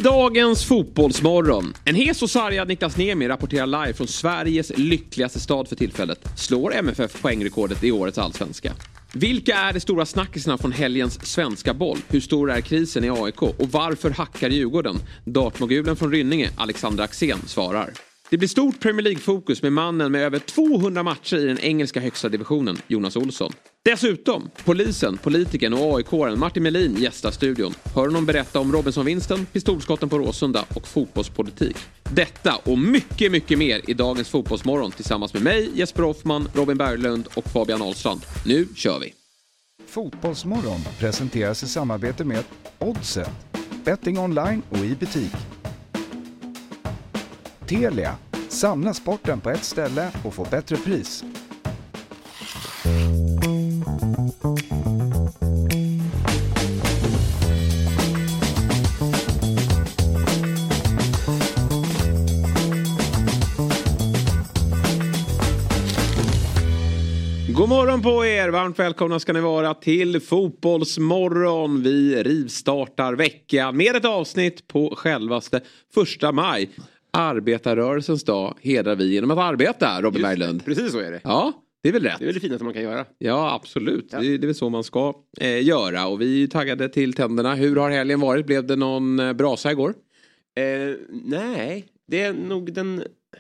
dagens fotbollsmorgon. En hes och sargad Niklas Niemi rapporterar live från Sveriges lyckligaste stad för tillfället. Slår MFF poängrekordet i årets allsvenska. Vilka är de stora snackisarna från helgens svenska boll? Hur stor är krisen i AIK? Och varför hackar Djurgården? Dartmogulen från Rynninge, Alexander Axén, svarar. Det blir stort Premier League-fokus med mannen med över 200 matcher i den engelska högsta divisionen, Jonas Olsson. Dessutom, polisen, politikern och AIK-aren Martin Melin gästar studion. Hör honom berätta om Robinson-vinsten, pistolskotten på Råsunda och fotbollspolitik. Detta och mycket, mycket mer i dagens fotbollsmorgon tillsammans med mig, Jesper Hoffman, Robin Berglund och Fabian Ahlstrand. Nu kör vi! Fotbollsmorgon presenteras i samarbete med Oddset, betting online och i butik. Telia, samla sporten på ett ställe och få bättre pris. God morgon på er, varmt välkomna ska ni vara till Fotbollsmorgon. Vi rivstartar veckan med ett avsnitt på självaste 1 maj. Arbetarrörelsens dag hedrar vi genom att arbeta, Robin Berglund. Precis så är det. Ja, det är väl rätt. Det är väl det finaste man kan göra. Ja, absolut. Ja. Det är väl så man ska göra. Och vi är taggade till tänderna. Hur har helgen varit? Blev det någon brasa igår? Nej, det är nog den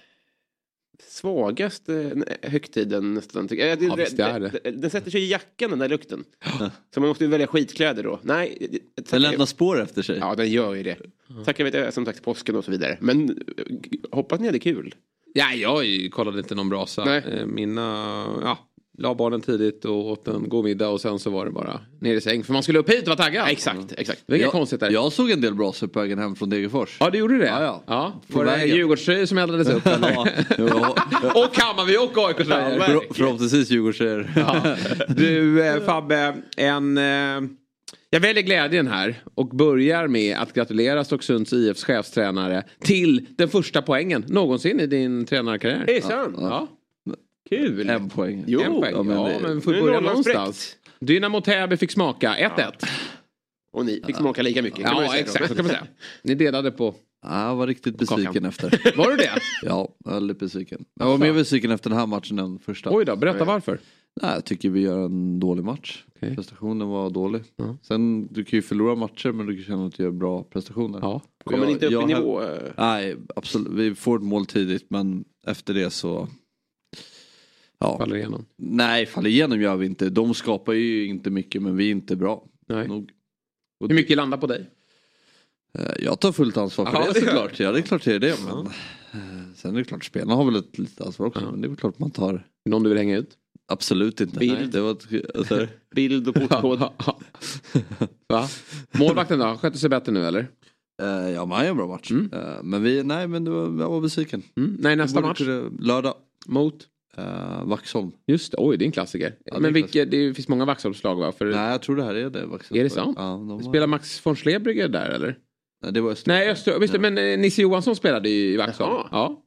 svagaste högtiden nästan. Den sätter sig i jackan, den där lukten. Så man måste ju välja skitkläder då. Nej, den lämnar spår efter sig. Ja, den gör ju det. Tack, jag vet, som sagt, påsken och så vidare. Men hoppas ni hade kul. Ja, jag kollade inte någon brasa. La barnen tidigt och åt en god middag och sen så var det bara ner i säng. För man skulle upp hit och vara taggad. Exakt. Det var inget konstigt där. Jag såg en del brasor på vägen hem från Degerfors. Ja, det gjorde det? Ja. Var det Djurgårdströjor som eldades upp? Och Hammarby och AIK-tröjor. Förhoppningsvis Djurgårdströjor. Ja. Du, Fabbe, jag väljer glädjen här och börjar med att gratulera Stocksunds IFs chefstränare till den första poängen någonsin i din tränarkarriär. Det är sant. Ja. Kul. En poäng. Jo, en poäng. Men får börja någonstans. Dynamo Täby fick smaka 1-1. Och ni fick smaka lika mycket. Ja, exakt. Så kan man säga. Ni delade på. Ja, jag var riktigt besviken efter. Var du det? Ja, väldigt besviken. Jag var mer besviken efter den här matchen än första. Oj då, berätta varför. Nej, jag tycker vi gör en dålig match. Okay. Prestationen var dålig. Sen, du kan ju förlora matcher men du kan känna att du gör bra prestationer. Ja. Kommer inte upp i nivå? Nej, absolut. Vi får ett mål tidigt men efter det så... Ja. Faller igenom? Nej, faller igenom gör vi inte. De skapar ju inte mycket men vi är inte bra. Nej. Hur mycket landar på dig? Jag tar fullt ansvar för det såklart. Ja, det är klart det är det. Men sen är det klart, spelarna har väl ett litet ansvar också. Men det är väl klart man tar... Någon du vill hänga ut? Absolut inte. Bild. Det var Bild och portkod. Va? Målvakten då? Sköter sig bättre nu eller? Ja, man gör en bra match. Men jag var besviken. Nej, nästa match? Lördag. Mot? Vaxholm. Just det, oj det är en klassiker. Ja, men det finns många Vaxholmslag va? Nej, jag tror det här är det. Vaxholm. Är det sant? Ja, spelar Max von Schlebrigger där eller? Nej, det var Öster. Nej, Öster. Visst, men Nisse Johansson spelade i Vaxholm. Ja.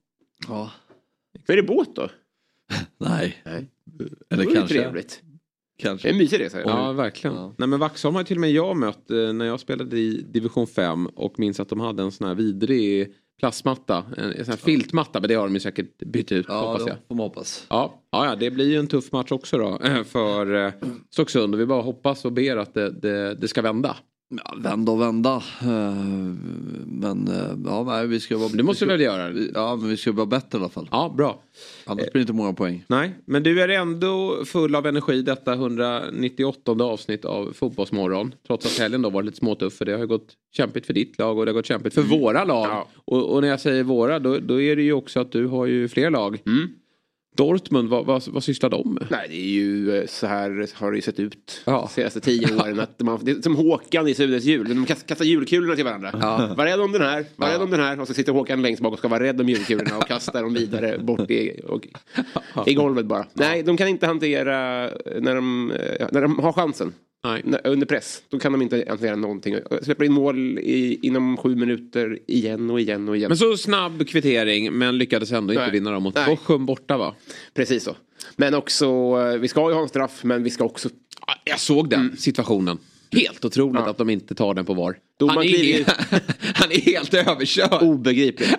Är det båt då? Nej. Eller det kanske. Trevligt. Kanske. Det är mysigt det, så. Ja, verkligen. Ja. Nej, men Vaxholm har till och med jag mött när jag spelade i division 5 och minns att de hade en sån här vidrig plastmatta, en sån här filtmatta, men det har de ju säkert bytt ut, hoppas jag. Får man hoppas. Ja, det blir ju en tuff match också då för Stocksund och vi bara hoppas och ber att det ska vända. Ja, vända. Men vi ska vara... Det måste vi väl göra? Ja, men vi ska vara bättre i alla fall. Ja, bra. Annars blir det inte många poäng. Nej, men du är ändå full av energi detta 198 avsnitt av Fotbollsmorgon. Trots att helgen då var lite småtuff för det har gått kämpigt för ditt lag och det har gått kämpigt för våra lag. Ja. Och när jag säger våra då är det ju också att du har ju fler lag. Dortmund, vad sysslar de med? Nej, det är ju så här har det ju sett ut de senaste 10 åren. Att det är som Håkan i Sunes jul. De kastar julkulorna till varandra. Var rädd om den här, var rädd om den här. Och så sitter Håkan längst bak och ska vara rädd om julkulorna och kastar dem vidare bort i golvet bara. Nej, de kan inte hantera när de har chansen. Nej. Under press, då kan de inte hantera någonting. Släpper in mål inom 7 minuter igen och igen. Men så snabb kvittering, men lyckades ändå inte vinna dem mot Bochum borta va? Precis så. Men också, vi ska ju ha en straff, men vi ska också... Jag såg den situationen. Helt otroligt att de inte tar den på VAR. Han är helt överkörd. Obegripligt.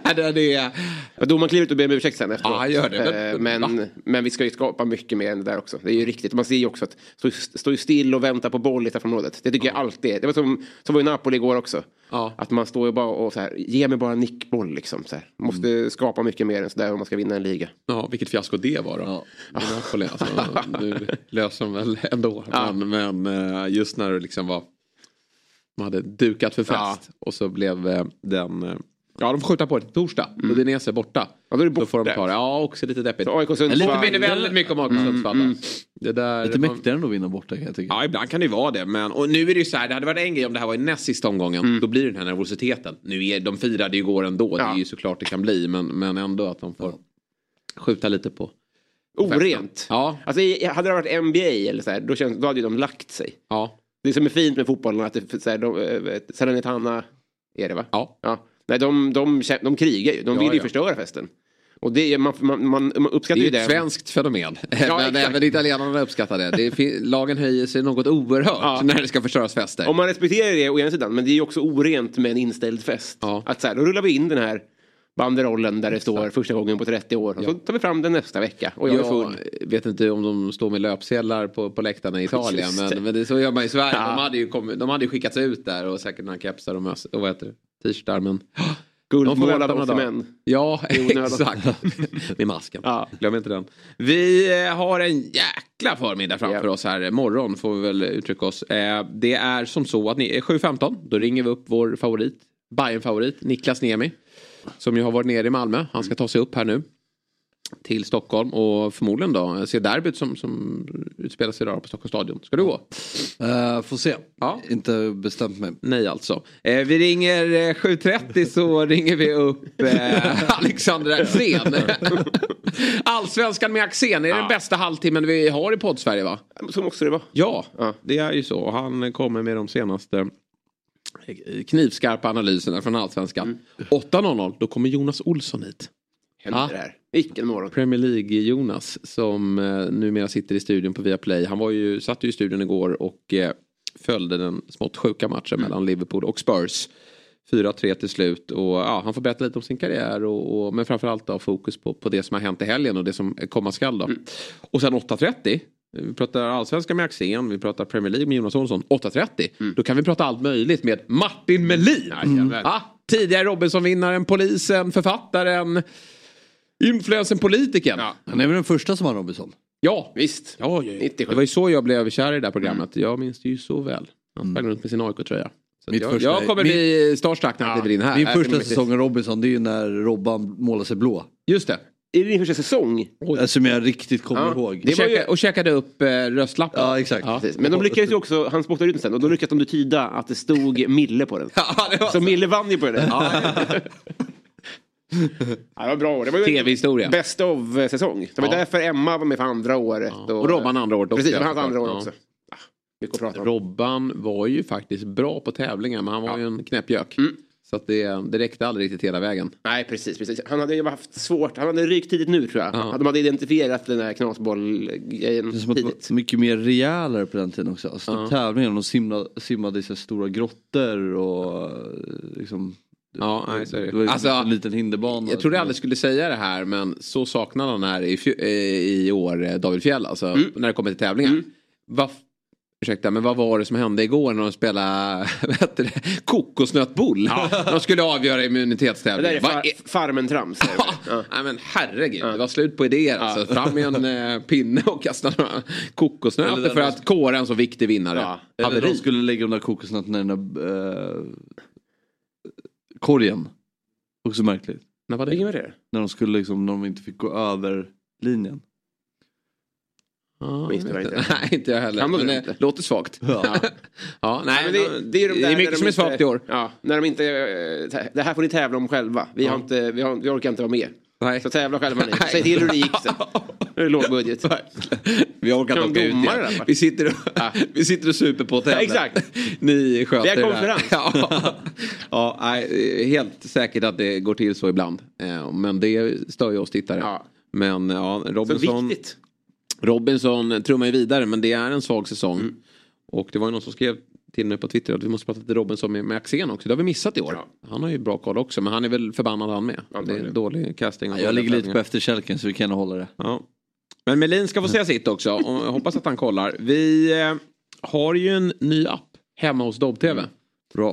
Domaren kliver ut och ber om ursäkt sen efteråt. Ja, han gör det. Men vi ska ju skapa mycket mer än det där också. Det är ju riktigt. Man ser ju också att stå still och vänta på boll i straffområdet. Det tycker jag alltid är. Det var som var i Napoli igår också. Ja. Att man står ju bara och så här, ge mig bara en nickboll liksom. Så här. Måste skapa mycket mer än så där om man ska vinna en liga. Ja, vilket fiasko det var då. Ja. Napoli, alltså, nu löser de väl ändå. Ja. Men just när det liksom var... Man hade dukat för fest. Och så blev den... Ja, de får skjuta på det torsdag. Och det är Nese borta. Ja, då får de ta det. Ja, också lite deppigt. Lite vinner väldigt mycket om AIK Sundsvall. Lite mäktigare än att vinna borta kan jag tycka. Ja, ibland kan det ju vara det. Men, och nu är det ju så här, det hade varit en grej om det här var i näst sista omgången. Då blir det den här nervositeten. Nu är de firade ju igår ändå. Det är ju såklart det kan bli. Men ändå att de får skjuta lite på. Orent. Ja. Alltså, hade det varit NBA eller så här, då hade ju de lagt sig. Ja. Det som är fint med fotbollen att det, så här, Salernitana är det va? Ja. Nej, de krigar ju. De vill ju förstöra festen. Och det är, man uppskattar ju det. Det är ett svenskt fenomen. Men även italienarna uppskattar det. Lagen höjer sig något oerhört när det ska förstöras fester. Om man respekterar det å ena sidan. Men det är ju också orent med en inställd fest. Ja. Att så här, då rullar vi in den här banderollen där det står första gången på 30 år. Och så tar vi fram den nästa vecka. Och jag är full. Vet inte om de står med löpsedlar på läktarna i Italien. Men det så gör man i Sverige. Ja. De hade ju skickats ut där. Och säkert några kepsar och vad heter det? T-shirtar. Men... Guldmål av oss män. Ja, exakt. Med masken. Ja. Glöm inte den. Vi har en jäkla förmiddag framför oss här. Morgon får vi väl uttrycka oss. Det är som så att 7:15. Då ringer vi upp vår favorit. Bayern-favorit. Niklas Niemi. Som ju har varit nere i Malmö. Han ska ta sig upp här nu. Till Stockholm. Och förmodligen då se derbyt som utspelas idag på Stockholms stadion. Ska du gå? Får se. Ja. Inte bestämt mig. Nej alltså. Vi ringer 7:30 så ringer vi upp Alexander Axén. Allsvenskan med Axén. Är den bästa halvtimmen vi har i podd-Sverige va? Så måste det vara. Ja, det är ju så. Han kommer med de senaste knivskarpa analyserna från Allsvenskan. 8:00 då kommer Jonas Olsson hit. Händer det här. Vilken morgon. Premier League Jonas som numera sitter i studion på Viaplay. Han satt ju i studion igår och följde den smått sjuka matchen mellan Liverpool och Spurs. 4-3 till slut och han får berätta lite om sin karriär men framförallt ha fokus på det som har hänt i helgen och det som komma skall då. Och sen 8:30 vi pratar Allsvenskan med Axén, vi pratar Premier League med Jonas Olsson. 8:30 då kan vi prata allt möjligt med Martin Melin. Tidigare Robinson-vinnaren, polisen, författaren, influensen, politikern. Han är väl den första som har Robinson? Ja, visst. Ja. Det var ju så jag blev kär i det där programmet. Jag minns det ju så väl. Han sprang runt med sin AIK-tröja. Jag kommer bli starstruck när han kliver in här. Min första säsong av Robinson, det är ju när Robban målar sig blå. Just det. Är det din första säsong? Som jag riktigt kommer ihåg. Och käkade upp röstlappen. Ja, exakt. Ja. Men de lyckades ju också, han spottade ut den sen. Och då lyckades de tyda att det stod Mille på den. Så Mille vann ju på den. Det var bra år. Det var ju TV-historia. Best of säsong. Det var därför Emma var med för andra året. Och Robban andra året också. Precis, hans andra år också. Robban var ju faktiskt bra på tävlingar. Men han var ju en knäppjök. Så att det räckte aldrig riktigt hela vägen. Nej, precis. Han hade ju haft svårt. Han hade rykt tidigt nu tror jag. De hade identifierat den här knasbollgrejen tidigt. Mycket mer rejälare på den tiden också. Alltså tävlingar. De simmade i så stora grottor och liksom... Det var en liten hinderbana. Jag trodde jag aldrig skulle säga det här, men så saknade han här i år David Fjäll, alltså när det kommer till tävlingar. Men vad var det som hände igår när de spelade kokosnötboll? De skulle avgöra immunitetstävlingen. Det där är Farmen-trams. Nej men herregud, det var slut på idéer. Alltså, fram med en pinne och kasta några kokosnötter för att kåra en så viktig vinnare. Eller de skulle lägga de där kokosnötterna i den där korgen. Också märkligt. När var det? När de skulle liksom, när de inte fick gå över linjen. Nej, inte jag heller. Men det låter svagt. Det är mycket som är svagt i år. När de inte, det här får ni tävla om själva. Vi orkar inte vara med. Nej. Så tävla själva ni. Säg till hur det gick sen. Det är lågbudget. Vi orkar inte ut igen. Vi sitter och super på tävla. Exakt. Ni sköter det. Det är konferens. Helt säkert att det går till så ibland. Men det stör ju oss tittare. Men Robinson... Så viktigt. Robinson trummar ju vidare, men det är en svag säsong. Och det var ju någon som skrev till nu på Twitter att vi måste prata till Robinson med Axén också. Det har vi missat i år. Ja. Han har ju bra koll också, men han är väl förbannad han med. Det är dålig casting. Jag ligger lite på efterkälken så vi kan hålla det. Ja. Men Melin ska få säga sitt också. Och jag hoppas att han kollar. Vi har ju en ny app hemma hos Dobb TV. Bra.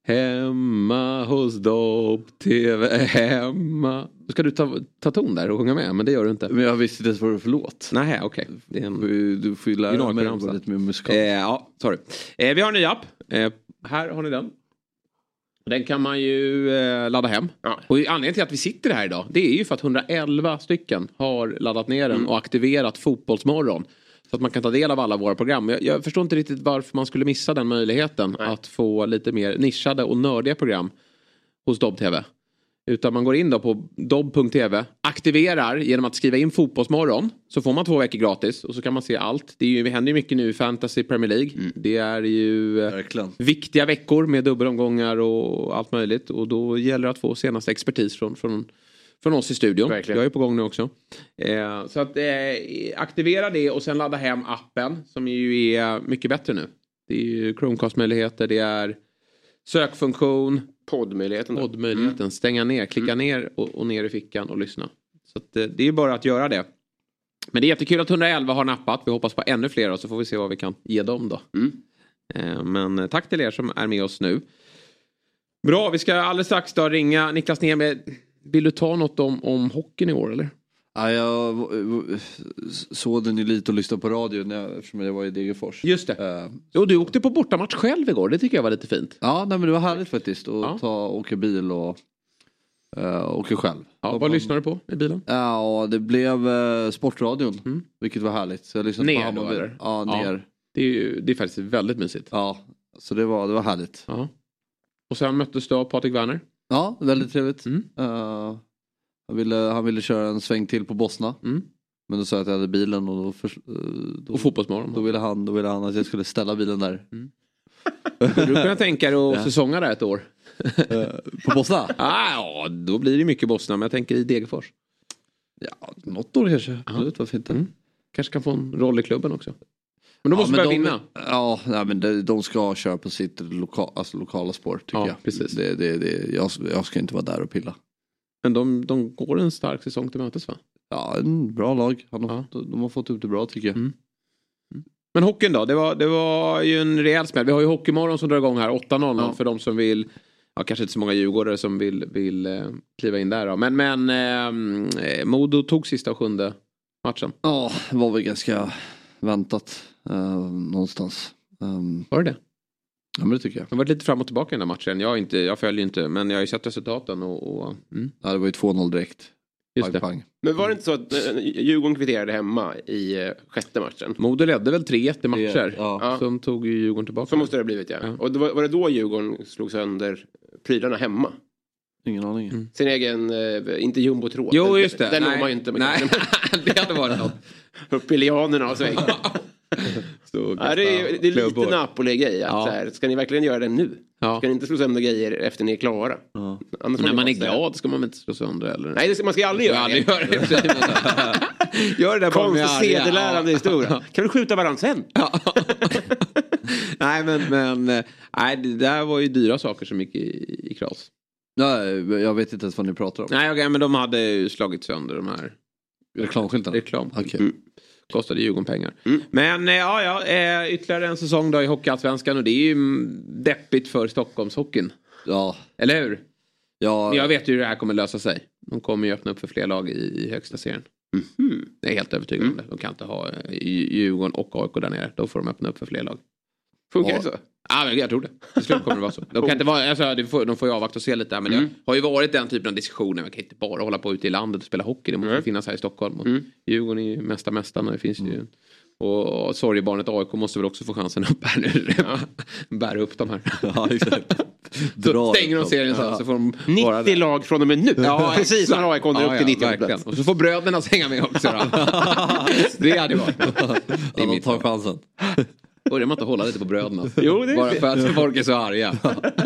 Hemma hos Dobb TV. Hemma. Då ska du ta ton där och sjunga med. Men det gör du inte. Men jag visste inte vad det var för låt. Nej, okej. Du får ju lära mig lite mer musikal. Ja, sorry. Vi har en ny app. Här har ni den. Den kan man ju ladda hem. Ja. Och anledningen till att vi sitter här idag, det är ju för att 111 stycken har laddat ner den och aktiverat Fotbollsmorgon. Så att man kan ta del av alla våra program. Jag förstår inte riktigt varför man skulle missa den möjligheten. Nej. Att få lite mer nischade och nördiga program hos Dobb TV. Utan man går in då på dobb.tv, aktiverar genom att skriva in Fotbollsmorgon. Så får man 2 veckor gratis och så kan man se allt. Det händer ju mycket nu i Fantasy Premier League. Det är ju viktiga veckor med dubbelomgångar och allt möjligt. Och då gäller det att få senaste expertis från oss i studion. Verkligen. Jag är på gång nu också. Så att aktivera det och sen ladda hem appen som ju är mycket bättre nu. Det är ju Chromecast-möjligheter, det är sökfunktion. Poddmöjligheten. Stänga ner, klicka ner och ner i fickan och lyssna. Så att, det är bara att göra det. Men det är jättekul att 111 har nappat. Vi hoppas på ännu fler och så får vi se vad vi kan ge dem då. Men tack till er som är med oss nu. Bra, vi ska alldeles strax då ringa Niklas Niemi. Vill du ta något om hockeyn i år eller? Ja, jag såg den ju lite och lyssnade på radio eftersom jag var i Degerfors. Just det. Och du åkte på bortamatch själv igår. Det tycker jag var lite fint. Ja, nej, men det var härligt faktiskt. Att åka bil och åka själv. Ja, vad lyssnade du på i bilen? Ja, det blev Sportradion. Vilket var härligt. Så jag lyssnade på Hammarby. Ner. Ja. Det är faktiskt väldigt mysigt. Ja, så det var härligt. Ja. Och sen möttes du av Patrik Werner. Ja, väldigt trevligt. Han ville köra en sväng till på Bosna. Men då sa jag att jag hade bilen och och Fotbollsmorgon. Då ville han att jag skulle ställa bilen där. Skulle du kunna tänka dig att säsonga där ett år? På Bosna? Ja, då blir det mycket Bosna. Men jag tänker i Degerfors. Ja, något år kanske. Absolut, varför inte? Kanske kan få en roll i klubben också. Men då måste börja vinna. Ja, men de ska köra på sitt lokala sport tycker jag. Precis. Jag ska inte vara där och pilla. Men de går en stark säsong till mötes va? Ja, en bra lag. De har fått ut det bra tycker jag. Men hockeyn då? Det var ju en rejäl smäll. Vi har ju Hockeymorgon som drar igång här 8:00 för de som vill. Ja, kanske inte så många djurgårdare som vill kliva in där då. Men Modo tog sista och 7:e matchen. Ja, det var väl ganska väntat någonstans. Var det? Ja, men det tycker jag. Det har varit lite fram och tillbaka i den här matchen. Jag följer inte, men jag har ju sett resultaten. Ja, det var ju 2-0 direkt. Just det. Pang. Men var det inte så att Djurgården kvitterade hemma i 6:e matchen? Modo ledde väl 3-1 i matcher. Ja. Som tog ju Djurgården tillbaka. Så måste det ha blivit, ja. Och var det då Djurgården slog sönder prylarna hemma? Ingen aning. Sin egen, inte jumbotråd. Jo, just det. Den når man ju inte. Nej, det hade varit något. Upp i lianerna och sväng. Det är lite Napoli-grej. Ska ni verkligen göra det nu? Ja. Ska ni inte slå sönder grejer efter ni är klara? Ja. När man är glad ska man inte slå sönder. Eller? Nej, man ska aldrig göra det. Gör det konst och sedelärande historia. Kan vi skjuta varandra sen? Nej, men det där var ju dyra saker som gick i kras. Nej, jag vet inte ens vad ni pratar om. Nej, okej, men de hade ju slagit sönder de här reklamskyltarna. Okej. Kostade Djurgården pengar. Men ytterligare en säsong då i Hockeyallsvenskan och det är ju deppigt för Stockholmshockeyn. Ja. Eller hur? Ja. Men jag vet ju hur det här kommer lösa sig. De kommer ju öppna upp för fler lag i högsta serien. Det är helt övertygande om det. De kan inte ha Djurgården och AIK där nere. Då får de öppna upp för fler lag. Funkar det så? Ja, jag tror det. Till slut kommer det vara så. De kan inte vara, de får ju avvakta och se lite där. Men det har ju varit den typen av diskussioner. Man kan inte bara hålla på ute i landet och spela hockey. Det måste finnas här i Stockholm. Och Djurgården är ju mästarna. Det finns ju. Och sorgebarnet AIK måste väl också få chansen upp här nu. Bära upp de här. Ja, exakt. Stänger de serien så får de 90 lag från och med nu. Ja, precis som AIK kommer upp till 90 plats. Och så får bröderna hänga med också. Det hade varit. Det är mitt. Ta chansen. Börjar man inte hålla lite på bröderna? Jo, det bara för att folk är så arga.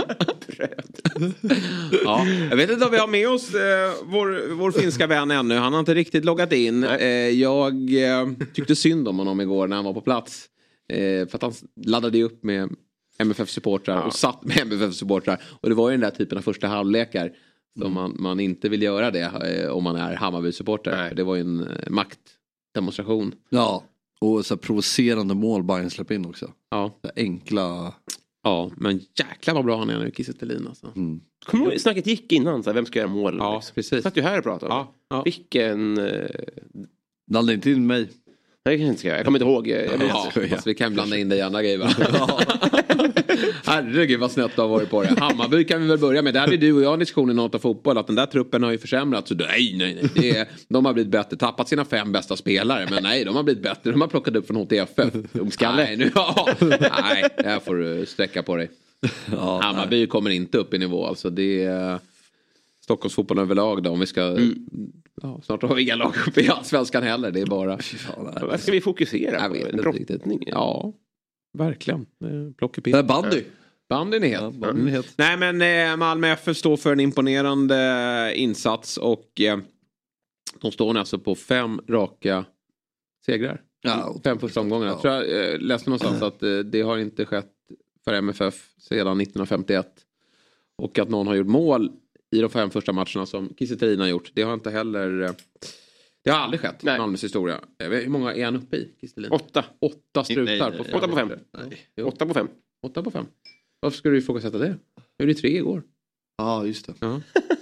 Ja, jag vet inte om vi har med oss vår finska vän ännu. Han har inte riktigt loggat in. Jag tyckte synd om honom igår när han var på plats. För att han laddade upp med MFF-supportrar och satt med MFF-supportrar. Och det var ju den där typen av första halvlekar som man inte vill göra det om man är Hammarby-supporter. Det var ju en maktdemonstration. Ja, och så provocerande mål Bayern släpp in också. Ja. Enkla... Ja, men jäklar vad bra han är nu, Kiese Thelin alltså. Kommer du ihåg, snacket gick innan, så här, vem ska göra mål? Ja, liksom. precis. Satt ju här och pratade. Ja. Vilken... Blanda inte in mig. Nej, jag kommer inte ihåg. Fast vi kan blanda in det i andra grejer, va? Herregud vad snett du har varit på det. Hammarby kan vi väl börja med. Där hade du och jag en diskussion i något av fotboll. Att den där truppen har ju försämrats. Så nej. De har blivit bättre. Tappat sina 5 bästa spelare. Men nej, de har blivit bättre. De har plockat upp från HTFF. Nej, här får du sträcka på dig. Hammarby kommer inte upp i nivå. Alltså det är Stockholmsfotbollen överlag då. Om vi ska... snart har vi inga lag uppe i Allsvenskan heller. Det är bara... Vad ska vi fokusera på? En drottning? Ja, verkligen. Plockepinn. Bandyn är het. Nej, men Malmö FF står för en imponerande insats. Och de står alltså på 5 raka segrar. 5 första omgångar. Jag tror jag läste någonstans att det har inte skett för MFF sedan 1951. Och att någon har gjort mål i de 5 första matcherna som Kiese Thelin har gjort. Det har inte heller... Det har aldrig skett i Malmös historia. Hur många är han uppe i, Kiese Thelin? 8. 8 strutar på 5. 8 på 5. 8 på 5. 8 på 5. Varför skulle du ifrågasätta det? Det är 3 igår. Ja, just det. Ja.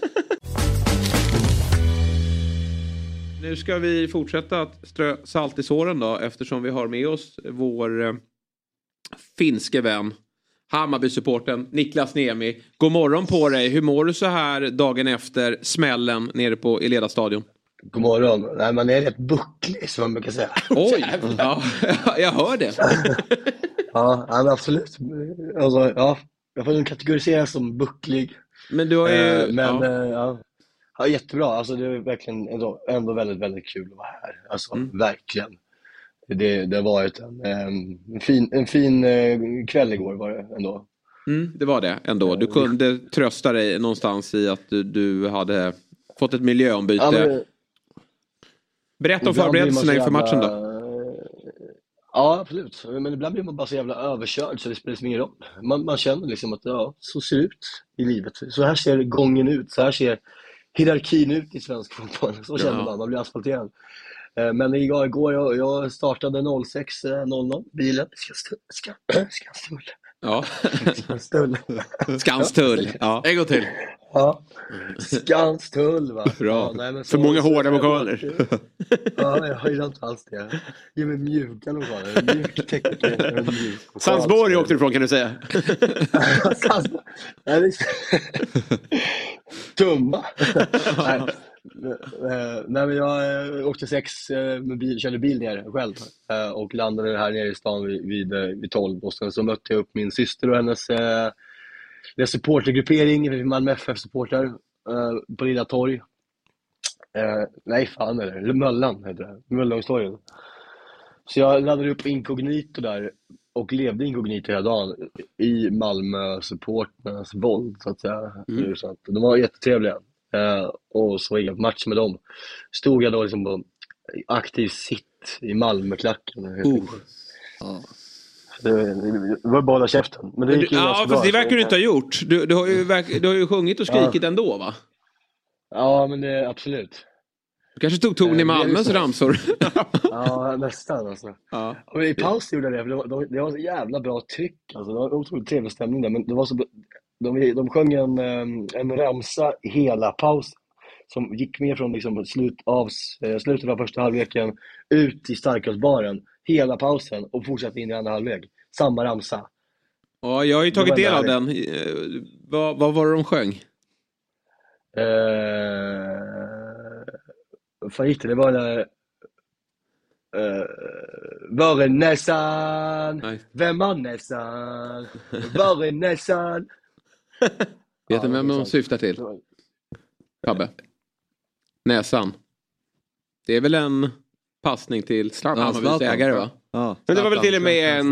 Nu ska vi fortsätta att strö salt i såren då. Eftersom vi har med oss vår finske vän. Hammarby-supporten Niklas Niemi. God morgon på dig. Hur mår du så här dagen efter smällen nere på Eleda stadion? God morgon. Nej, man är rätt bucklig som man brukar säga. Oj, ja, jag hör det. Ja, absolut. Alltså, jag får nog kategorisera som bucklig. Men du har ju... Ja, jättebra. Alltså, det är verkligen ändå väldigt, väldigt kul att vara här. Alltså, verkligen. Det har varit en fin kväll igår var det ändå. Det var det ändå. Du kunde trösta dig någonstans i att du hade fått ett miljöombyte. Ja, berätta om förberedelserna inför matchen då. Ja, absolut. Men ibland blir man bara så jävla överkörd så det spelar ingen roll. Man känner liksom att så ser det ut i livet. Så här ser gången ut. Så här ser hierarkin ut i svensk fotboll. Så känner man blir asfalterad. Men igår jag startade 06.00 bilen. Skanstull. Ja. Skanstull. Skanstull. Ja. En gång till. Ja. Skanstull, va? Bra. Ja, nej, för många hårda vokaler. Ja, jag har ju inte alls det. Ge mig mjuka vokaler. Mjuk tekniker. Sandsborg åkte du ifrån, kan du säga. Sandsborg. Tumba. Nej, men jag åkte 6 med bil, körde bil ner själv och landade här nere i stan vid 12 och sen så mötte jag upp min syster och hennes supportergruppering, Malmö FF-supporter på Lilla Torg. Nej, fan är det? Möllan heter det. Möllångstorgen. Så jag laddade upp inkognito där och levde inkognito hela dagen i Malmö-supporternas våld, så att säga. Så att de var jättetrevliga. Och så gick jag på match med dem. Stod jag då liksom på aktiv sitt i Malmöklacken. Det var bara käften. Men det gick ju fast bra. Det verkar du inte ha gjort. Du har ju sjungit och skrikit ändå, va? Ja, men det absolut. Du kanske tog ton i Malmös ramsor. Ja, nästan alltså. Ja. Och i paus gjorde jag det. Det var så jävla bra tryck. Alltså. Det var otroligt trevlig stämning där. Men det var så... De sjöng en ramsa hela pausen som gick med från liksom slutet av första halvleken ut i starkölsbaren hela pausen och fortsatte in i andra halvlek. Samma ramsa. Ja, jag har ju tagit del av den. Vad var det de sjöng? Vad gick det? Det var där... Var är näsan? Vem har näsan? Var är näsan? Vet du vem de syftar till? Pabbe. Näsan. Det är väl en passning till Hammarbys ägare, va? Ja. Men det var väl till och med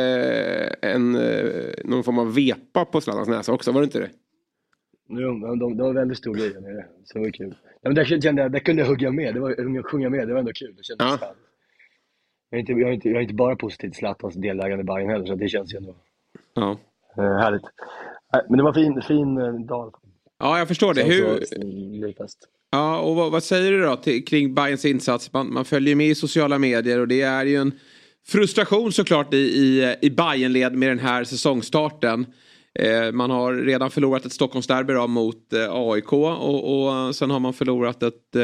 någon form av vepa på Zlatans näsa också, var det inte det? Jo, de var väldigt stor grej nere. Så det var kul. Ja, men där kunde jag hugga med. Sjunga med, det var ändå kul. Det kändes jag är inte bara positiv till Zlatans delägande i Bayern heller, så det känns ju ändå... Ja. Härligt. Men det var fin dag. Ja, jag förstår det. Ja, och vad säger du då kring Bayerns insats? Man följer med i sociala medier och det är ju en frustration såklart i Bayernled med den här säsongstarten. Man har redan förlorat ett Stockholmsderby mot AIK och sen har man förlorat ett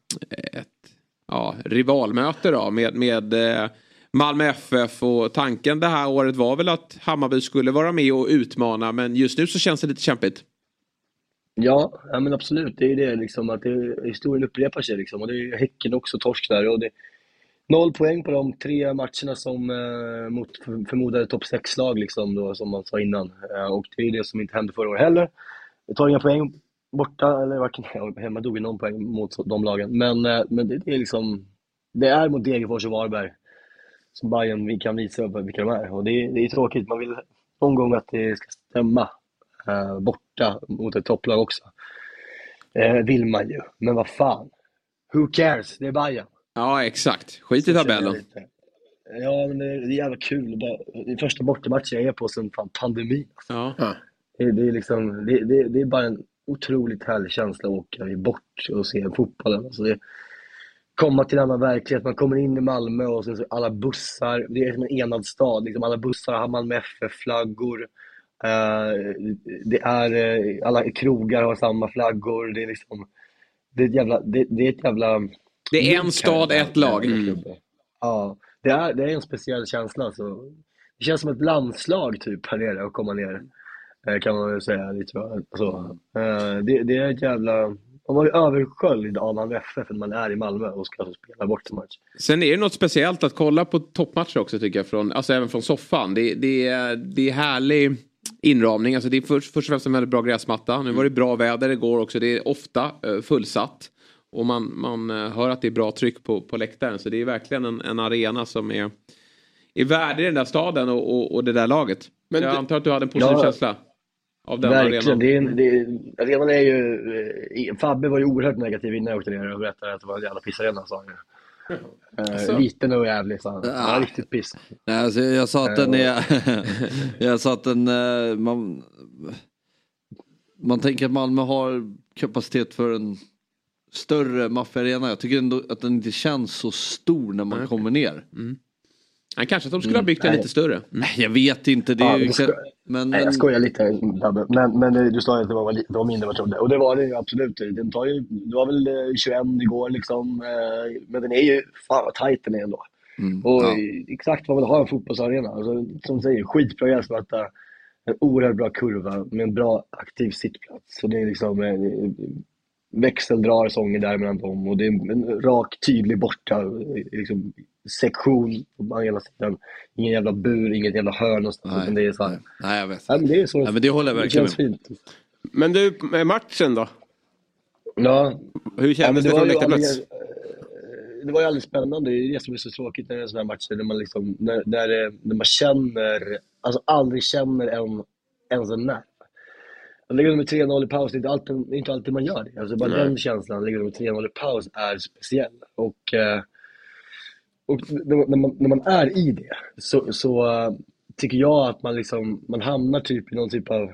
rivalmöte med Malmö FF, och tanken det här året var väl att Hammarby skulle vara med och utmana, men just nu så känns det lite kämpigt. Ja, men absolut. Det är det liksom, att historien upprepar sig liksom, och det är Häcken också torsk där, och det 0 poäng på de 3 matcherna som mot förmodade topp 6-lag liksom då, som man sa innan, och det är det som inte hände förra året heller. Vi tar inga poäng borta, eller varken hemma dog vi någon poäng mot de lagen, men det är liksom, det är mot Degerfors och Varberg som Bayern vi kan visa upp vilka de är, och det är tråkigt. Man vill någon gång att det ska stämma borta mot ett topplag också, vill man ju, men vad fan, who cares, det är Bayern. Ja, exakt, skit i tabellen. Ja, men det är jävla kul. Det första bortamatchen jag är på sen pandemin. Ja. Det är liksom, det är bara en otroligt härlig känsla att åka bort och se fotbollen. Alltså komma till en annan verklighet. Man kommer in i Malmö och så alla bussar. Det är som en enad stad. Liksom alla bussar har Malmö FF-flaggor. Det är alla krogar har samma flaggor. Det är liksom, det är ett jävla det är en stad, ett lag. Ja, det är en speciell känsla. Så det känns som ett landslag typ här nere och komma ner, kan man väl säga lite så. Det är ett jävla, man var ju översköljd av Malmö FF när man är i Malmö och ska spela bort en match. Sen är det något speciellt att kolla på toppmatcher också, tycker jag, alltså även från soffan. Det är härlig inramning. Alltså det är först och främst en väldigt bra gräsmatta. Nu var det bra väder igår också. Det är ofta fullsatt. Och man hör att det är bra tryck på läktaren. Så det är verkligen en arena som är värd i den där staden och det där laget. Men jag antar att du hade en positiv känsla av den verkligen, arenan. Arenan är ju... Fabbe var ju oerhört negativ innan jag åkte ner och berättade att det var en jävla pissarena, sa han. Liten och jävlig, sa han. Ja, riktigt piss. Nej, alltså, jag sa att den är... jag sa att den... Man tänker att Malmö har kapacitet för en större maffiarena. Jag tycker ändå att den inte känns så stor när man kommer ner. Nej, kanske att de skulle ha byggt den lite större. Jag vet inte. Det är jag skojar lite, men du sa att det var mindre än vad jag trodde. Och det var det ju absolut. Det var väl 21 igår liksom. Men den är ju, fan vad tajt den är ändå. Och exakt vad man har en fotbollsarena. Alltså, som säger, skitbra gräsmatta. En oerhört bra kurva med en bra aktiv sittplats. Så det är liksom... växeldrar sånger där mellan dem, och det är en rak, tydlig borta liksom, sektion på hela sidan. Ingen jävla bur, inget jävla hörn någonstans. Det är så här. Nej, jag vet. Ja, men det är så. Ja, men det håller jag verkligen med. Fint. Men du, matchen då? Ja. Hur kändes det från läktarplats? Det var ju alldeles spännande. Det är det som är så tråkigt när det är sådana här matcher, när man liksom, när man känner, alltså aldrig känner ens en nerv. Man ligger med 3-0 i paus, det är inte alltid man gör det. Alltså bara den känslan, ligger med 3-0 i paus, är speciell. Och när man är i det så tycker jag att man hamnar typ i någon typ av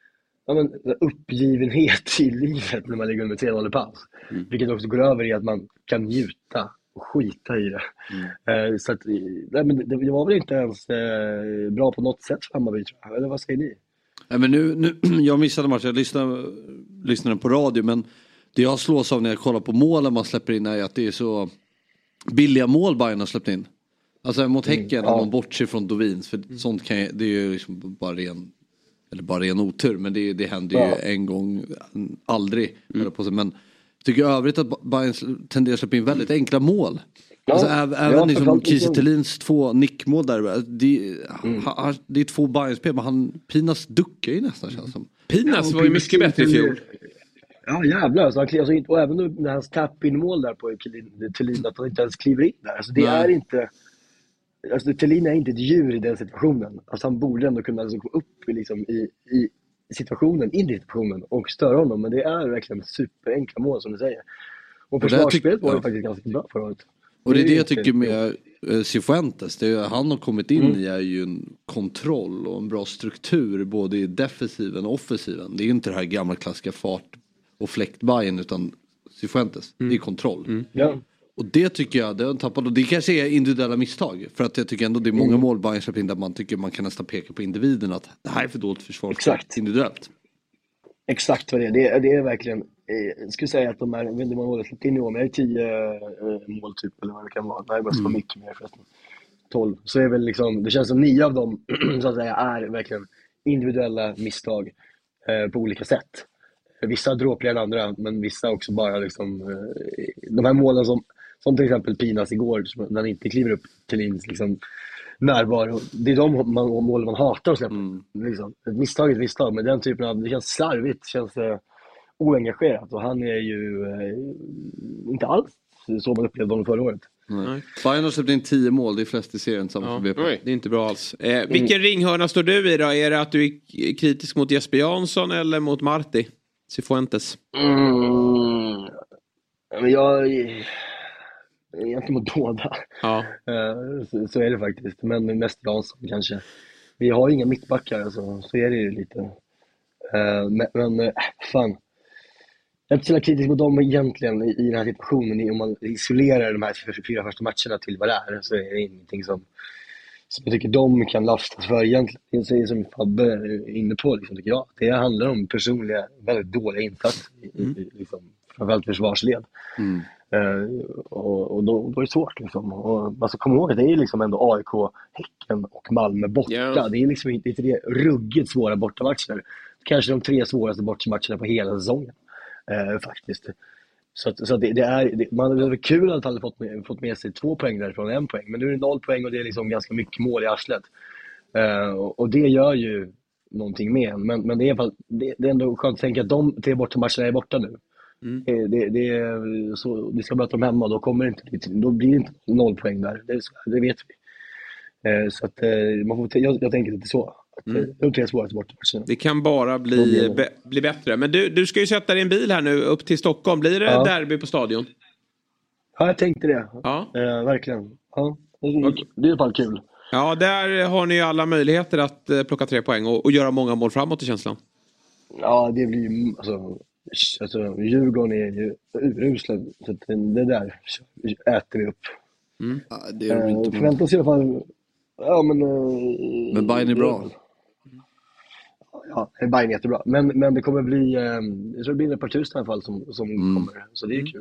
uppgivenhet i livet när man ligger med 3-0 i paus. Vilket också går över i att man kan njuta och skita i det. Så att, det var väl inte ens bra på något sätt för Hammarby, tror jag. Eller vad säger ni? Nej, men nu jag missade matchen, jag lyssnade på radio, men det jag slås av när jag kollar på målen man släpper in är att det är så billiga mål Bayern har släppt in. Alltså mot Häcken, om man bortser från Dovins, för sånt det är ju liksom bara ren otur, men det händer ju en gång, aldrig. Men jag tycker övrigt att Bayern tenderar att släppa in väldigt enkla mål. Alltså, även liksom Kiese Thelins 2 nickmål där, det är 2 Bayern-spel, men Pinas duckar ju nästan, känns som. Pinas var ju mycket bättre i fjol. Ja, jävlar. Alltså, och även när hans tap-in-mål där på Thelin, att han inte ens kliver in där. Alltså, det är inte... Alltså, Thelin är inte ett djur i den situationen. Alltså, han borde ändå kunna gå upp liksom, i situationen, in i situationen och störa honom. Men det är verkligen superenkla mål, som du säger. Och försvarsspelet var ju faktiskt ganska bra förra året. Och det är det jag tycker med Cifuentes. Han har kommit in i är ju en kontroll och en bra struktur både i defensiven och offensiven. Det är ju inte det här gamla klassiska fart och fläktbajen utan Cifuentes. Det är kontroll. Ja. Och det tycker jag, det har tappat. Och det kanske är individuella misstag. För att jag tycker ändå det är många mål Bayern släpper in där man tycker man kan nästan peka på individen att det här är för dåligt försvar. Exakt. Individuellt. Exakt vad det är. Det är verkligen, jag skulle säga att de är, jag vet inte hur många mål jag släppt in i år, men det är 10 mål typ, eller vad det kan vara. Nej, det måste vara mycket mer förresten. 12. Så är väl liksom, det känns som 9 av dem så att säga är verkligen individuella misstag på olika sätt. Vissa dråpligare än andra, men vissa också bara liksom, de här målen som till exempel Pinas igår, när han inte kliver upp till Lins liksom närvaro. Det är de mål man hatar att släppa. Liksom. Ett misstag, men den typen av, det känns slarvigt, det känns oengagerat. Och han är ju inte alls så man upplevde honom förra året. Bayern har släppt in 10 mål, det är flest i serien tillsammans med BP. Nej, det är inte bra alls. Vilken ringhörna står du i då? Är det att du är kritisk mot Jesper Jansson eller mot Marti Cifuentes? Men jag egentligen mot båda. Ja. Så är det faktiskt. Men mest Jansson kanske. Vi har inga mittbackar, alltså. Så är det ju lite. Men fan. Jag är inte så kritisk mot dem egentligen i den här situationen. Om man isolerar de här 4 första matcherna till vad det är, så är det ingenting som jag tycker de kan lastas för egentligen. Det är som Fabbe är inne på, liksom, tycker jag. Det handlar om personliga, väldigt dåliga insatser i liksom, framförallt försvarsled. Och då är det svårt liksom. Och man ska komma ihåg att det är liksom ändå AIK, Häcken och Malmö borta. Yeah. Det är liksom inte det ruggigt svåra bortamatcher. Kanske de 3 svåraste bortamatcherna på hela säsongen faktiskt. Så det är man är kul att alla fått med sig 2 poäng därifrån, 1 poäng. Men nu är det 0 poäng och det är liksom ganska mycket mål i arslet. Och det gör ju någonting med en. Men det är ändå skönt att tänka att de 3 bortamatcherna är borta nu. Vi ska möta dem hemma och då blir det inte 0 poäng där. Det vet vi. Så att jag tänker lite så. De 3 svåraste bortamatcherna. Det kan bara bli bättre. Men du ska ju sätta dig i en bil här nu upp till Stockholm. Blir det derby på stadion? Ja, jag tänkte det. Ja. Verkligen. Ja. Det är i alla fall kul. Ja, där har ni ju alla möjligheter att plocka 3 poäng och göra många mål framåt i känslan. Ja, det blir ju alltså Djurgården är ju urusla, så att det där äter vi upp. Ja, det är inte. Förväntas i alla fall. Ja, men Bayern är bra. Ja, Bayern är jättebra. Men det kommer bli, jag tror det blir ett par tusen i alla fall som kommer. Så det är kul.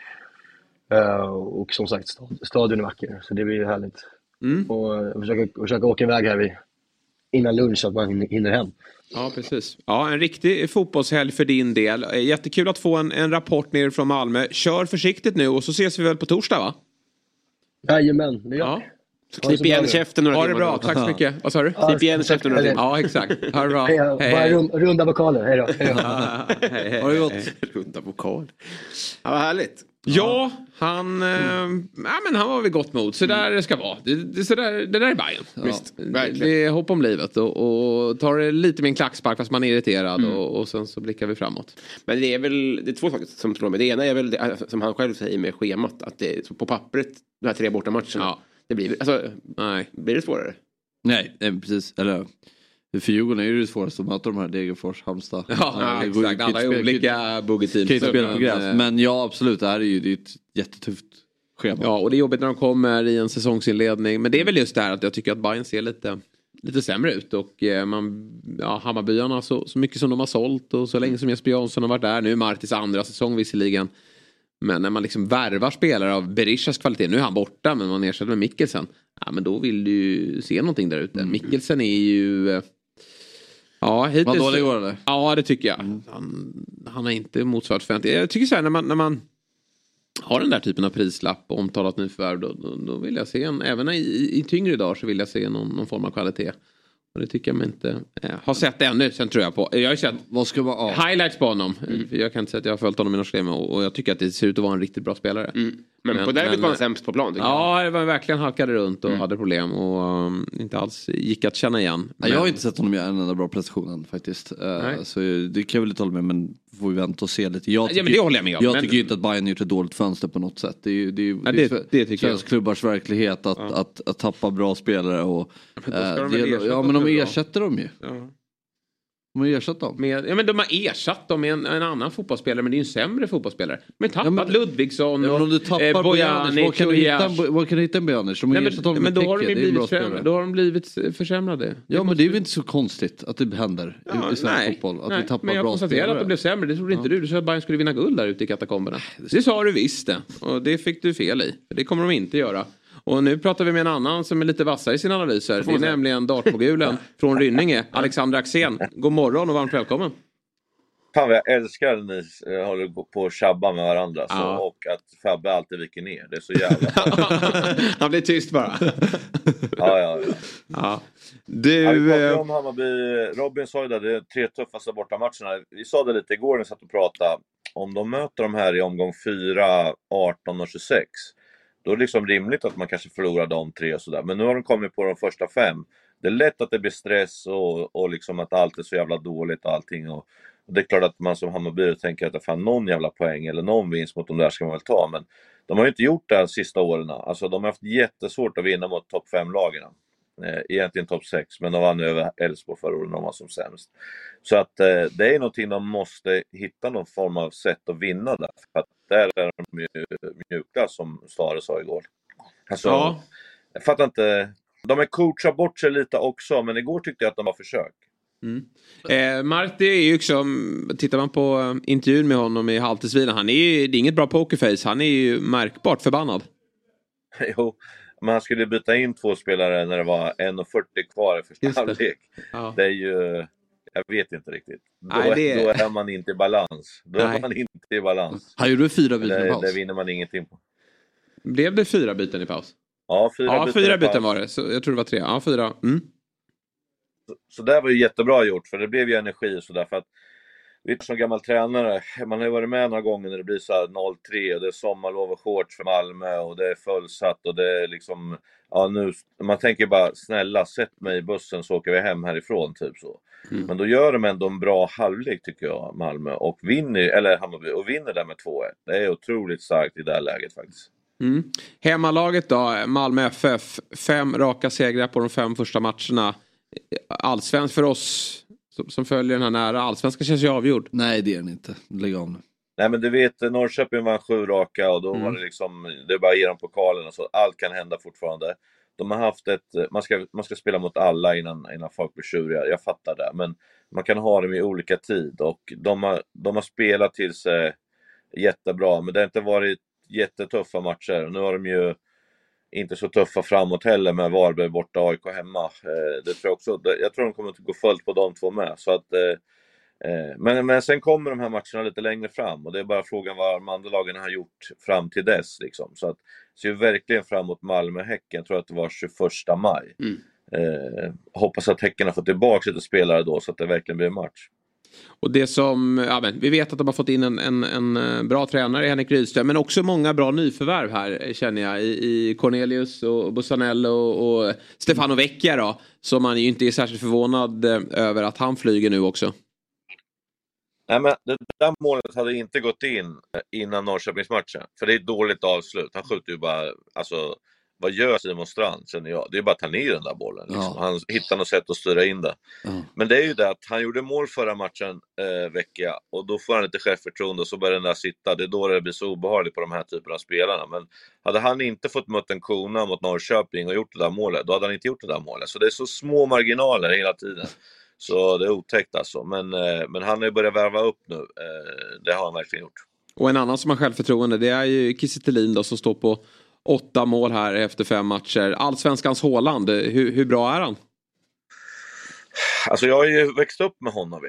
Och som sagt, stadion är vacker. Så det blir härligt. Och försöka åka iväg här innan lunch så att man hinner hem. Ja, precis. Ja, en riktig fotbollshelg för din del. Jättekul att få en rapport ner från Malmö. Kör försiktigt nu och så ses vi väl på torsdag, va? Jajamän, det gör vi. Knip igen käften några timmar. Ja, det är bra. Tack så mycket. Vad sa du? Knip igen käften några timmar. Ja, exakt. Ha det bra. Hej. Runda vokaler. Hej då. Hej. Har det gått? Runda vokal. Ja, vad härligt. Ja, han var vid gott mod. Så där det ska vara. Det där är Bayern. Ja, visst, det är hopp om livet. Och tar det lite med en klackspark fast man är irriterad. Och sen så blickar vi framåt. Men det är 2 saker som slår mig. Det ena är väl det, som han själv säger med schemat. Att det på pappret, de här 3 bortamatcherna. Ja. Det blir, blir det svårare? Nej, precis. Eller för Djurgården är det svåraste att möta de här Degerfors, Halmstad. Ja, exakt. Alla är olika buggeteam. Men ja, absolut. Det här är ju ett jättetufft schema. Ja, och det är jobbigt när de kommer i en säsongsinledning. Men det är väl just det här att jag tycker att Bayern ser lite sämre ut. Och Hammarbyarna så mycket som de har sålt. Och så länge som Jesper Jansson har varit där. Nu är Martis andra säsong visserligen. Men när man liksom värvar spelare av Berishas kvalitet. Nu är han borta, men man ersätter med Mikkelsen. Ja, men då vill du ju se någonting där ute. Mikkelsen är ju... Ja, hittills... Vad dålig går det? Ja, det tycker jag. Han har inte motsvarat förväntningar. Jag tycker så här, när man har den där typen av prislapp och omtalat nyförvärv, då vill jag se även i tyngre dagar så vill jag se någon form av kvalitet. Och det tycker jag mig inte har sett ännu. Sen tror jag på. Jag har sett highlights på honom. Jag kan inte säga att jag har följt honom i Norsk och jag tycker att det ser ut att vara en riktigt bra spelare. Men på derbyt var han sämst på plan, tycker jag. Ja, det var verkligen halkade runt och hade problem och inte alls gick att känna igen. Jag har inte sett honom göra en enda bra prestation faktiskt. Så det kan jag väl inte hålla med, men får vi vänta och se lite. Men det håller jag med om. Jag tycker inte att Bayern gjort ett dåligt fönster på något sätt. Det tycker svensk klubbars verklighet att tappa bra spelare och men de ersätter dem ju. Ja. De har ersatt dem. Men de har ersatt dem med en annan fotbollsspelare, men det är ju en sämre fotbollsspelare. Men tappat Ludvigsson och Bojanic. Vad kan du hitta en Bojanic? De har ersatt honom med Teke. Då har de blivit försämrade. Ja, men det är väl inte så konstigt att det händer i svensk fotboll. Att vi tappar men jag bra konstaterar spelare. Att de blev sämre. Det trodde inte du. Du sa att Bayern skulle vinna guld där ute i katakomberna. Det sa du visst det. Och det fick du fel i. Det kommer de inte göra. Och nu pratar vi med en annan som är lite vassare i sina analyser. Det är nämligen dartmogulen från Rynninge, Alexander Axén. God morgon och varmt välkommen. Fan, jag älskar när ni håller på att tjabba med varandra. Så, och att Fabbe alltid viker ner. Det är så jävla Han blir tyst bara. Ja. Vi pratade om Hammarby. Robin sa ju det är 3 tuffaste bortamatcherna. Vi sa det lite igår när vi satt och pratade. Om de möter de här i omgång 4, 18 och 26. Då är det liksom rimligt att man kanske förlorar de 3 och sådär. Men nu har de kommit på de första 5. Det är lätt att det blir stress och liksom att allt är så jävla dåligt och allting. Och det är klart att man som Hammarby tänker att det fan någon jävla poäng eller någon vinst mot de där ska man väl ta. Men de har ju inte gjort det här sista åren. Alltså de har haft jättesvårt att vinna mot topp 5-lagen. Egentligen topp 6, men de vann över Elfsborg förra året när de var som sämst. Så att det är någonting de måste hitta någon form av sätt att vinna där. För att där är de ju mjuka som Stare sa igår. Alltså, jag fattar inte. De är coachar bort sig lite också, men igår tyckte jag att de var försök. Marti är ju liksom, tittar man på intervjun med honom i halvtidsvilan, det är inget bra pokerface, han är ju märkbart förbannad. Jo, men han skulle byta in 2 spelare när det var 1:40 kvar i första halvlek. Det är ju, jag vet inte riktigt. Då är man inte i balans. Han gjorde 4 byten i paus. Det vinner man ingenting på. Blev det 4 byten i paus? Ja, 4 byten var det. Så jag tror det var 3. Ja, 4. Så det var ju jättebra gjort, för det blev ju energi och sådär. För att vi som gammal tränare, man har ju varit med några gånger när det blir så här 0-3 och det är sommarlov och shorts för Malmö och det är fullsatt och det är liksom, nu, man tänker bara snälla, sätt mig i bussen så åker vi hem härifrån typ så. Men då gör de ändå en bra halvlek tycker jag, Malmö, och Hammarby, och vinner där med 2-1. Det är otroligt starkt i det här läget faktiskt. Hemmalaget då, Malmö FF, 5 raka segrar på de 5 första matcherna. Allsvensk för oss som följer den här nära. Allsvenskan känns ju avgjord. Nej, det är den inte. Lägg av nu. Nej, men du vet, Norrköping var 7 raka och då var det liksom, det är bara att ge dem pokalen och så. Allt kan hända fortfarande. De har haft man ska spela mot alla innan folk blir tjuriga. Jag fattar det, men man kan ha dem i olika tid och de har spelat till sig jättebra, men det har inte varit jättetuffa matcher. Nu har de ju inte så tuffa framåt heller med Varberg borta, AIK hemma. Det tror jag också. Jag tror de kommer att gå fullt på de 2 med. Så att, men sen kommer de här matcherna lite längre fram. Och det är bara frågan vad de andra lagen har gjort fram till dess. Liksom. Så att ser verkligen fram mot Malmö-Häcken. Jag tror att det var 21 maj. Hoppas att Häcken har fått tillbaka lite spelare då så att det verkligen blir en match. Och det som, vi vet att de har fått in en bra tränare, Henrik Rydström, men också många bra nyförvärv här känner jag i Cornelius och Bussanello och Stefano Vecchia då, som man ju inte är särskilt förvånad över att han flyger nu också. Nej, men det där målet hade inte gått in innan Norrköpingsmatchen, för det är ett dåligt avslut. Han skjuter ju bara, alltså vad gör Simon Strand, känner jag? Det är bara att ta ner den där bollen. Liksom. Han hittar något sätt att styra in det. Men det är ju det att han gjorde mål förra matchen vecka. Och då får han lite självförtroende och så börjar den där sitta. Det är då det blir så obehagligt på de här typerna av spelarna. Men hade han inte fått möta en kona mot Norrköping och gjort det där målet, då hade han inte gjort det där målet. Så det är så små marginaler hela tiden. Så det är otäckt alltså. Men han har ju börjat värva upp nu. Det har han verkligen gjort. Och en annan som har självförtroende, det är ju Kiese Thelin då, som står på 8 mål här efter 5 matcher. Allsvenskans Haaland, hur bra är han? Alltså jag har ju växt upp med honom,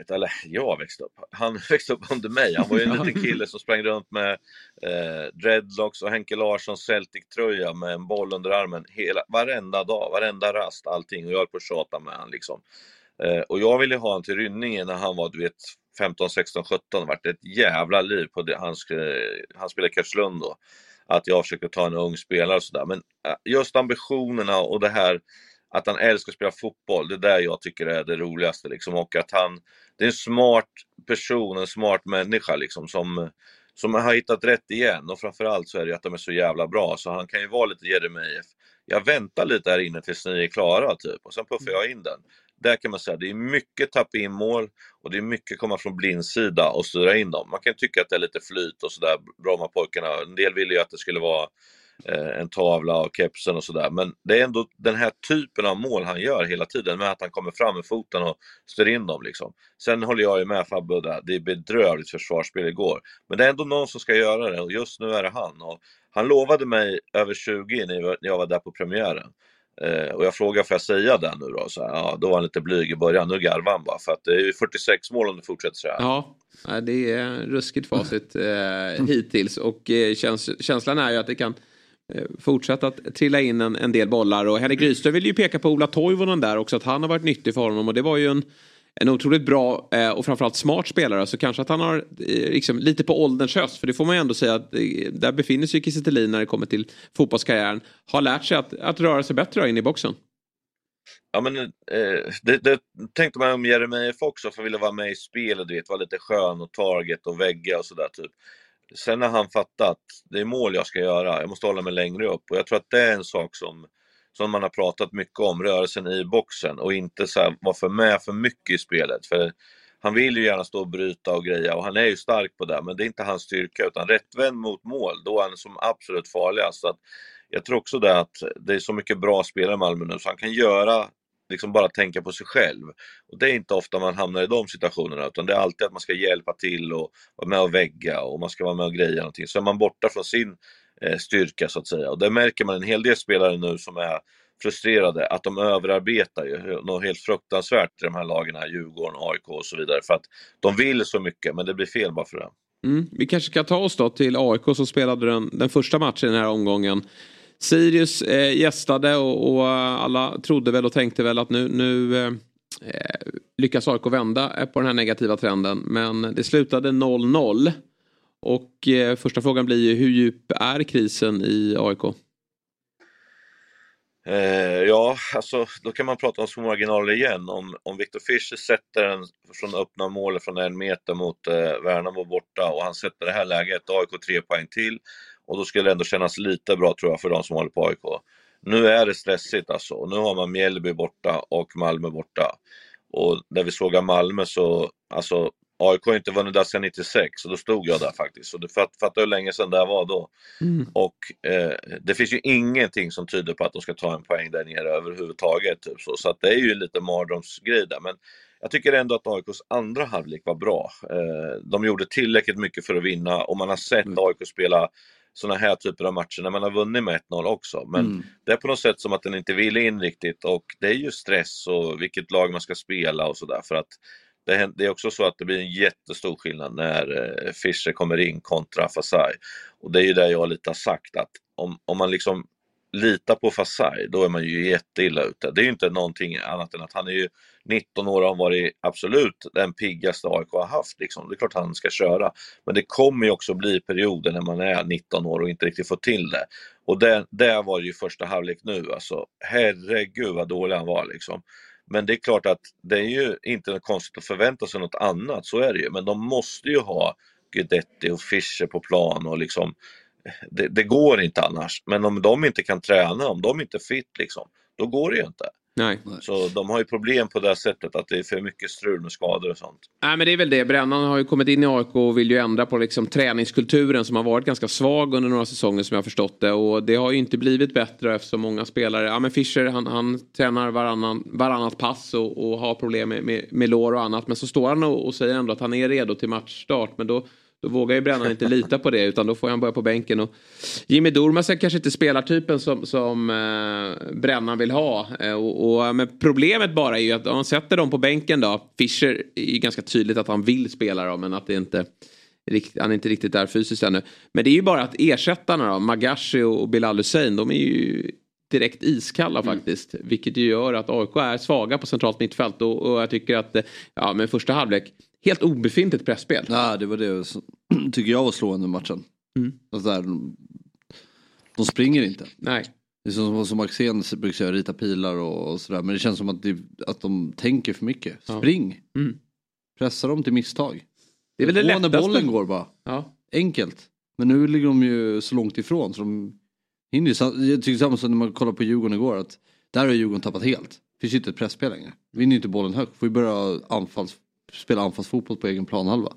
han växte upp under mig. Han var ju en liten kille som sprang runt med dreadlocks och Henke Larsson Celtic-tröja med en boll under armen varenda dag, varenda rast, allting. Och jag höll på att tjata med han liksom. Och jag ville ha han till Rynningen när han var, 15, 16, 17. Det var ett jävla liv på det. Han spelade Karlslund då. att jag försöker ta en ung spelare och sådär. Men just ambitionerna och det här att han älskar att spela fotboll, det där jag tycker är det roligaste liksom. Och att det är en smart person, en smart människa liksom, som har hittat rätt igen. Och framförallt så är det att de är så jävla bra, så han kan ju vara lite Jeremejeff. Jag väntar lite här inne tills ni är klara typ, och sen puffar jag in den. Där kan man säga, det är mycket tappa in mål och det är mycket komma från blindsida och styra in dem. Man kan tycka att det är lite flyt och sådär, Bromma-pojkarna. En del ville ju att det skulle vara en tavla och kepsen och sådär. Men det är ändå den här typen av mål han gör hela tiden, med att han kommer fram med foten och styr in dem liksom. Sen håller jag ju med Fabbe där, det är bedrövligt försvarsspel igår. Men det är ändå någon som ska göra det, och just nu är det han. Och han lovade mig över 20 när jag var där på premiären. Och jag frågade, får jag säga det nu då? Så här, ja, då var han lite blyg i början, nu garvar han bara. För att det är ju 46 mål om det fortsätter så här. Ja, det är ruskigt facit hittills. Och känslan är ju att det kan fortsätta att trilla in en del bollar. Och Henrik Rydström vill ju peka på Ola Toivonen där också, att han har varit nyttig för honom. Och det var ju en otroligt bra och framförallt smart spelare. Så kanske att han har liksom, lite på ålderns höst. För det får man ju ändå säga att där befinner sig Kiese Thelin när det kommer till fotbollskarriären. Har lärt sig att röra sig bättre in i boxen. Ja, men det tänkte man om Jeremejeff också, för att vilja vara med i spelet, du vet, vara lite skön och target och vägga och sådär typ. Sen när han fattat, det är mål jag ska göra, jag måste hålla mig längre upp. Och jag tror att det är en sak som man har pratat mycket om, rörelsen i boxen, och inte så här, vara för mycket i spelet. För han vill ju gärna stå och bryta och greja, och han är ju stark på det, men det är inte hans styrka, utan rättvänd mot mål, då är han som absolut farligast. Så att jag tror också det, att det är så mycket bra spelare i Malmö nu, så han kan göra, liksom bara tänka på sig själv. Och det är inte ofta man hamnar i de situationerna, utan det är alltid att man ska hjälpa till och vara med och vägga, och man ska vara med och greja någonting. Så är man borta från sin styrka så att säga. Och det märker man en hel del spelare nu som är frustrerade, att de överarbetar ju något helt fruktansvärt i de här lagarna, Djurgården, AIK och så vidare, för att de vill så mycket, men det blir fel bara för det. Vi kanske ska ta oss då till AIK som spelade den första matchen i den här omgången. Sirius gästade och alla trodde väl och tänkte väl att nu lyckas AIK vända på den här negativa trenden, men det slutade 0-0. Och första frågan blir ju, hur djup är krisen i AIK? Ja, alltså då kan man prata om små marginaler igen. Om Victor Fischer sätter den från öppna målet från 1 meter mot Värnamo borta, och han sätter det här läget, AIK 3 poäng till, och då skulle det ändå kännas lite bra tror jag för de som håller på AIK. Nu är det stressigt alltså, och nu har man Mjällby borta och Malmö borta. Och när vi såg Malmö så, alltså AIK har inte vunnit där sedan 96, och då stod jag där faktiskt. Så du fattar hur länge sedan det var då. Och det finns ju ingenting som tyder på att de ska ta en poäng där nere överhuvudtaget. Typ så att det är ju lite mardrömsgrej där. Men jag tycker ändå att AIKs andra halvlek var bra. De gjorde tillräckligt mycket för att vinna, och man har sett AIK spela såna här typer av matcher när man har vunnit med 1-0 också. Men det är på något sätt som att den inte vill in riktigt, och det är ju stress och vilket lag man ska spela och sådär. För att det är också så att det blir en jättestor skillnad när Fischer kommer in kontra Fasai. Och det är ju det jag lite har sagt, att om man liksom litar på Fasai, då är man ju jätteilla ute. Det är ju inte någonting annat än att han är ju 19 år och har varit absolut den piggaste AIK har haft. Liksom. Det är klart han ska köra. Men det kommer ju också bli perioder när man är 19 år och inte riktigt får till det. Och det var ju första halvlek nu. Alltså, herregud vad dålig han var liksom. Men det är klart att det är ju inte konstigt att förvänta sig något annat, så är det ju. Men de måste ju ha Guidetti och Fischer på plan, och liksom, det går inte annars. Men om de inte kan träna, om de inte är fit liksom, då går det ju inte. Nej. Så de har ju problem på det sättet, att det är för mycket strul med skador och sånt. Nej, men det är väl det. Brännan har ju kommit in i AIK och vill ju ändra på liksom träningskulturen som har varit ganska svag under några säsonger som jag har förstått det. Och det har ju inte blivit bättre eftersom många spelare... Ja, men Fischer han tränar varannat pass och har problem med lår och annat. Men så står han och säger ändå att han är redo till matchstart. Men då vågar ju Brännan inte lita på det, utan då får han börja på bänken. Och Jimmy Durmaz är kanske inte spelartypen som Brännan vill ha. Men problemet bara är ju att om man sätter dem på bänken då, Fischer är ju ganska tydligt att han vill spela då, men att det inte han är inte riktigt där fysiskt ännu. Men det är ju bara att ersättarna då, Magashi och Bilal Hussein, de är ju direkt iskalla faktiskt. Vilket ju gör att AIK är svaga på centralt mittfält. Och jag tycker att med första halvlek helt obefintligt pressspel. Ja, det var det tycker jag var slående matchen. Alltså där, De springer inte. Nej. Det är som Axén brukar säga, rita pilar och sådär. Men det känns som att de tänker för mycket. Spring. Pressa dem till misstag. Det är väl det lättaste. När bollen går bara. Ja. Enkelt. Men nu ligger de ju så långt ifrån. Så de hinner. Jag tycker samma som när man kollar på Djurgården igår. Att där har Djurgården tappat helt. Det finns ju inte ett pressspel längre. Vinner ju inte bollen högt. Får ju börja spela anfallsfotboll på egen planhalva.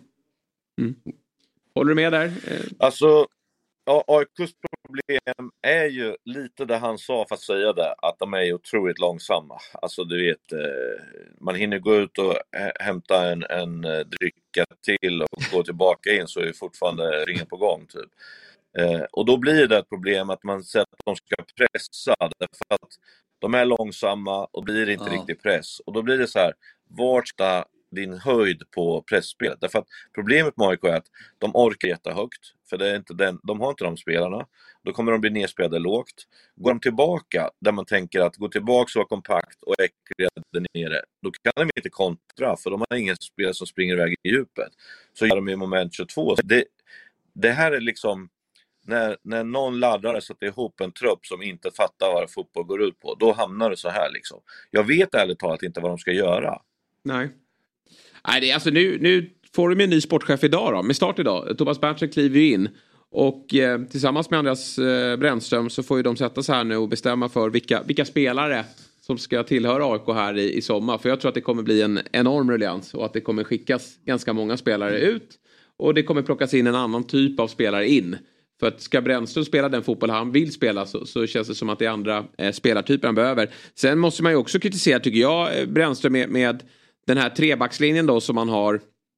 Håller du med där? Alltså, AIKs problem är ju lite det han sa för att säga det. Att de är otroligt långsamma. Alltså du vet, man hinner gå ut och hämta en dricka till och gå tillbaka in så är fortfarande ringen på gång typ. Och då blir det ett problem att man säger att de ska pressa. Därför att de är långsamma och blir inte riktigt press. Och då blir det så här, vart ska din höjd på pressspelet? Därför att problemet med AIK är att de orkar jättehögt. För det är inte de har inte de spelarna. Då kommer de bli nedspelade lågt. Går de tillbaka där man tänker att gå tillbaka och vara kompakt och äckliga där nere. Då kan de inte kontra för de har ingen spelare som springer iväg i djupet. Så gör de i moment 22. Det här är liksom när någon laddare sätter ihop en trupp som inte fattar vad fotboll går ut på. Då hamnar det så här liksom. Jag vet ärligt talat inte vad de ska göra. Nej, det är alltså nu får de en ny sportchef idag då, med start idag. Thomas Berntsen kliver in och tillsammans med Andreas Brännström så får ju de sätta sig här nu och bestämma för vilka spelare som ska tillhöra AIK här i sommar. För jag tror att det kommer bli en enorm ruljans och att det kommer skickas ganska många spelare ut och det kommer plockas in en annan typ av spelare in. För att ska Brännström spela den fotboll han vill spela så känns det som att det är andra spelartyper han behöver. Sen måste man ju också kritisera, tycker jag, Brännström med den här trebackslinjen då som man har.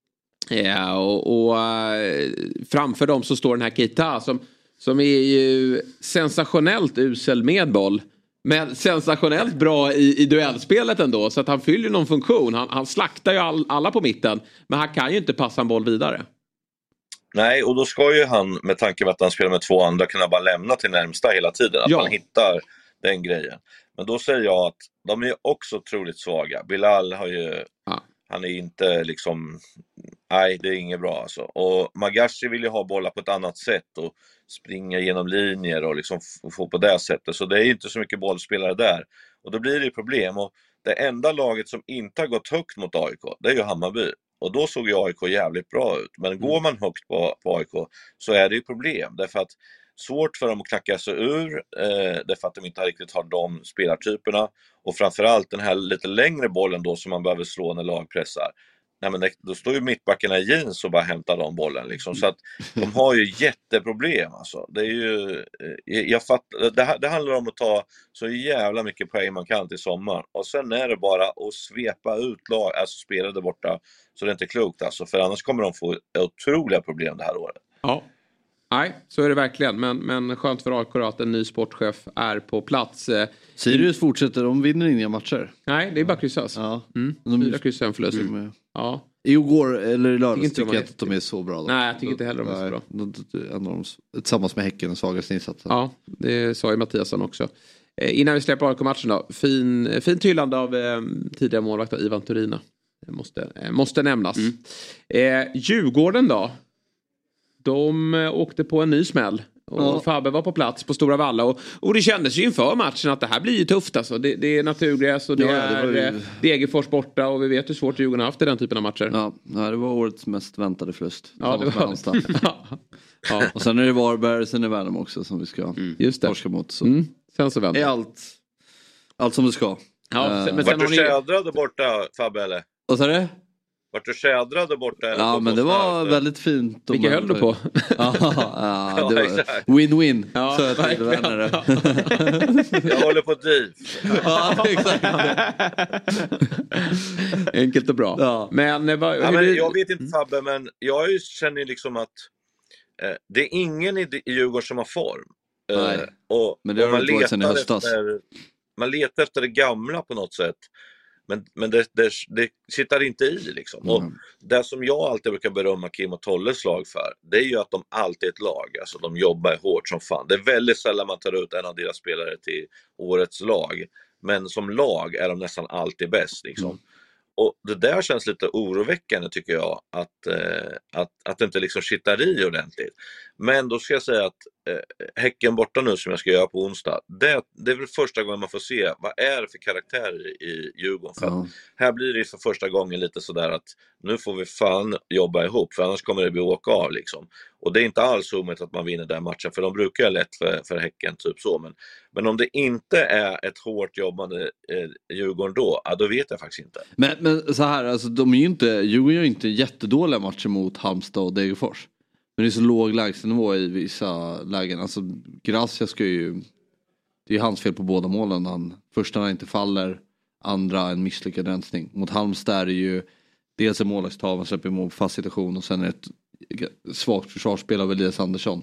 Och framför dem så står den här Keita som är ju sensationellt usel med boll. Men sensationellt bra i duellspelet ändå. Så att han fyller någon funktion. Han slaktar ju alla på mitten. Men han kan ju inte passa en boll vidare. Nej, och då ska ju han, med tanke på att han spelar med två andra, kunna bara lämna till närmsta hela tiden. Att man hittar den grejen. Men då säger jag att de är också otroligt svaga. Bilal har ju... Han är inte liksom... Nej, det är inget bra alltså. Och Magashi vill ju ha bollar på ett annat sätt och springa genom linjer och liksom få på det sättet. Så det är inte så mycket bollspelare där. Och då blir det problem. Och det enda laget som inte har gått högt mot AIK, det är ju Hammarby. Och då såg ju AIK jävligt bra ut. Men går man högt på AIK så är det ju problem. Därför att svårt för dem att knacka sig ur. Därför att de inte riktigt har de spelartyperna. Och framförallt den här lite längre bollen då som man behöver slå när lag pressar. Nej, men då står ju mittbackarna i jeans och bara hämtar de bollen liksom. Så att de har ju jätteproblem alltså. Det är ju, det handlar om att ta så jävla mycket poäng man kan till sommaren. Och sen är det bara att svepa ut lag, alltså spela där borta. Så det är inte klokt alltså. För annars kommer de få otroliga problem det här året. Ja. Nej, så är det verkligen. Men skönt för AIK att en ny sportchef är på plats. Sirius fortsätter, de vinner inga matcher. Nej, det är bara kryssas. Ja. 4 kryss, en förlust. Ja. Igår, eller i lördags, tycker jag att de är så bra. Då. Nej, jag tycker inte heller de är så bra. Tillsammans med Häcken, den svagaste insatsen. Ja, det sa ju Mattiasson också. Innan vi släpper AIK-matchen då. Fint hyllande av tidigare målvakt Ivan Turina. Det måste nämnas. Djurgården då. De åkte på en ny smäll. Och Fabbe var på plats på Stora Valla. Och det kändes ju inför matchen att det här blir ju tufft alltså. Det är naturgräs och det är Degerfors borta. Och vi vet hur svårt Djurgården har haft i den typen av matcher. Ja, det var årets mest väntade förlust. Ja, det var ja. Och sen är det Varberg, sen är det Värnamo också som vi ska torska mot. Så. Sen så vänder allt som det ska. Ja, men vart du tjädrade borta, Fabbe, eller? Vad sa du? Vart du tjädrade borta? Eller ja, men det var väldigt fint. Vilka höll du på? Ja, det var win-win. Ja, jag håller på div. Ja, exakt. Enkelt och bra. Ja. Men jag vet inte, Fabbe, men jag känner liksom att det är ingen i Djurgården som har form. Men det har man letar sedan i höstas. Man letar efter det gamla på något sätt. Men det sitter inte i liksom. Och det som jag alltid brukar berömma Kim och Tolles lag för, det är ju att de alltid är ett lag. Alltså de jobbar hårt som fan. Det är väldigt sällan man tar ut en av deras spelare till årets lag. Men som lag är de nästan alltid bäst liksom. Och det där känns lite oroväckande tycker jag. Att det inte liksom kittar i ordentligt. Men då ska jag säga att Häcken borta nu som jag ska göra på onsdag, det är väl första gången man får se vad är det för karaktärer i Djurgården. För att här blir det för första gången lite sådär att nu får vi fan jobba ihop, för annars kommer det bli åka av liksom. Och det är inte alls omöjligt att man vinner den matchen, för de brukar ha lätt för Häcken typ så. Men om det inte är ett hårt jobbande Djurgården då vet jag faktiskt inte. Men så här, alltså Djurgården gör inte jättedåliga matcher mot Halmstad och Degerfors. Men det är så låg lägstanivå i vissa lägen. Alltså Gracia det är ju hans fel på båda målen. Första när han inte faller, andra en misslyckad rensning. Mot Halmstad är det ju dels en målvaktstavla, släpper mål på fast situation och sen är ett svagt försvarsspel av Elias Andersson.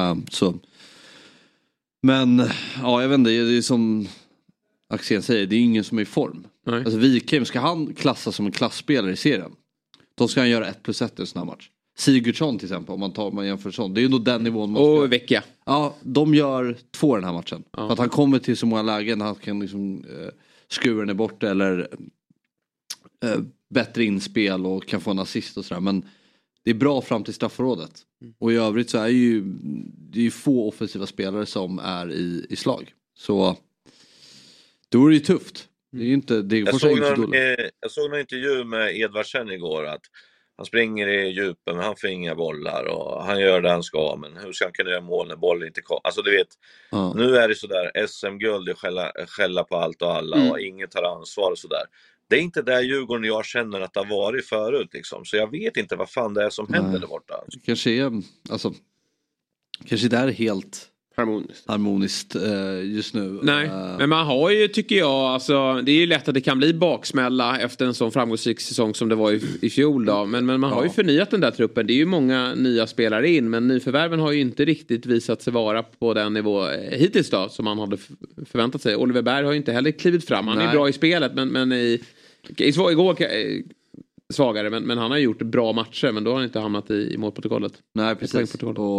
Men ja, jag vet inte, det är som Axén säger, det är ingen som är i form. Nej. Alltså Wikheim, ska han klassas som en klassspelare i serien, då ska han göra 1+1 i en sån här match. Sigurdsson till exempel, om man jämför sånt. Det är ju nog den nivån man och Vecchia. Ja, de gör 2 den här matchen. Ja. För att han kommer till så många lägen, han kan liksom skura ner bort eller bättre inspel och kan få en assist och sådär. Men det är bra fram till straffområdet. Och i övrigt så är det är ju få offensiva spelare som är i slag. Så då är det ju tufft. Det är ju inte, jag såg en intervju med Edvardsen igår att han springer i djupen men han får inga bollar och han gör det han ska, men hur ska han kunna göra mål när bollen inte kommer? Alltså du vet, nu är det sådär SM-guld, skälla på allt och alla och ingen tar ansvar och sådär. Det är inte där Djurgården jag känner att det har varit förut liksom. Så jag vet inte vad fan det är som händer där borta. Kanske det är helt harmoniskt just nu. Nej, men man har ju, tycker jag, alltså, det är ju lätt att det kan bli baksmälla efter en sån framgångsrik säsong som det var i fjol då. Men man har ju förnyat den där truppen. Det är ju många nya spelare in, men nyförvärven har ju inte riktigt visat sig vara på den nivå hittills då som man hade förväntat sig. Oliver Berg har ju inte heller klivit fram. Han är bra i spelet, men igår svagare, men han har gjort bra matcher, men då har han inte hamnat i målprotokollet. Nej, precis.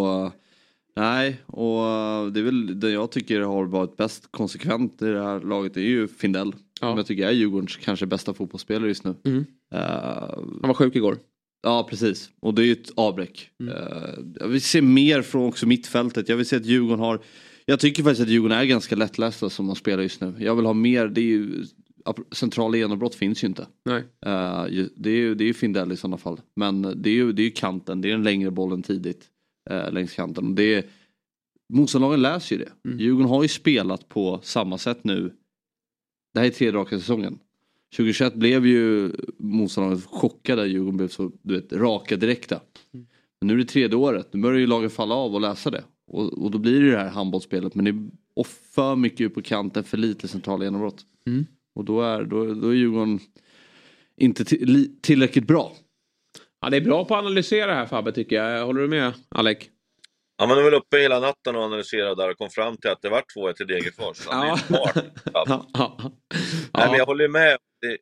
Och det är väl det jag tycker har varit bäst konsekvent i det här laget, är ju Findell. Som jag tycker är Djurgårdens kanske bästa fotbollsspelare just nu. Han var sjuk igår. Ja, precis. Och det är ju ett avbräck. Jag vill se mer från också mittfältet. Jag vill se att Djurgården jag tycker faktiskt att Djurgården är ganska lättlästa som de spelar just nu. Jag vill ha mer, det är ju centrala genombrott finns ju inte. Nej. Det är ju Findell i sådana fall. Men det är ju kanten, det är en längre bollen tidigt. Längs kanten. Motståndarlagen läser ju det. Djurgården har ju spelat på samma sätt nu. Det här är 3 raka säsongen. 2021 blev ju motståndarlagen chockade. Djurgården blev så raka direkta. Men nu är det 3:e året. Nu börjar ju lagen falla av och läsa det. Och då blir det här handbollsspelet. Men det är för mycket på kanten, för lite centrala genombrott. Och då är Djurgården inte tillräckligt bra. Ja, det är bra på att analysera här, Fabbe, tycker jag. Håller du med, Alec? Ja, man är väl uppe hela natten och analyserade där och kom fram till att det var 2-1 till Degerfors. Ja. Det är smart. Nej, men jag håller med.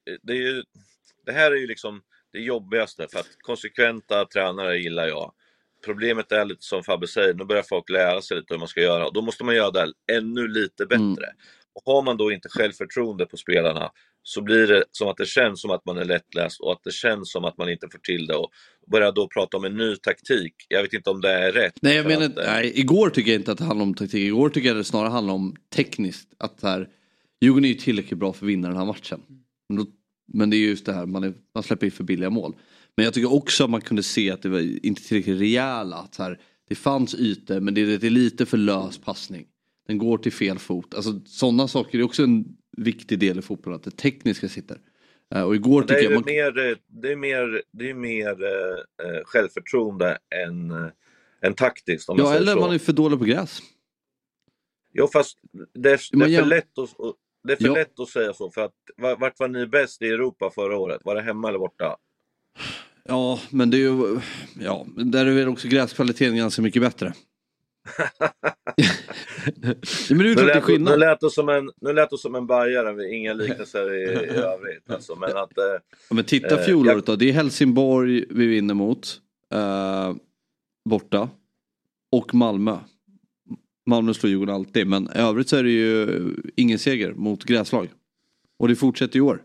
Det här är ju liksom det jobbigaste, för att konsekventa tränare gillar jag. Problemet är lite som Fabbe säger, nu börjar folk lära sig lite hur man ska göra. Och då måste man göra det ännu lite bättre. Och har man då inte självförtroende på spelarna, så blir det som att det känns som att man är lättläst och att det känns som att man inte får till det, och börjar då prata om en ny taktik. Jag vet inte om det är rätt. Nej, jag menar, igår tycker jag inte att det handlar om taktik. Igår tycker jag det snarare handlar om tekniskt. Att här, Djurgården är ju tillräckligt bra för att vinna den här matchen. Men det är just det här, man släpper in för billiga mål. Men jag tycker också att man kunde se att det var inte tillräckligt rejäla. Att här, det fanns ytor, men det är lite för lös passning. Den går till fel fot. Alltså sådana saker är också en viktig del i fotbollen, att det tekniska sitter. Och igår tycker jag det är mer självförtroende än taktiskt. Ja, eller man är för dålig på gräs. Jo, fast det är för lätt att säga så, för att vart var ni bäst i Europa förra året? Var det hemma eller borta? Ja, men det är ju där är väl också gräskvaliteten ganska mycket bättre. Men det är klart det är skillnad. Nu lät det som en bajare, inga liknelser i övrigt alltså, men titta fjolåret då, det är Helsingborg vi vinner mot borta och Malmö slår Djurgården alltid, men i övrigt så är det ju ingen seger mot gräslag, och det fortsätter i år.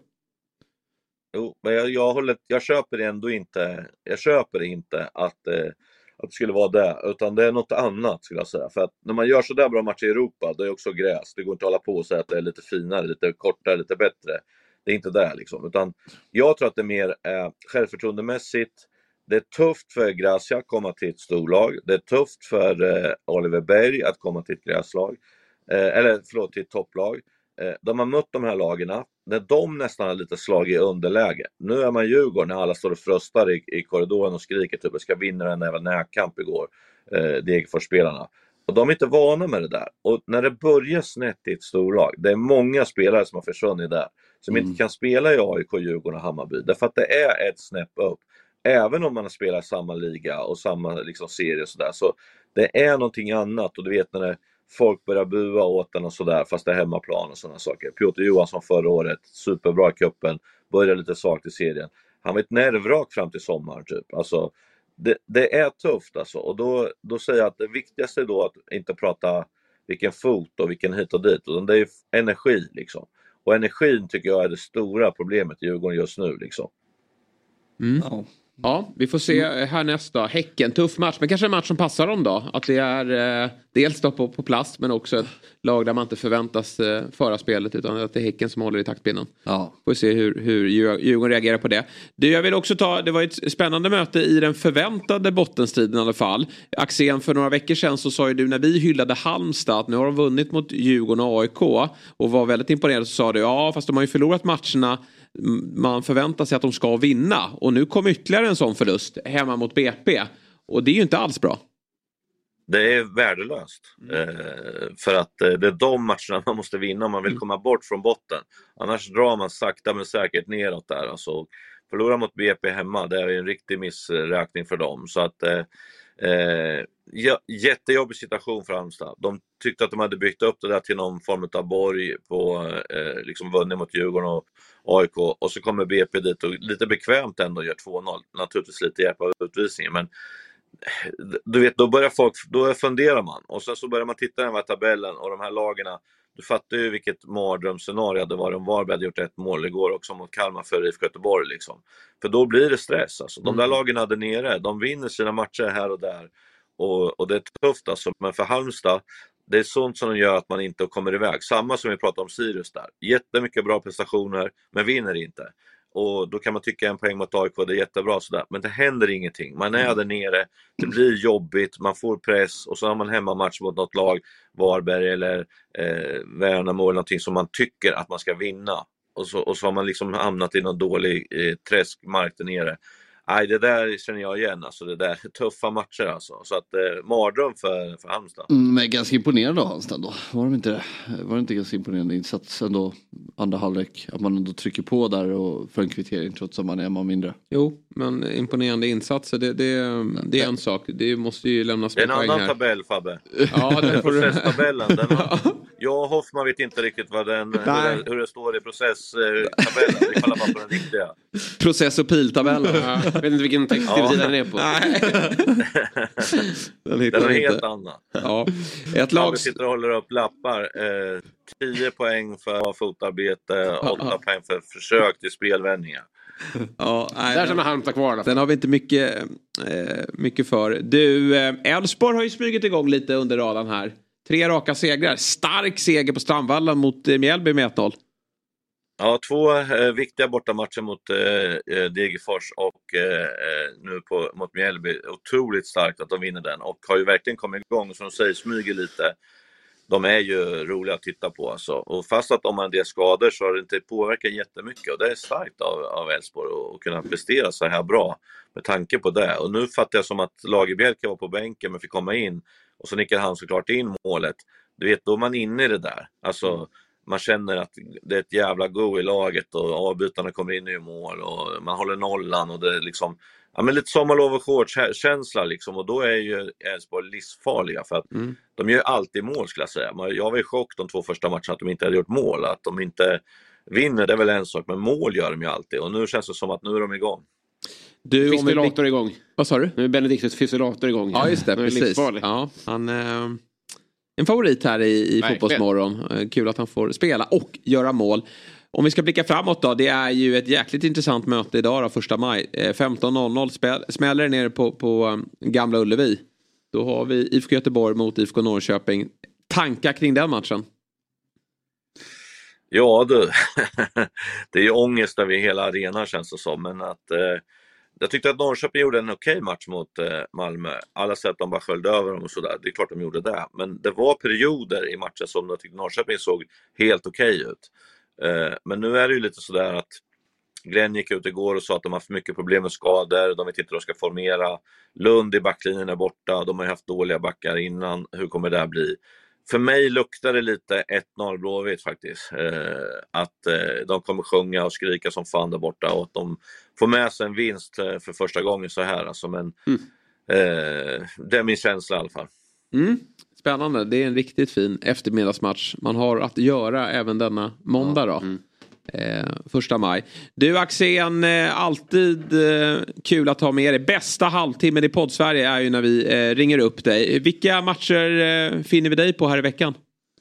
Jo, men jag köper ändå inte. Jag köper inte att att det skulle vara det, utan det är något annat skulle jag säga. För att när man gör så där bra matcher i Europa, det är också gräs. Det går inte att hålla på och säga att det är lite finare, lite kortare, lite bättre. Det är inte det liksom. Utan jag tror att det är mer självförtroendemässigt. Det är tufft för Gracia att komma till ett storlag. Det är tufft för Oliver Berg att komma till ett gräslag. Till ett topplag. De har mött de här lagarna när de nästan har lite slag i underläge. Nu är man Djurgården när alla står och fröstar i korridoren och skriker typ ska vinna den även närkamp igår. Degerfors-spelarna. Och de är inte vana med det där. Och när det börjar snett i ett storlag, det är många spelare som har försvunnit där. Som inte kan spela i AIK, Djurgården och Hammarby. Därför att det är ett snäpp upp. Även om man har spelat i samma liga och samma liksom serie och sådär. Så det är någonting annat. Och du vet när folk börjar bua åt den och sådär. Fast det är hemmaplan och sådana saker. Piotr Johansson förra året, superbra i kuppen. Började lite svagt i serien. Han var ett nervrak fram till sommaren typ. Alltså, det är tufft alltså. Och då säger jag att det viktigaste är då att inte prata vilken fot och vilken hit och dit. Utan det är energi liksom. Och energin tycker jag är det stora problemet i Djurgården just nu liksom. Ja, vi får se här nästa. Häcken, tuff match. Men kanske en match som passar dem då. Att det är dels då på plats men också ett lag där man inte förväntas föra spelet utan att det är Häcken som håller i taktpinnen. Ja. Får se hur Djurgården reagerar på det. Jag vill också det var ett spännande möte i den förväntade bottenstriden i alla fall. Axén, för några veckor sedan så sa ju du när vi hyllade Halmstad att nu har de vunnit mot Djurgården och AIK och var väldigt imponerad så sa du fast de har ju förlorat matcherna man förväntar sig att de ska vinna och nu kom ytterligare en sån förlust hemma mot BP och det är ju inte alls bra. Det är värdelöst för att det är de matcherna man måste vinna om man vill komma bort från botten. Annars drar man sakta men säkert neråt där. Alltså, förlora mot BP hemma, det är en riktig missräkning för dem. Så att jättejobbig situation för Halmstad. De tyckte att de hade byggt upp det där till någon form av borg på liksom vunnit mot Djurgården och AIK och så kommer BP dit och lite bekvämt ändå gör 2-0. Naturligtvis lite hjälp av utvisningen men du vet då funderar man och sen så börjar man titta på tabellen och de här lagarna. Du fattar ju vilket mardrömsscenario det var om Varberg hade gjort ett mål igår också mot Kalmar för IFK Göteborg liksom. För då blir det stress alltså. De där lagen hade nere, de vinner sina matcher här och där och det är tufft alltså. Men för Halmstad, det är sånt som gör att man inte kommer iväg. Samma som vi pratade om Sirius där. Jättemycket bra prestationer, men vinner inte. Och då kan man tycka en poäng mot AIK, det är jättebra sådär. Men det händer ingenting. Man är där nere, det blir jobbigt, man får press. Och så har man hemmamatch mot något lag, Varberg eller Värnamo eller någonting som man tycker att man ska vinna. Och så har man liksom hamnat i någon dålig träskmark där nere. Nej, det där känner jag igen. Alltså, det där är tuffa matcher alltså. Så att mardröm för Halmstad. Men ganska imponerande av Halmstad då. Var det inte ganska imponerande insats ändå andra halvlek? Att man ändå trycker på där och för en kvittering trots att man är mindre. Jo, men imponerande insatser. Det är en sak. Det måste ju lämnas med poäng här. En annan tabell, Fabbe. Ja, den processtabellen. Jag och Hoffman vet inte riktigt hur det står i processtabellen. Vi kollar bara på den riktiga. Process- och piltabellen. Jag vet inte vilken textsida den är på. Den är helt annan. Ja. Ett lag... Vi sitter och håller upp lappar. 10 poäng för fotarbete, 8 poäng för försök till spelvändningar. Ja, där som är Halmstad kvar. Den har vi inte mycket för. Du, Elfsborg har ju smugit igång lite under radarn här. 3 raka segrar. Stark seger på Strandvallen mot Mjällby med 1-0. Ja, 2 viktiga bortamatcher mot Degerfors och nu mot Mjällby. Otroligt starkt att de vinner den och har ju verkligen kommit igång och som de säger smyger lite. De är ju roliga att titta på alltså. Och fast att de har en del skador så har det inte påverkat jättemycket och det är starkt av Elfsborg att kunna prestera så här bra med tanke på det. Och nu fattar jag som att Lagerbielke var på bänken men fick komma in och så nickade han såklart in målet. Du vet, då är man inne i det där. Alltså man känner att det är ett jävla go i laget och avbytarna kommer in i mål och man håller nollan och det är liksom men lite sommarlov och shorts-känsla liksom och då är ju Elfsborg livsfarliga för att de gör alltid mål skulle jag säga. Jag var i chock de 2 första matcherna att de inte hade gjort mål. Att de inte vinner, det är väl en sak, men mål gör de ju alltid och nu känns det som att nu är de igång. Fissilator igång. Vad sa du? Nu är Benediktus Fissilator igång. Ja, just det, precis. Ja, han en favorit här i Fotbollsmorgon. Kul att han får spela och göra mål. Om vi ska blicka framåt då, det är ju ett jäkligt intressant möte idag då, 1 maj. 15.00 smäller nere på Gamla Ullevi. Då har vi IFK Göteborg mot IFK Norrköping. Tankar kring den matchen? Ja du, det är ju ångest över hela arenan känns det som, men att jag tyckte att Norrköping gjorde en okej match mot Malmö. Alla sätt de bara sköljde över dem och sådär, det är klart de gjorde det. Men det var perioder i matchen som jag tyckte Norrköping såg helt okej ut. Men nu är det ju lite sådär att Glenn gick ut igår och sa att de har haft mycket problem med skador, de vet inte hur de ska formera. Lund i backlinjen är borta, de har ju haft dåliga backar innan, hur kommer det här bli? För mig luktar det lite 1-0 Blåvitt faktiskt. Att de kommer sjunga och skrika som fan där borta och att de får med sig en vinst för första gången så här. Alltså, men det är min känsla i alla fall. Spännande, det är en riktigt fin eftermiddagsmatch. Man har att göra även denna måndag då. 1 maj. Du Axén, alltid kul att ha med dig. Bästa halvtimmen i Poddsverige är ju när vi ringer upp dig. Vilka matcher finner vi dig på här i veckan?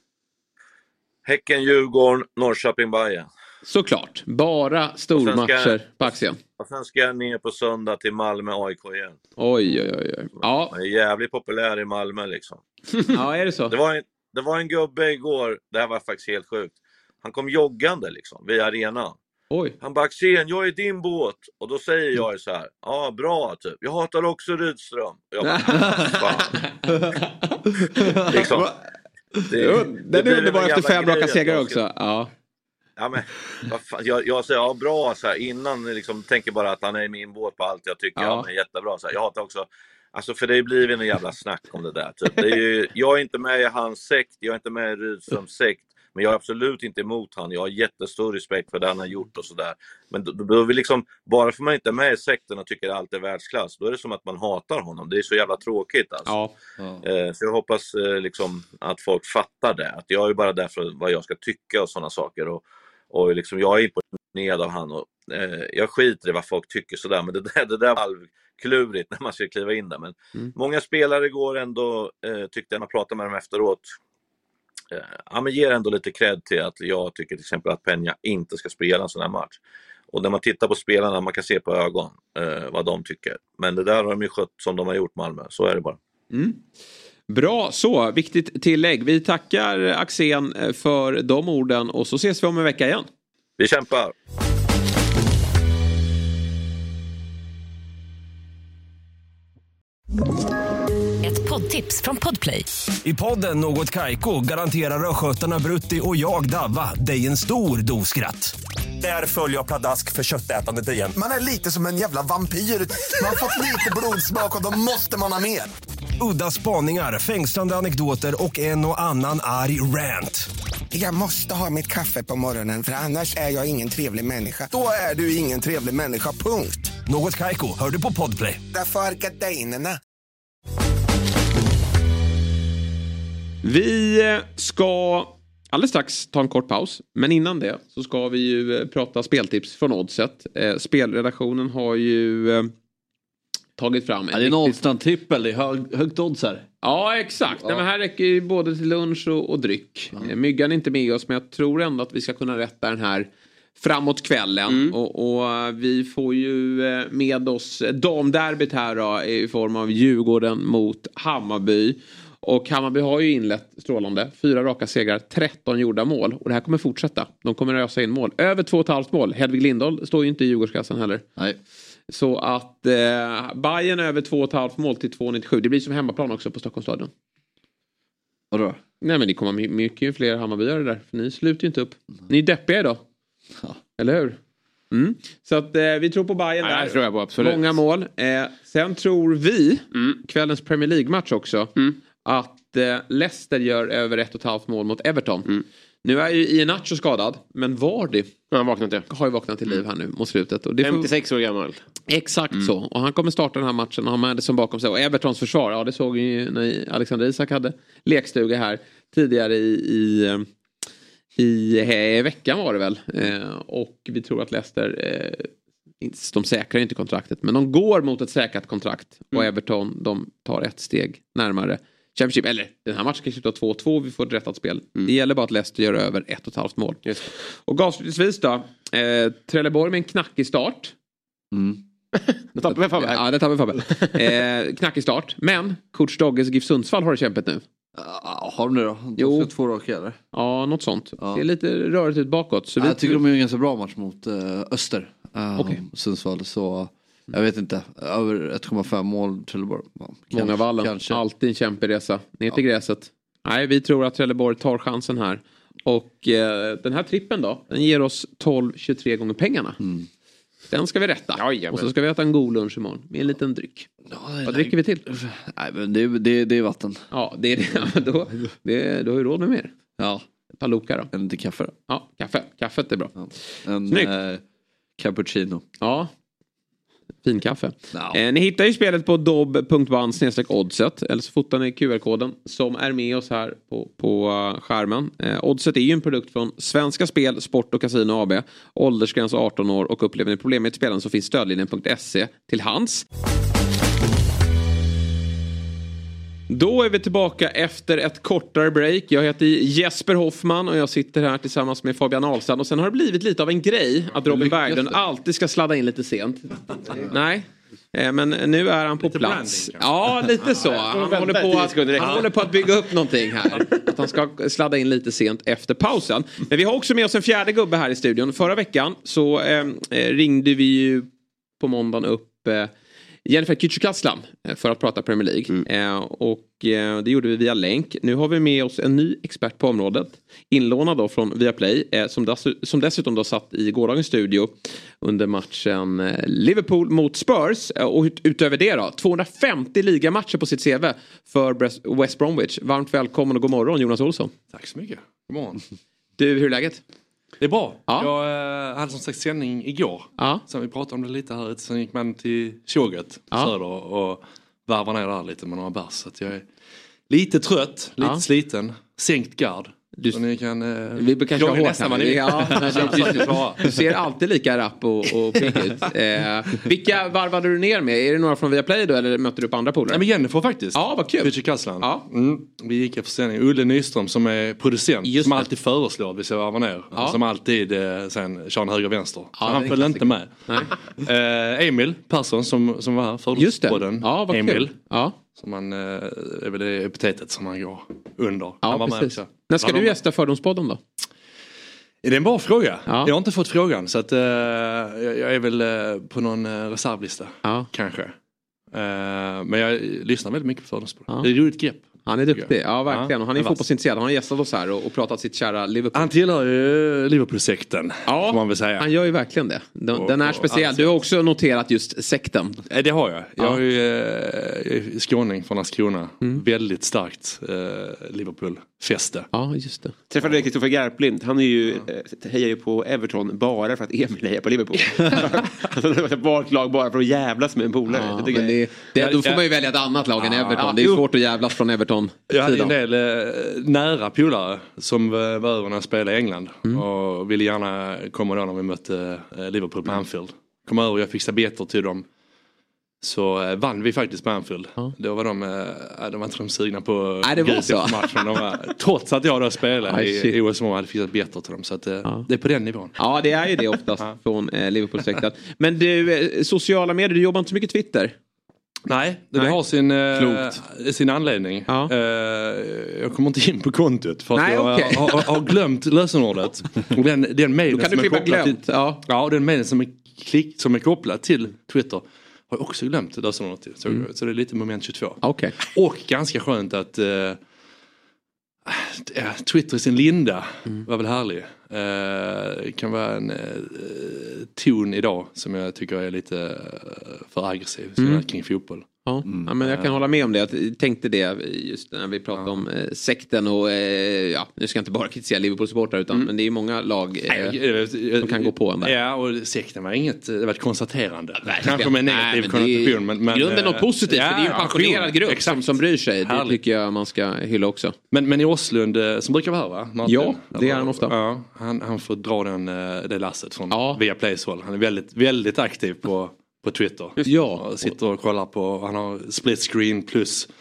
Häcken, Djurgården, Norrköping, Bayern. Såklart, bara stormatcher på Axén. Och sen ska jag ner på söndag till Malmö AIK igen. Oj. Ja. Jag är jävligt populär i Malmö liksom. Ja, är det så? Det var en gubbe igår, det här var faktiskt helt sjukt. Han kom joggande liksom, vid arenan. Oj. Han bara, Axén, jag är i din båt. Och då säger jag så här, ja bra typ. Jag hatar också Rydström. Jag bara, fan. Liksom. Den är underbar efter 5 raka segrar också. Ja. Ja men, jag säger, ja bra så här, innan liksom, tänker bara att han är i min båt på allt jag tycker. Ja, men jättebra så här. Jag hatar också, alltså för det blir en jävla snack om det där typ. Det är ju, jag är inte med i hans sekt, jag är inte med i Rydströms sekt. Men jag är absolut inte emot han. Jag har jättestor respekt för det han har gjort och sådär. Men då vi liksom, bara för man inte är med i sekten och tycker att allt är världsklass, då är det som att man hatar honom. Det är så jävla tråkigt alltså. Ja. Så jag hoppas liksom att folk fattar det. Att jag är bara där för vad jag ska tycka och sådana saker. Och liksom, jag är imponerad av han. Och, jag skiter i vad folk tycker sådär. Men det där var klurigt när man ska kliva in där. Men många spelare går ändå, tyckte man pratade med dem efteråt. Ja, men ger ändå lite cred till att jag tycker till exempel att Peña inte ska spela en sån här match. Och när man tittar på spelarna, man kan se på ögon vad de tycker. Men det där har de ju skött som de har gjort Malmö, så är det bara. Bra, så viktigt tillägg. Vi tackar Axén för de orden och så ses vi om en vecka igen. Vi kämpar! Ett poddtips från Podplay. I podden Något Kaiko garanterar röskötarna Brutti och jag Davva dig en stor doskratt. Där följer jag pladask för köttätandet igen. Man är lite som en jävla vampyr. Man har fått lite blodsmak och då måste man ha mer. Udda spaningar, fängslande anekdoter och en och annan arg rant. Jag måste ha mitt kaffe på morgonen för annars är jag ingen trevlig människa. Då är du ingen trevlig människa, punkt. Något Kaiko, hör du på Podplay. Därför är gardinerna. Vi ska alldeles strax ta en kort paus. Men innan det så ska vi ju prata speltips från Oddset. Spelredaktionen har ju tagit fram det är en Oddstrand-trippel, det är högt odds här. Ja, exakt. Ja. Nej, men här räcker ju både till lunch och dryck. Myggan är inte med oss, men jag tror ändå att vi ska kunna rätta den här framåt kvällen. Och vi får ju med oss damderbyt här då, i form av Djurgården mot Hammarby. Och Hammarby har ju inlett strålande. 4 raka segrar, 13 gjorda mål. Och det här kommer fortsätta. De kommer ösa in mål. Över 2,5 mål. Hedvig Lindahl står ju inte i Djurgårdskassan heller. Nej. Så att Bayern över 2,5 mål till 2,97. Det blir som hemmaplan också på Stockholmsstadion. Vadå? Nej, men det kommer mycket fler Hammarbyare där. För ni slutar ju inte upp. Ni är deppiga idag. Ja. Eller hur? Så att vi tror på Bayern där. Det tror jag på, absolut. Många mål. Sen tror vi, kvällens Premier League-match också, att Leicester gör över 1,5 mål mot Everton. Nu är ju Iheanacho skadad, men Vardy har ju vaknat till liv här nu mot slutet. Och det 56 år gammal. Exakt så. Och han kommer starta den här matchen och har Madison bakom sig. Och Evertons försvar, ja det såg ju när Alexander Isak hade lekstuga här tidigare i veckan var det väl. Och vi tror att Leicester, de säkrar inte kontraktet, men de går mot ett säkrat kontrakt. Och Everton, de tar ett steg närmare Championship, eller den här matchen kan sluta 2-2, vi får ett rättat spel. Det gäller bara att Leicester gör över 1,5 mål. Just. Och avslutningsvis då, Trelleborg med en knackig start. Det tappar Fabbe. Ja, det tappar Fabbe. Knackig start, men Coach Dogges GIF Sundsvall har det kämpet nu. Har de det då? Jo. 2 raka eller? Ja, något sånt. Det är lite rörigt ut bakåt. Så jag tycker de är en ganska bra match mot Öster. Sundsvall, så jag vet inte. Över 1,5 mål Trelleborg. Många vallen. Kanske. Alltid en kämperesa ner till gräset. Nej, vi tror att Trelleborg tar chansen här. Och den här trippen då, den ger oss 12-23 gånger pengarna. Den ska vi rätta. Och så ska vi äta en god lunch imorgon med en liten dryck. Vad dricker vi till? Nej, men det är vatten. Ja, det är det. Då har vi råd med mer. Ja. Ett par Loka då. Eller lite kaffe då. Ja, kaffe. Kaffet är bra. Ja. En Snyggt. Cappuccino. Ja. Fin kaffe. Ni hittar ju spelet på dobb.band/oddset. Eller så fotar ni QR-koden som är med oss här på skärmen. Oddset är ju en produkt från Svenska Spel, Sport och Casino AB. Åldersgräns 18 år, och upplever ni problem med ett spelande så finns stödlinjen.se till hands. Då är vi tillbaka efter ett kortare break. Jag heter Jesper Hoffman och jag sitter här tillsammans med Fabian Ahlstrand. Och sen har det blivit lite av en grej att Robin Berglund alltid ska sladda in lite sent. Nej. Men nu är han på plats. Ja, lite så. Han håller på att bygga upp någonting här. Att han ska sladda in lite sent efter pausen. Men vi har också med oss en fjärde gubbe här i studion. Förra veckan så ringde vi ju på måndagen upp Jennifer Kücükaslan för att prata Premier League. Och det gjorde vi via länk. Nu har vi med oss en ny expert på området. Inlånad då från Viaplay. Som dessutom då satt i gårdagens studio under matchen Liverpool mot Spurs. Och utöver det då, 250 ligamatcher på sitt CV för West Bromwich. Varmt välkommen och god morgon Jonas Olsson. Tack så mycket. God morgon. Du, hur är läget? Det är bra. Ja. Jag hade som sagt sändning igår. Ja. Så vi pratade om det lite här. Sen gick man till tjoget söder och varvar ner där lite med några bärs. Så att jag är lite trött, lite sliten. Sänkt gard. Du, så ni kan vi kan köra hårt här. Du ser alltid lika rapp och pigg ut. Vilka varvade du ner med? Är det några från Viaplay då eller möter du på andra polare? Nej, men Jennifer faktiskt. Ja, vad kul. Kücükaslan. Ja. Vi gick efter sändning. Ulle Nyström som är producent. Just som alltid föreslår att vi ska varva ner. Ja. Som alltid sen kör en höger vänster. Så han följde inte med. Emil Persson som var här för just det. Podden. Ja, vad Emil. Kul. Ja. Som han är väl det epitetet som han går under. Ja, han var precis. med. När ska du gästa Fördomspodden då? Det är en bra fråga. Ja. Jag har inte fått frågan så att jag är väl på någon reservlista. Kanske. Men jag lyssnar väldigt mycket på Fördomspodden. Det är ett roligt grepp. Han är duktig, ja verkligen. Och han är fotbollsintresserad. Han har gästat oss här och pratat sitt kära Liverpool. Han tillhör ju Liverpool-sekten, får man väl säga. Han gör ju verkligen det. Den är speciell. Du har också noterat just sekten. Det har jag. Jag är ju skåning från Landskrona. Väldigt starkt Liverpool-fäste. Ja, just det. Träffade Kristoffer Garplind. Han är ju, hejar ju på Everton bara för att Emil hejar på Liverpool. Alltså, vart lag bara för att jävlas med en polare. Då får man ju välja ett annat lag än Everton. Det är ju svårt att jävlas från Everton. Jag hade en del nära polare som var över när jag spelade i England. Och ville gärna komma då när vi mötte Liverpool på Anfield. Kom över och jag fick biljetter till dem. Så vann vi faktiskt på Anfield. Då var de var inte de sugna på matchen. Trots att jag då spelade i OSM och hade fixat biljetter till dem. Så att, det är på den nivån. Ja, det är ju det oftast från Liverpool-sekten. Men du, sociala medier, du jobbar inte så mycket Twitter? Nej, det har sin anledning. Ja. Jag kommer inte in på kontot för att jag har glömt lösenordet. Den mailen kan du klippa glömt. Den mailen som är kopplad till Twitter har jag också glömt lösenordet till. Så det är lite moment 22. Okay. Och ganska skönt att Twitter i sin linda var väl härlig. Det kan vara en ton idag som jag tycker är lite för aggressiv kring fotboll. Ja, men jag kan hålla med om det. Jag tänkte det just när vi pratade om sekten och nu ska jag inte bara kritisera Liverpool-supportrar utan men det är många lag som kan gå på en där. Ja, och sekten var det var ett konstaterande. Kanske med en negativ konnotation. Men grunden är positivt, för det är ju en pensionerad grupp som bryr sig. Det tycker jag man ska hylla också. Men i Oslund, som brukar vara va? Martin? Ja, det är han ofta. Ja, han får dra det lasset från Viaplays håll. Han är väldigt, väldigt aktiv på Twitter. Ja. Sitter och kollar på, han har split screen plus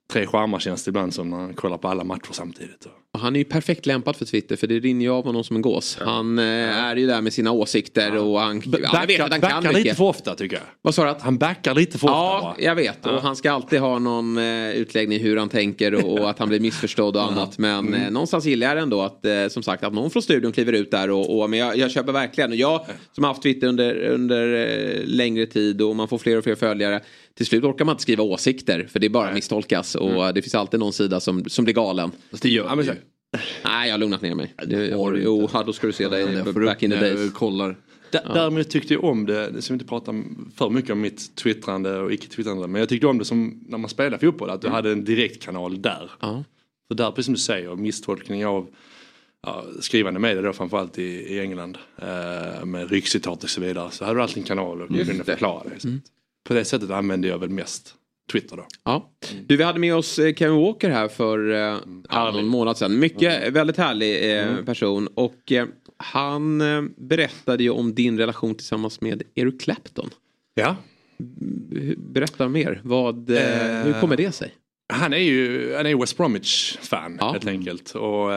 3 skärmar ibland som när han kollar på alla matcher samtidigt. Och han är ju perfekt lämpad för Twitter för det rinner ju av honom som en gås. Han är ju där med sina åsikter och han jag vet att han kan lite för ofta tycker jag. Vad sa du? Att han backar lite för ofta. Ja, jag vet. Och han ska alltid ha någon utläggning hur han tänker och att han blir missförstådd och annat. Men någonstans gillar jag ändå att som sagt att någon från studion kliver ut där men jag köper verkligen. Och jag som har haft Twitter under längre tid och man får fler och fler följare. Till slut orkar man inte skriva åsikter för det är bara misstolkas och det finns alltid någon sida som blir galen. Fast det gör Nej, jag har lugnat ner mig. Då ska du se dig back in the days. Kollar. Därmed tyckte jag om det, som inte pratar för mycket om mitt twittrande och icke-twittrande, men jag tyckte om det som när man spelar fotboll, att du hade en direktkanal där. För där, precis som du säger, misstolkning av skrivande medier då, framförallt i England med ryggcitat och så vidare, så hade du alltid en kanal och kunde förklara det. På det sättet använde jag väl mest Twitter då. Ja. Du, vi hade med oss Kevin Walker här för någon månad sedan. Väldigt härlig person. Och han berättade ju om din relation tillsammans med Eric Clapton. Ja. Berätta mer. Hur kommer det sig? Han är West Bromwich-fan helt enkelt. Och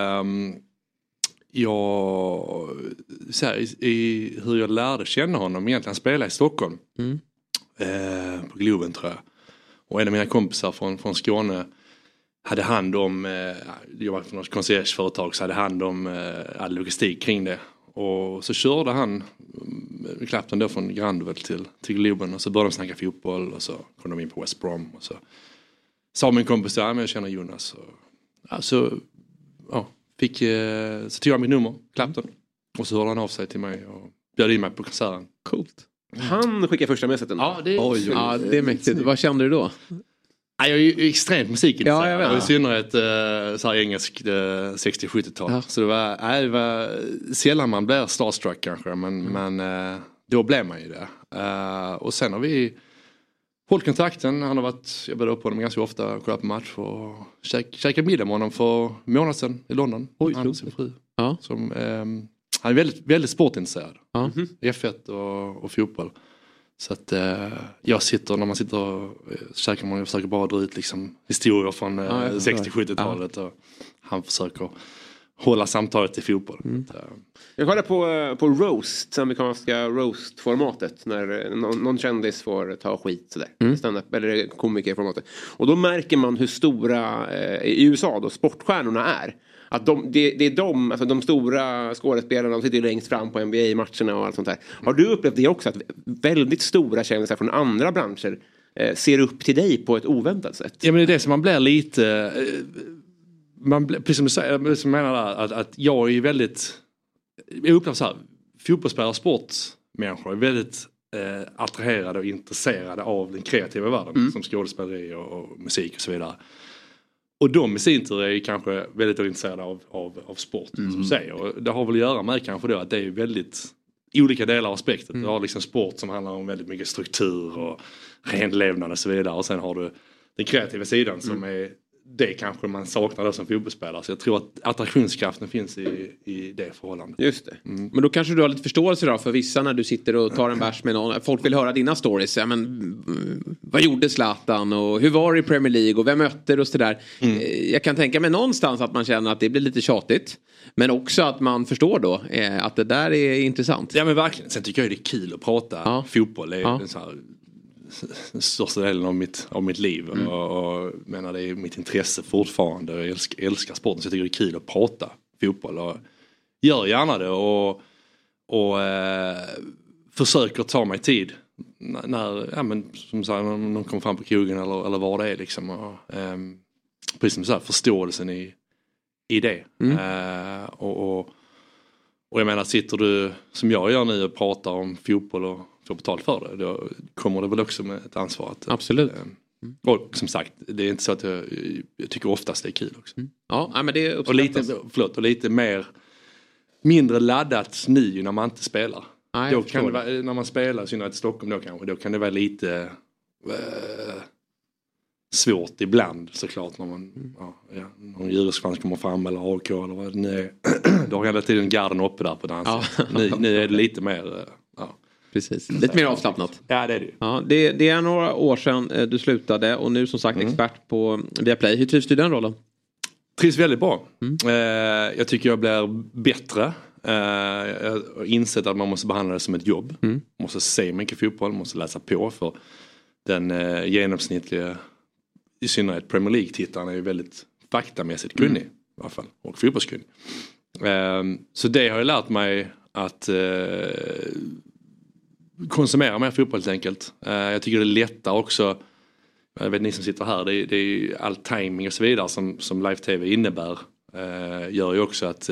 hur jag lärde känna honom egentligen, han spelade i Stockholm. På Globen tror jag. Och en av mina kompisar från Skåne hade hand om, jag var från något conciergeföretag, så hade hand om all logistik kring det. Och så körde han Clapton då från Grandvel till Globen och så började de snacka fotboll och så kom de in på West Brom och så sa min kompis där, men jag känner Jonas. Och, så tog jag mitt nummer, Clapton, och så hörde han av sig till mig och bjöd in mig på konserten. Coolt. Han skickar första messet. Ja, det är mäktigt. Vad kände du då? Jag är ju extremt musikintresserad. Jag vet. I synnerhet så här engelsk 60-70-tal. Ja. Så det var sällan man blir starstruck kanske. Men då blev man ju det. Och sen har vi hållit kontakten. Jag började upp på honom ganska ofta och kollat på match. Och käkade middag med honom för månader sedan i London. Han och sin fru. Ja. Han är väldigt, väldigt sportintresserad. F1 och fotboll. Så att när man sitter och käkar, man försöker bara dra ut liksom historier från 60-70-talet. Och han försöker hålla samtalet till fotboll. Jag kollar på roast, amerikanska roast-formatet. När någon kändis får ta skit sådär. Stand-up, eller komikerformatet. Och då märker man hur stora i USA då sportstjärnorna är. Att det är alltså de stora skådespelarna, de sitter längst fram på NBA-matcherna och allt sånt där. Har du upplevt det också, att väldigt stora kändisar från andra branscher ser upp till dig på ett oväntat sätt? Ja, men det är det som man blir lite... precis som du säger, som jag menar att jag är väldigt... Jag upplever så här, fotbollsspelare och sportmänniskor är väldigt attraherade och intresserade av den kreativa världen, som skådespeleri och musik och så vidare. Och de i sin tur är kanske väldigt intresserade av sport, som du säger. Och det har väl att göra med kanske då att det är väldigt olika delar av aspektet. Du har liksom sport som handlar om väldigt mycket struktur och renlevnad och så vidare. Och sen har du den kreativa sidan som är det kanske man saknar då som fotbollsspelare. Så jag tror att attraktionskraften finns i det förhållandet. Just det. Men då kanske du har lite förståelse då för vissa när du sitter och tar en bärs med någon. Folk vill höra dina stories. Ja, men vad gjorde Zlatan och hur var det i Premier League och vem mötte och så där. Jag kan tänka mig någonstans att man känner att det blir lite tjatigt. Men också att man förstår då att det där är intressant. Ja, men verkligen. Sen tycker jag det är kul att prata fotboll. Det är så här, största delen av mitt liv och menar det är mitt intresse fortfarande. Jag älskar sporten, så jag tycker det är kul att prata fotboll och gör gärna det och försöker ta mig tid när som sagt, när någon kommer fram på krogen eller vad det är liksom och, precis som så här, förståelsen i det och jag menar, sitter du som jag gör nu och pratar om fotboll och får betalt för det, då kommer det väl också med ett ansvar att, absolut. Och som sagt, det är inte så att jag tycker oftast det är kul också. Ja, men det uppskattas. Och lite mindre laddat nu när man inte spelar. Nej, då kan det vara, när man spelar i synnerhet i Stockholm då kan det vara lite svårt ibland såklart när man någon djurskvans kommer fram eller AK eller vad det nu är. Då har hela tiden garden uppe där på dansen. Nu är det lite mer Precis. Lite mer avslappnat. Ja, det är det. Ja, det är några år sedan du slutade och nu som sagt expert på Viaplay. Hur trivs du i den rollen? Trivs väldigt bra. Jag tycker jag blir bättre. Jag har insett att man måste behandla det som ett jobb. Måste se mycket fotboll, måste läsa på för den genomsnittliga, i synnerhet Premier League-tittaren är ju väldigt faktamässigt kunnig i alla fall, och fotbollskunnig. Så det har jag lärt mig att konsumera mer fotboll helt enkelt. Jag tycker det är lättare också, jag vet ni som sitter här, det är ju all timing och så vidare som live-tv innebär. Gör ju också att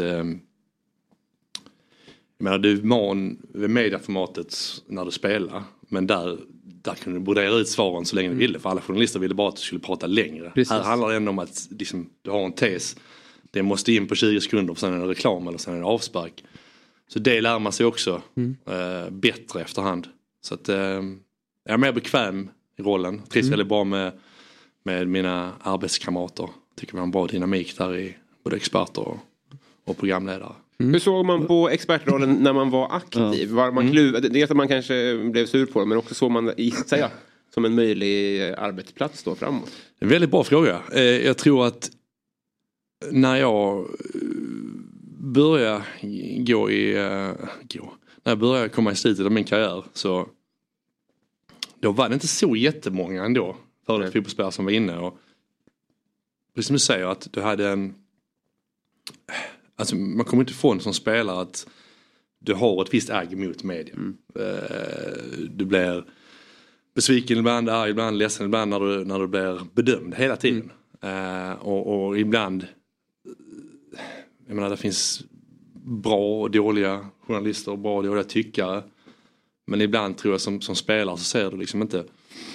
jag menar, du är van vid mediaformatet när du spelar, men där kunde du brodera ut svaren så länge du ville, för alla journalister ville bara att du skulle prata längre. Precis. Här handlar det ändå om att liksom, du har en tes, det måste in på 20 sekunder för sen är det reklam eller sen är det avspark. Så det lär man sig också bättre efterhand. Så att jag är mer bekväm i rollen. Trivs väldigt bra med mina arbetskamrater. Tycker vi har en bra dynamik där i både experter och programledare. Hur såg man på expertrollen när man var aktiv? Var man dels att man kanske blev sur på det, men också såg man i sig som en möjlig arbetsplats då framåt? En väldigt bra fråga. Jag tror att när jag började när jag började komma i slutet av min karriär, så då var det inte så jättemånga ändå för det fotbollsspelare som var inne, och precis som du säger att du hade en, alltså man kommer inte ifrån som spelare att du har ett visst äg mot media. Du blir besviken ibland, arg ibland, ledsen ibland när du blir bedömd hela tiden. Och ibland, jag menar, det finns bra och dåliga journalister och bra och dåliga tyckare. Men ibland tror jag som spelare så ser du liksom inte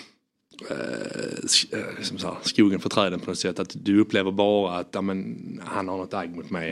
liksom så här, skogen för träden på något sätt. Att du upplever bara att han har något ägg mot mig.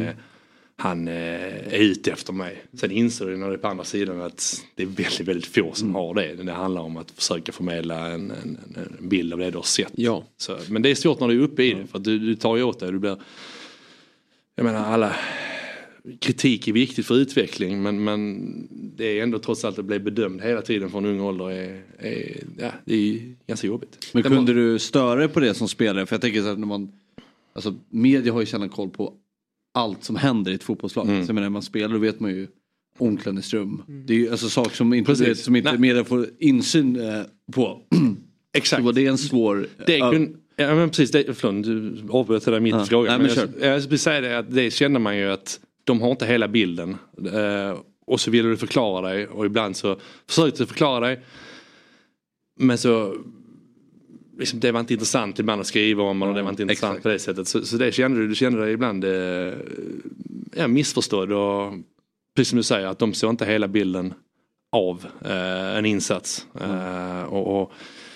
Han är ute efter mig. Sen inser du när du är på andra sidan att det är väldigt, väldigt få som har det. Det handlar om att försöka förmedla en bild av det du har sett. Ja. Så, men det är svårt när du är uppe i det. För att du tar ju åt det. Du blir, jag menar, alla kritik är viktigt för utveckling, men det är ändå trots allt att bli bedömd hela tiden från ung ålder det är ganska jobbigt. Men kunde du störa dig på det som spelare? För jag tänker så här, alltså media har ju sällan koll på allt som händer i ett fotbollslag. Så jag menar, när man spelar då vet man ju omklädningsrum. Det är ju alltså saker som inte media får insyn på. Exakt. Så var det en svår... Ja, men precis, förlåt, du avbröt det där mitt fråga. Men jag skulle säga det, att det känner man ju att de har inte hela bilden. Och så vill du förklara dig, och ibland så försöker du förklara dig, men så liksom, det var inte intressant ibland att skriva om, och det var inte intressant på det sättet. Så det du kände dig ibland missförstådd, och precis som du säger att de såg inte hela bilden av en insats. Och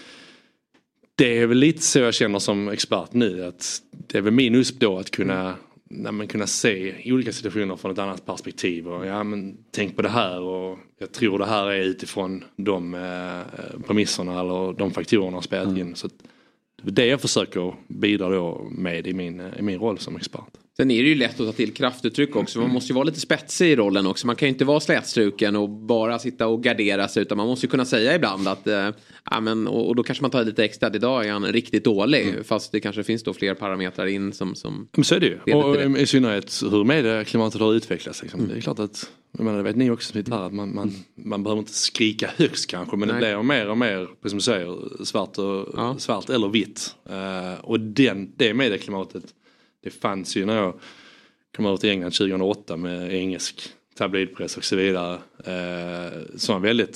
det är väl lite så jag känner som expert nu, att det är väl min USP då att kunna se i olika situationer från ett annat perspektiv, och tänk på det här, och jag tror det här är utifrån de premisserna eller de faktorerna har spelat in. Så det jag försöker bidra då med i min roll som expert. Sen är det ju lätt att ta till kraftuttryck också. Man måste ju vara lite spetsig i rollen också. Man kan ju inte vara slätstruken och bara sitta och gardera sig, utan man måste ju kunna säga ibland att och då kanske man tar lite extra. Idag är han riktigt dålig, fast det kanske finns då fler parametrar in som men så är det ju. Och i synnerhet hur medieklimatet har utvecklats liksom. Det är klart att, jag menar, det vet ni också som sitter här, att man behöver inte skrika högst kanske, men det blir mer och mer, precis som du säger, svart eller vitt. Och det medieklimatet, det fanns ju när jag kom över till England 2008 med engelsk tabloidpress och så vidare. Som var väldigt,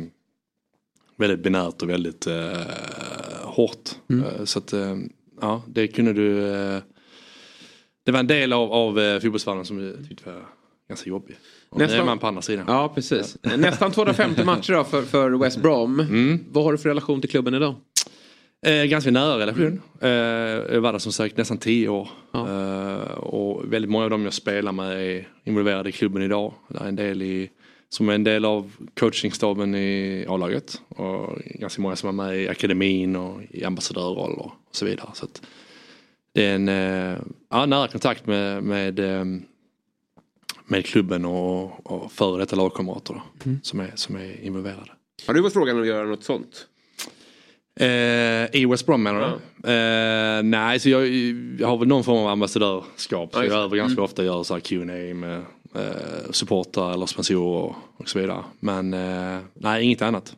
väldigt binärt och väldigt hårt. Så att, det kunde du... det var en del av fotbollsvärlden som jag tyckte var ganska jobbig. Och nästan, nu är man på andra sidan. Ja, precis. Nästan 250 matcher då för West Brom. Vad har du för relation till klubben idag? Ganska nära relation. Jag var där som sagt nästan 10 år. Och väldigt många av dem jag spelar med är involverade i klubben idag. Det är en del som är en del av coachingstaben i A-laget. Och ganska många som är med i akademin och i ambassadörroller och så vidare. Så att det är en nära kontakt med med klubben och före detta lagkamrater då, som är involverade. Har du varit frågan om att göra något sånt? I West Brom menar du? Nej, så jag har väl någon form av ambassadörskap. Så jag över ganska ofta gör så här Q&A med supportrar eller sponsorer och så vidare. Men nej, inget annat.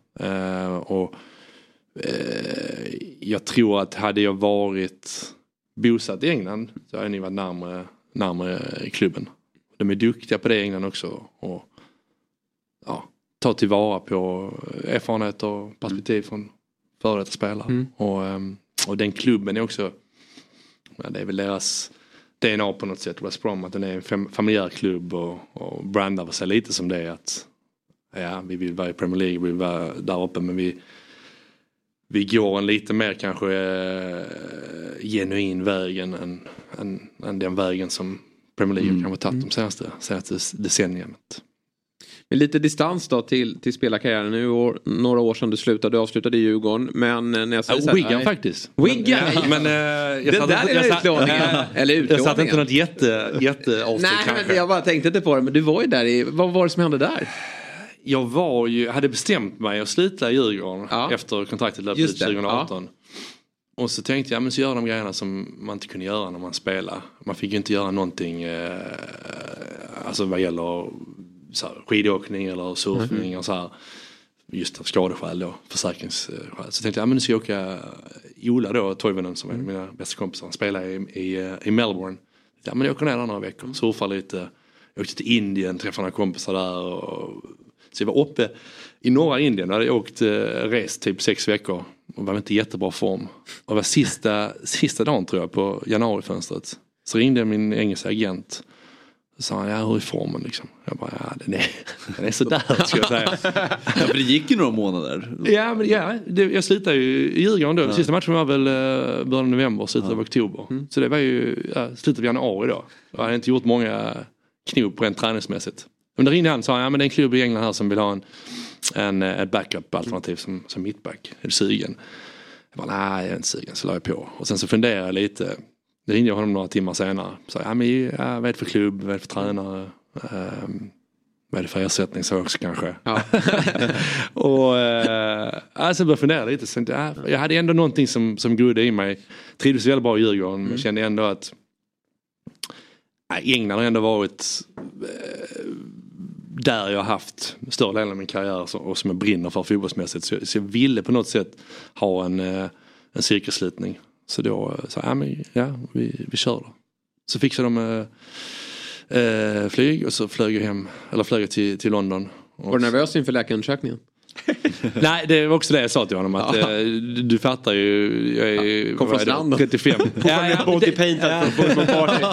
Jag tror att hade jag varit bosatt i England så hade ni varit närmare klubben. De är duktiga på det i England också. Och ta tillvara på erfarenhet och perspektiv från före detta spelare. Och den klubben är också, det är väl deras DNA på något sätt, West Brom, att den är en familjär klubb och brandar sig lite som det är att vi vill vara i Premier League, vi vill vara där uppe, men vi går en lite mer kanske genuin vägen än den vägen som Premier League kan ha tagit de senaste decennierna. Med lite distans då till spelarkarriären nu och några år sedan du avslutade i Djurgården, men när jag säger Wigan faktiskt. Wigan? Men jag satt inte något jätte nej, men jag bara tänkte inte på det, men du var ju där vad var det som hände där? Jag hade bestämt mig att sluta i Djurgården efter kontraktet löpte ut 2018. Och så tänkte jag, men så gör de grejerna som man inte kunde göra när man spelar. Man fick ju inte göra någonting alltså vad gäller så här, skidåkning eller surfning och så här, just av skadeskäl då, försäkringsskäl. Så tänkte jag, men nu ska jag åka Ola då, Toivonen som är mina bästa kompisar, han spelar i Melbourne. Ja, men jag åker ner där några veckor, surfar lite. Jag åkte till Indien, träffade några kompisar där. Så jag var uppe i norra Indien, där hade jag rest typ 6 veckor och var inte i jättebra form. Och var sista dagen tror jag på januarifönstret. Så ringde min engelska agent. Så sa han, hur är formen liksom? Jag bara, den är sådär ska jag säga. För det gick ju några månader. Jag slutade ju i Djurgården då. Sista matchen var väl början av november, slutet av oktober. Så det var ju slutet av januari då. Jag hade inte gjort många knop rent träningsmässigt. Men då ringde han och sa, men det är en klubb i England här som vill ha en backup-alternativ som mittback. Är du sugen? Jag bara, nej jag är inte sugen, så la jag på. Och sen så funderade jag lite. Det ringde jag honom några timmar senare. Så vad är det för klubb, vad är det för tränare, vad är det för ersättning så också kanske. Ja. Och så började jag fundera lite. Så jag hade ändå någonting som grodde i mig. Trivdes väldigt bra i Djurgården. Men kände ändå att England har ändå varit där jag har haft större delen av min karriär och som jag brinner för fotbollsmässigt. Så jag ville på något sätt ha en cirkelslutning. Så då sa vi kör då. Så fixade de flyg och så flög jag hem, eller flög jag till London. Var du nervös inför läkarundersökningen? Nej, det var också det jag sa till honom att du fattar ju, jag är kom från landet 35. Body painted från party.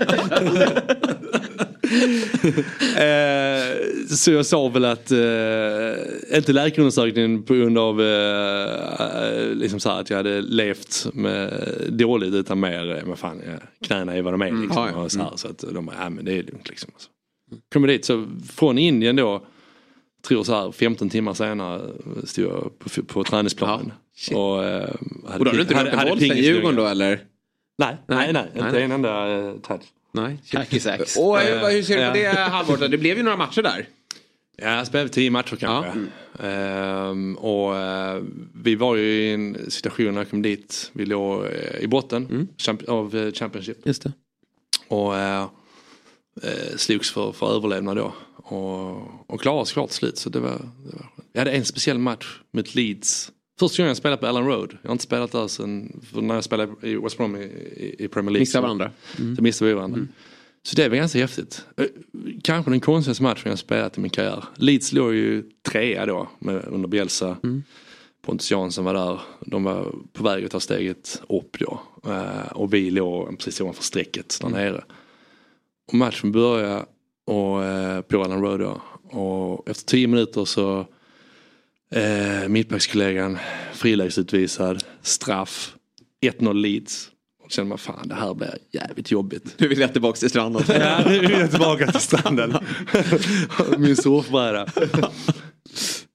Så jag sa väl att inte läkarundersökningen på grund av liksom så här, att jag hade levt med dåligt, utan mer med fan, knäna är vad de är liksom, och så här, så att de bara, men det är lugnt liksom. Kommer dit, så från Indien då, tror så här 15 timmar senare stod jag på träningsplanen. Och då hade du inte rört en boll sen Djurgården då eller? Nej, inte en enda touch. Nej, och hur ser du på det halvåret? Det blev ju några matcher där. Ja, jag spelade 10 matcher kanske. Och vi var ju i en situation när jag kom dit. Vi låg i botten av Championship. Just det. Och slogs för överlevnad då. Och klarade oss klart till slut. Så det var. Jag hade en speciell match mot Leeds. Första gången jag spelade på Ellen Road. Jag har inte spelat där sen när jag spelade i West Brom i Premier League. Missade varandra. Så missade vi varandra. Så det var ganska häftigt. Kanske den konstigaste matchen jag spelat i min karriär. Leeds låg ju 3 då under Bielsa. Pontus Jansson var där. De var på väg att ta steget upp då. Och vi låg precis ovanför strecket där nere. Och matchen började på Ellen Road då. Och efter 10 minuter så mittbackskollegan frilägesutvisad, straff, 1-0 Leeds. Och kände man, fan det här blir jävligt jobbigt. Nu vill jag tillbaka till stranden. Ja, nu vill jag tillbaka till stranden. Min surfbräda.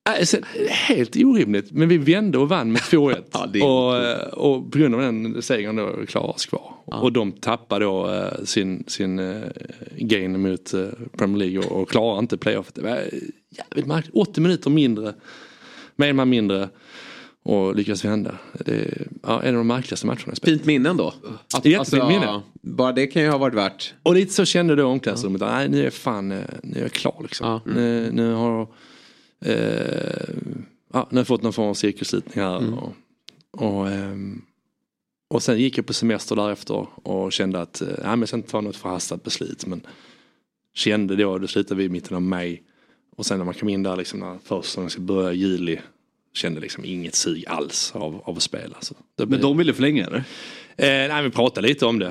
Helt orimligt, men vi vände och vann med 2-1 och på grund av den segern då klarade oss kvar. Och de tappade då sin gain mot Premier League och klarade inte playoffet. Det var jävligt märkligt, 80 minuter mindre, med en man mindre och lyckas vända. Det är en av de märkligaste matcherna jag spelat. Fint minnen då. Jättefint minne. Bara det kan ju ha varit värt. Och lite så kände då omklädningsrummet. Nej, nu är jag klar liksom. Nu har nu har jag fått någon form av cirkelslutning här. Och sen gick jag på semester därefter och kände att jag ska inte ta något förhastat beslut, men kände då slutade vi i mitten av maj, och sen när man kom in där liksom, när försäsongen ska börja i juli, kände liksom inget sug alls av att spela. Så men de ville förlänga det? Nej, vi pratade lite om det.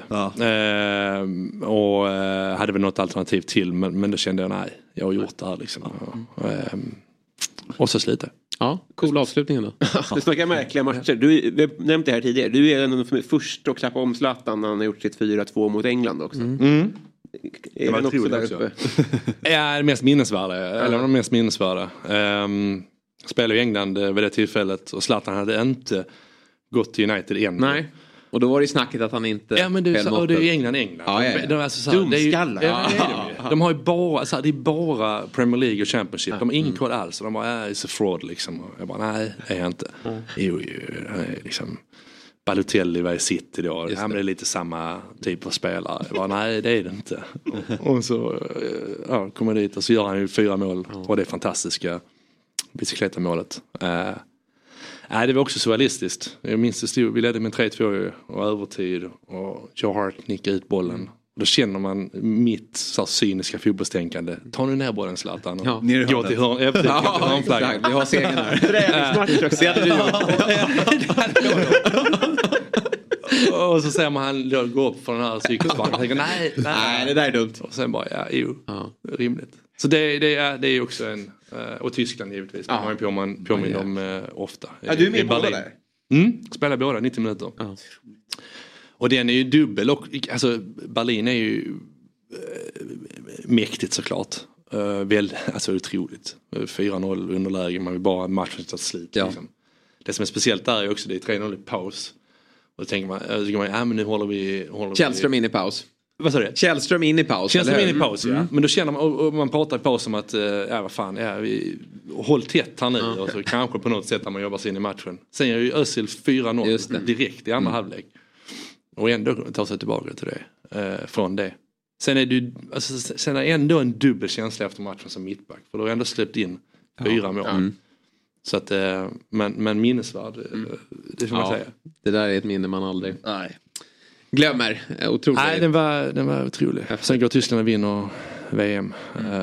Och hade väl något alternativ till, men då kände jag nej, jag har gjort det här liksom. Och så slutade. Ja, cool avslutning då. Du snackar märkliga matcher. Vi har nämnt det här tidigare. Du är en av de första att klappa om Zlatan när han har gjort sitt 4-2 mot England också. Det var också där uppe. Det mest minnesvärda. Eller de mest minnesvärda. Spelade i England vid det tillfället och Zlatan hade inte gått till United än. Nej. Och då var det snacket att han inte... Ja, men det är England. De har ju bara, det är bara Premier League och Championship. De har ingen koll alls. De bara, it's a fraud liksom. Och jag bara, nej, är jag inte. Jo, liksom... Balotelli var i City då. Men det är lite samma typ av spelare. Jag bara, nej, det är det inte. Och så kommer dit och så gör han ju 4 mål. Och det är fantastiska bicicletamålet. Det var också surrealistiskt. Jag minns det vi ledde med 3-2 och övertid och Joe Hart nickade ut bollen. Då känner man mitt så cyniska fotbollstänkande. Ta nu ner bollen, Zlatan, och gå till hörnflaggan. Vi har segern här. Träningsmatch också. Och så ser man han då gå upp från den här cykelsparken och tänker nej, det där är dumt. Och sen bara, rimligt. Så det är också en... Och Tyskland givetvis. Man har ju påminner om ofta. Du är med båda där? Spelar båda 90 minuter. Och den är ju dubbel. Och, alltså, Berlin är ju mäktigt såklart. Alltså otroligt. 4-0 underläge. Man vill bara matchen ta slut. Liksom. Det som är speciellt där är också det är 3-0 i paus. Och då tänker man men nu håller vi... Källström in i paus. Vad sa du? Källström in i paus. Men då känner man, och man pratar i paus om att vad fan, vi håll tätt här nu och så kanske på något sätt när man jobbar sig in i matchen. Sen gör ju Özil 4-0 direkt i andra halvlek. Och ändå tar sig tillbaka till det. Från det. Sen är det ändå en dubbel känsla efter matchen som mittback. För då har ändå släppt in 4 mål. Så att, men minnesvärd, det får man säga. Det där är ett minne man aldrig glömmer. Otroligt. Nej, den var otrolig. Sen går Tyskland och vinner VM.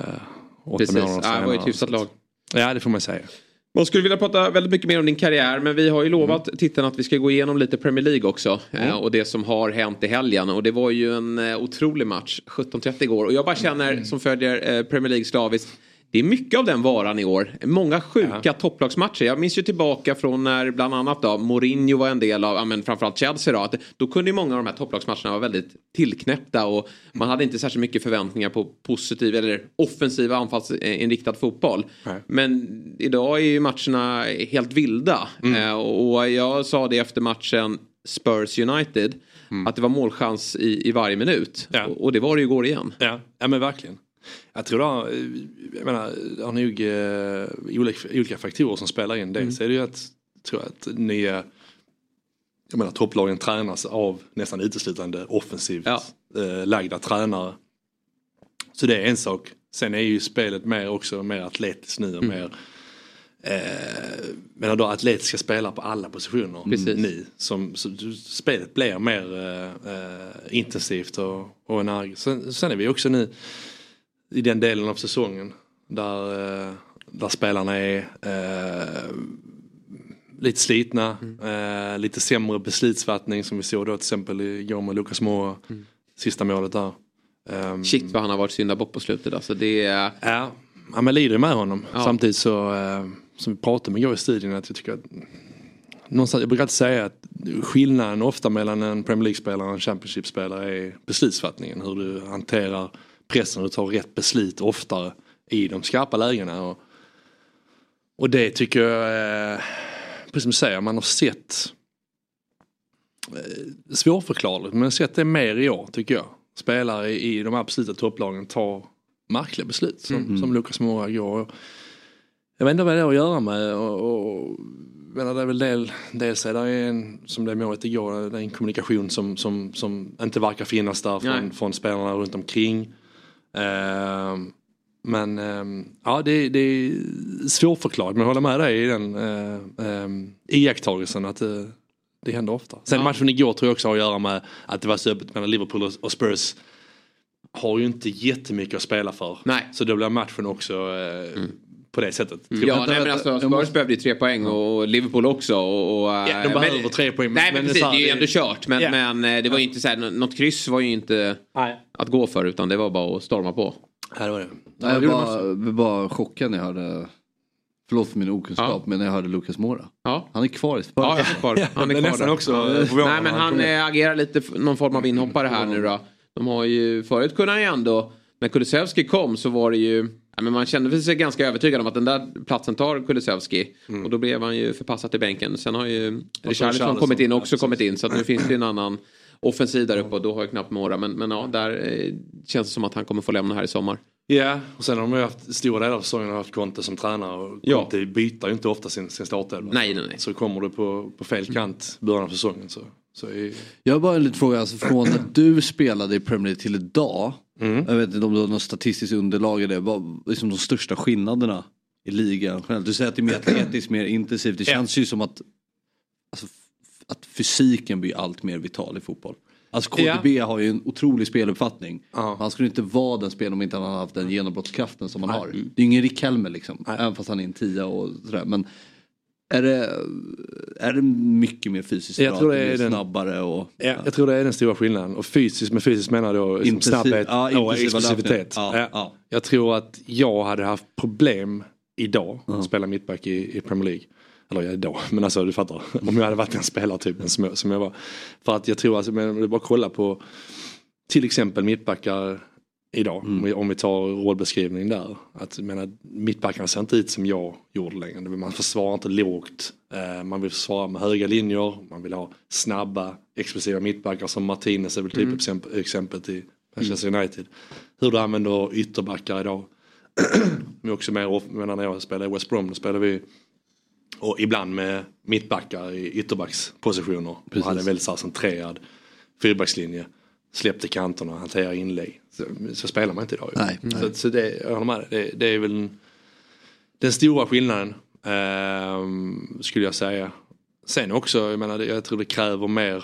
8 månader senare. Det var ett hyfsat lag. Ja, det får man säga. Man skulle vilja prata väldigt mycket mer om din karriär, men vi har ju lovat tittarna att vi ska gå igenom lite Premier League också. Och det som har hänt i helgen. Och det var ju en otrolig match. 17:30 igår. Och jag bara känner, som följer Premier League slaviskt, det är mycket av den varan i år. Många sjuka topplagsmatcher. Jag minns ju tillbaka från när bland annat då Mourinho var en del av, men framförallt Chelsea då. Att då kunde ju många av de här topplagsmatcherna vara väldigt tillknäppta. Och man hade inte särskilt mycket förväntningar på positiv eller offensiv anfallsinriktad fotboll. Men idag är ju matcherna helt vilda. Och jag sa det efter matchen Spurs United. Att det var målchans i varje minut. Och det var det ju igår igen. Ja men verkligen. Jag tror det har nog olika faktorer som spelar in. Dels är det ju att nya topplagen tränas av nästan uteslutande offensivt lagda tränare. Så det är en sak. Sen är ju spelet mer atletiskt nu och mer då atletiska spelare på alla positioner nu. Så spelet blir mer intensivt och energiskt. Sen är vi också nu i den delen av säsongen där spelarna är lite slitna, lite sämre beslutsfattning som vi såg då till exempel igår med Lucas Moura, sista målet där. Shit vad han har varit syndabock på slutet. Alltså det är... Ja, man lider med honom. Samtidigt så som vi pratade med igår i studion, att jag tycker att någonstans, jag brukar alltid säga att skillnaden ofta mellan en Premier League-spelare och en Championship-spelare är beslutsfattningen. Hur du hanterar pressen och tar rätt beslut oftare i de skarpa lägena. Och det tycker jag, precis som du säger, man har sett svårförklarligt, men jag har sett det mer i år tycker jag. Spelare i de absoluta topplagen tar märkliga beslut som Lucas Moura går. Jag vet inte vad det har att göra med och det är väl dels är det en, som det målet igår, det är en kommunikation som inte verkar finnas där från spelarna runt omkring. Men ja, det är svårförklarat, men jag håller med dig i den iakttagelsen att det händer ofta. Sen matchen igår tror jag också har att göra med att det var så öppet mellan Liverpool och Spurs. Har ju inte jättemycket att spela för. Nej. Så då blir matchen också på det sättet. Ja, nej, men alltså Spurs behövde ju 3 poäng och Liverpool också. Ja, de behöver 3 poäng. Nej, men precis, det är ju ändå kört. Men det var ju inte så här, något kryss var ju inte att gå för, utan det var bara att storma på. Ja, det var det. Jag var bara chockad när jag hörde, förlåt för min okunskap, men när jag hörde Lucas Moura. Ja. Han är kvar i Spurs. Ja, han är kvar också. Nej, men han agerar lite någon form av inhoppare här nu då. De har ju förut kunnat ju ändå, när Kulusevski kom så var det ju, men man kände sig ganska övertygad om att den där platsen tar Kulusevski. Och då blev han ju förpassad till bänken. Sen har ju Richarlison kommit in så att nu finns det en annan offensiv där uppe och då har jag knappt Moura. Men ja, där känns det som att han kommer få lämna här i sommar. Ja, och sen har de ju haft stora delar av säsongen haft Conte som tränare och Conte byter ju inte ofta sin startelva. Nej. Så kommer du på fel kant början av säsongen så Jag har bara en liten fråga, alltså från att du spelade i Premier League till idag, jag vet inte om du har något statistiskt underlag i det, vad liksom de största skillnaderna i ligan generellt? Du säger att det är mer atletiskt, mer intensivt, det känns ju som att fysiken blir allt mer vital i fotboll. Alltså KDB har ju en otrolig speluppfattning. Han skulle inte vara den spelaren om inte han hade haft den genombrottskraften som han har. Det är ju ingen Rick Helmer liksom. Även fast han är en 10 och sådär. Men är det mycket mer fysiskt? Jag tror det är snabbare och... Ja, jag tror det är den stora skillnaden. Och fysiskt menar då snabbhet och explosivitet. Ja. Jag tror att jag hade haft problem idag att spela mittback i Premier League. Eller idag, men alltså du fattar. Om jag hade varit en spelartypen som jag var. För att jag tror, alltså, men bara kolla på till exempel mittbackar idag. Om vi tar rollbeskrivningen där. Att mittbackarna ser inte ut som jag gjorde längre. Man försvarar inte lågt. Man vill försvara med höga linjer. Man vill ha snabba, explosiva mittbackar som Martinez är väl typ exempel till Manchester United. Hur du använder ytterbackar idag. Men också när jag spelade i West Brom, då spelade vi och ibland med mittbackar i ytterbackspositioner. Och hade väldigt centrerad fyrbackslinje. Släppte kanterna, hanterade inlägg. Så spelar man inte idag. Nej. Så det, jag håller med, det är väl den stora skillnaden. Skulle jag säga. Sen också, jag tror det kräver mer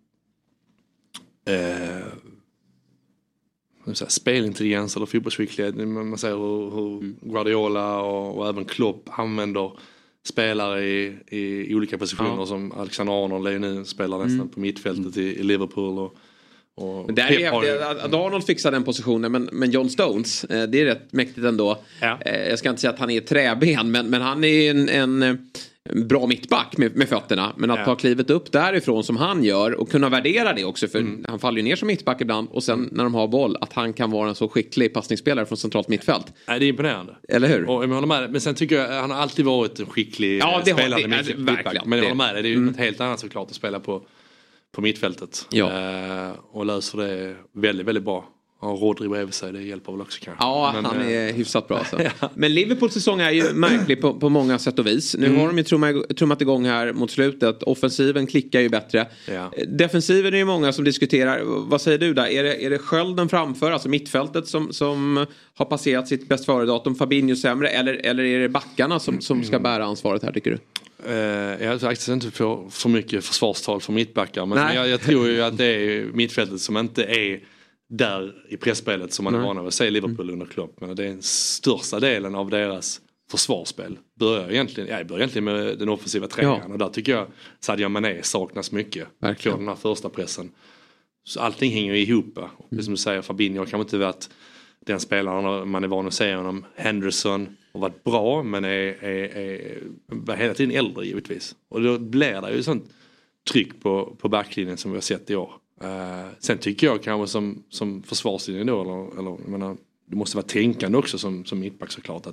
spelintelligens eller fotbollsskicklighet. Man ser hur Guardiola och även Klopp använder spelare i olika positioner som Alexander Arnold nu spelar nästan på mittfältet i Liverpool och där är att Arnold fixar den positionen, men John Stones, det är rätt mäktigt ändå. Jag ska inte säga att han är träben, men han är en bra mittback med fötterna, men att ta klivet upp därifrån som han gör och kunna värdera det också, för han faller ju ner som mittback ibland och sen när de har boll att han kan vara en så skicklig passningsspelare från centralt mittfält. Nej, det är imponerande. Eller hur? Och jag håller med, men sen tycker jag han har alltid varit en skicklig spelare mittback. Men jag håller med, det är ju något helt annat såklart att spela på mittfältet. Och löser det väldigt, väldigt bra. Och Rodri bredvid sig, det hjälper väl också kanske. Ja, men, han är hyfsat bra alltså. Men Liverpools säsong är ju märklig på många sätt och vis. Nu har de ju trummat igång här mot slutet. Offensiven klickar ju bättre. Defensiven är det ju många som diskuterar. Vad säger du där? Är det skölden framför, alltså mittfältet som har passerat sitt bäst före-datum, Fabinho sämre, eller är det backarna som ska bära ansvaret här, tycker du? Jag tror faktiskt inte för mycket försvarstal för mittbackar. Men jag tror ju att det är mittfältet som inte är där i pressspelet som man är van att se Liverpool under Klopp. Men det är den största delen av deras försvarsspel börjar egentligen med den offensiva trean. Och där tycker jag Sadio Mané saknas mycket. Verkligen. Den här första pressen. Så allting hänger ihop. Och som du säger, Fabinho har kanske inte varit den spelaren man är van att se honom. Henderson har varit bra, men är hela tiden äldre givetvis. Och då blir det ju sånt tryck på backlinjen som vi har sett i år. Sen tycker jag kanske som försvarslinje då, eller det måste vara tänkande också som mittback såklart, att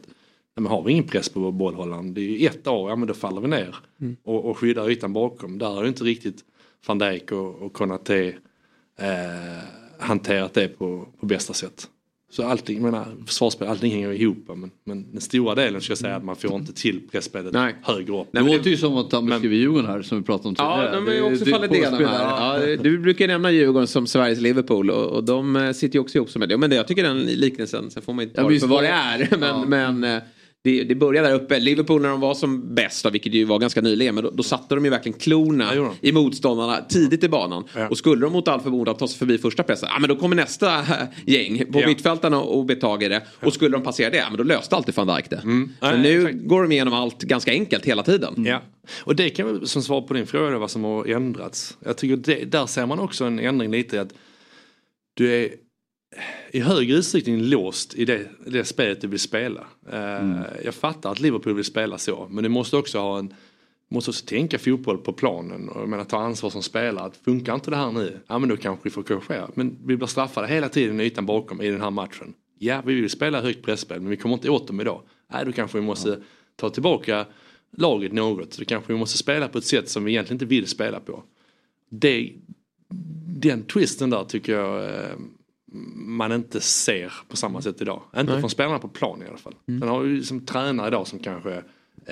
men har vi ingen press på bollhållaren, det är ju 1 år, men då faller vi ner och skyddar ytan bakom. Där har ju inte riktigt Van Dijk och Konaté hanterat det på bästa sätt. Så allting, försvarsspel, allting hänger ihop, men den stora delen ska jag säga att man får inte till pressspelet högre upp. Det låter ju som att han beskriver Djurgården här som vi pratade om tidigare. Ja, de är ju också fallet här. Du brukar nämna Djurgården som Sveriges Liverpool och de sitter ju också ihop som det. Men jag tycker den liknelsen, sen får man inte ta för vad det är. Men det började där uppe. Liverpool när de var som bäst, vilket ju var ganska nyligen, men då satte de ju verkligen klorna i motståndarna tidigt i banan. Ja. Och skulle de mot all förmodan ta sig förbi första pressen, men då kommer nästa gäng på mittfältarna och betag i det. Och skulle de passera det, men då löste alltid Van Dijk det. Men nu går de igenom allt ganska enkelt hela tiden. Ja. Och det kan väl som svar på din fråga vad som har ändrats. Jag tycker där ser man också en ändring lite i att du är i högre utsträckning låst i det spelet du vill spela. Jag fattar att Liverpool vill spela så, men du måste också måste också tänka fotboll på planen och ta ansvar som spelare. Att funkar inte det här nu, men då kanske vi får korrigera. Men vi blir straffade hela tiden i ytan bakom i den här matchen. Ja, vi vill spela högt pressspel, men vi kommer inte åt dem idag. Då kanske vi måste ta tillbaka laget något. Då kanske vi måste spela på ett sätt som vi egentligen inte vill spela på. Den twisten där tycker jag man inte ser på samma sätt idag. Inte från spelarna på plan i alla fall. Den har ju som tränare idag som kanske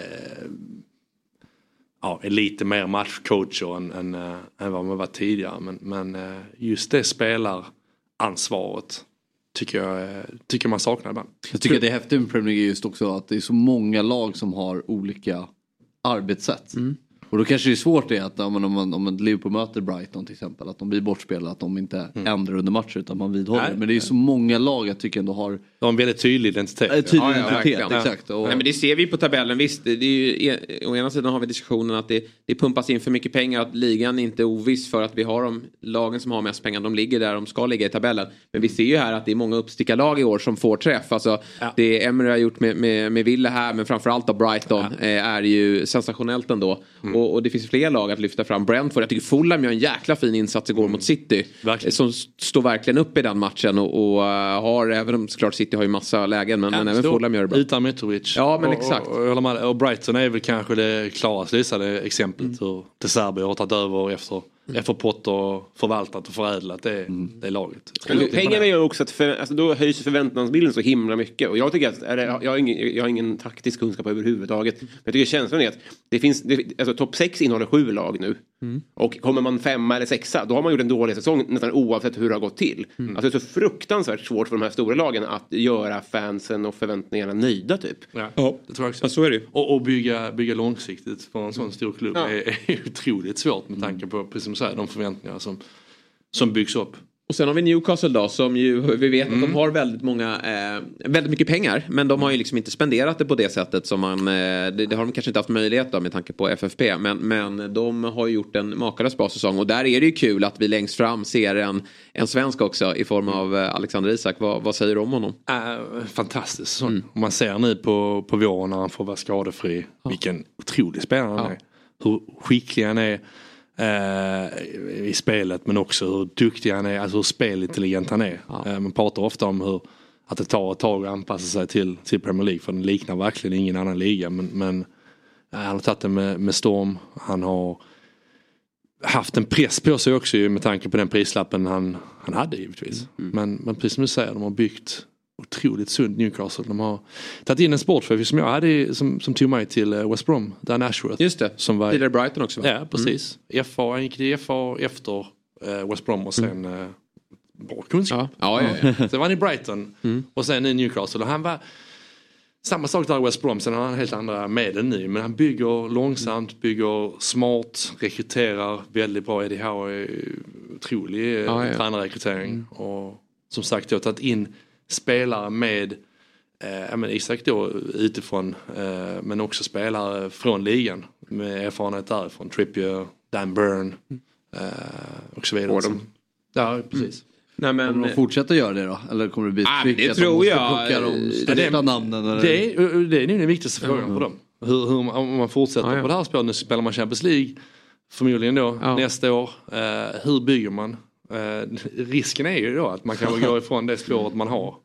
är lite mer matchcoacher än vad man var tidigare. Men just det spelaransvaret tycker man saknar ibland. Jag tycker att det är häftigt med Premier League just också att det är så många lag som har olika arbetssätt. Och då kanske det är svårt det att om Liverpool möter Brighton till exempel, att de blir bortspelade, att de inte ändrar under matcher utan man vidhåller. Men det är så många lag jag tycker ändå har en väldigt tydlig identitet. Exakt. Nej, men det ser vi på tabellen, visst. Det är ju, å ena sidan har vi diskussionen att det pumpas in för mycket pengar, att ligan inte är oviss för att vi har de lagen som har mest pengar, de ligger där de ska ligga i tabellen. Men vi ser ju här att det är många uppstickarlag i år som får träff. Alltså, det Emery har gjort med Villa här, men framförallt av Brighton är ju sensationellt ändå. Och det finns fler lag att lyfta fram. Brentford, jag tycker Fulham gör en jäkla fin insats igår mot City. Som står verkligen upp i den matchen och har, även om såklart City har ju massa lägen, men även Fulham gör det bra. Utan Mitrovic. Ja, men exakt. Och Brighton är väl kanske det klarast lysande exemplet hur De Serbi har tagit över efter Potter och förvaltat och förädlat det laget. Pengarna gör också att då höjs förväntansbilden så himla mycket. Och jag tycker att jag har ingen taktisk kunskap överhuvudtaget. Men jag tycker känslan är att det finns alltså topp 6 innehåller 7 lag nu. Och kommer man 5 eller 6, då har man gjort en dålig säsong nästan oavsett hur det har gått till. Alltså det är så fruktansvärt svårt för de här stora lagen att göra fansen och förväntningarna nöjda typ. Ja, det tror jag också. Ja, så är det. Och bygga långsiktigt för en sån stor klubb är otroligt svårt med tanke på precis som så här, de förväntningar som byggs upp. Och sen har vi Newcastle då, som ju vi vet att de har väldigt mycket pengar, men de har ju liksom inte spenderat det på det sättet som man det har de kanske inte haft möjlighet då med tanke på FFP, men de har ju gjort en makalös bra säsong och där är det ju kul att vi längst fram ser en svensk också i form av Alexander Isak. Vad säger du om honom? Fantastiskt. Man ser nu på våren när han får vara skadefri vilken otrolig spelare han är. Hur skicklig han är i spelet, men också hur duktig han är, alltså hur spelintelligent han är. Man pratar ofta om att det tar ett tag att anpassa sig till Premier League, för den liknar verkligen ingen annan liga, men han har tagit det med storm. Han har haft en press på sig också med tanke på den prislappen han hade givetvis. Men precis som du säger, de har byggt otroligt sund Newcastle. De har tagit in en sportchef som jag hade som tog mig till West Brom, Dan Ashworth. Just det, som var tidigare Brighton också. Ja, precis. Han gick till FA efter West Brom och sen bra kunskap. Sen var han i Brighton och sen i Newcastle. Och han var samma sak där i West Brom, sen har han helt andra medel nu. Men han bygger långsamt, bygger smart, rekryterar väldigt bra. Eddie Howe är otrolig tränarrekrytering. Och som sagt, jag har tagit in spelare med Isak då utifrån, men också spelare från ligan med erfarenhet därifrån, Trippier, Dan Burn och så vidare. Ja, precis. Nej, men kommer de fortsätta göra det då? Eller kommer det bli ett tryck det att tror de jag. måste plocka de största namnen? Eller? Det är nog den viktigaste frågan för dem. Hur om man fortsätter på det här spåret, nu spelar man Champions League förmodligen då nästa år. Hur bygger man? Risken är ju då att man kan gå ifrån det spåret man har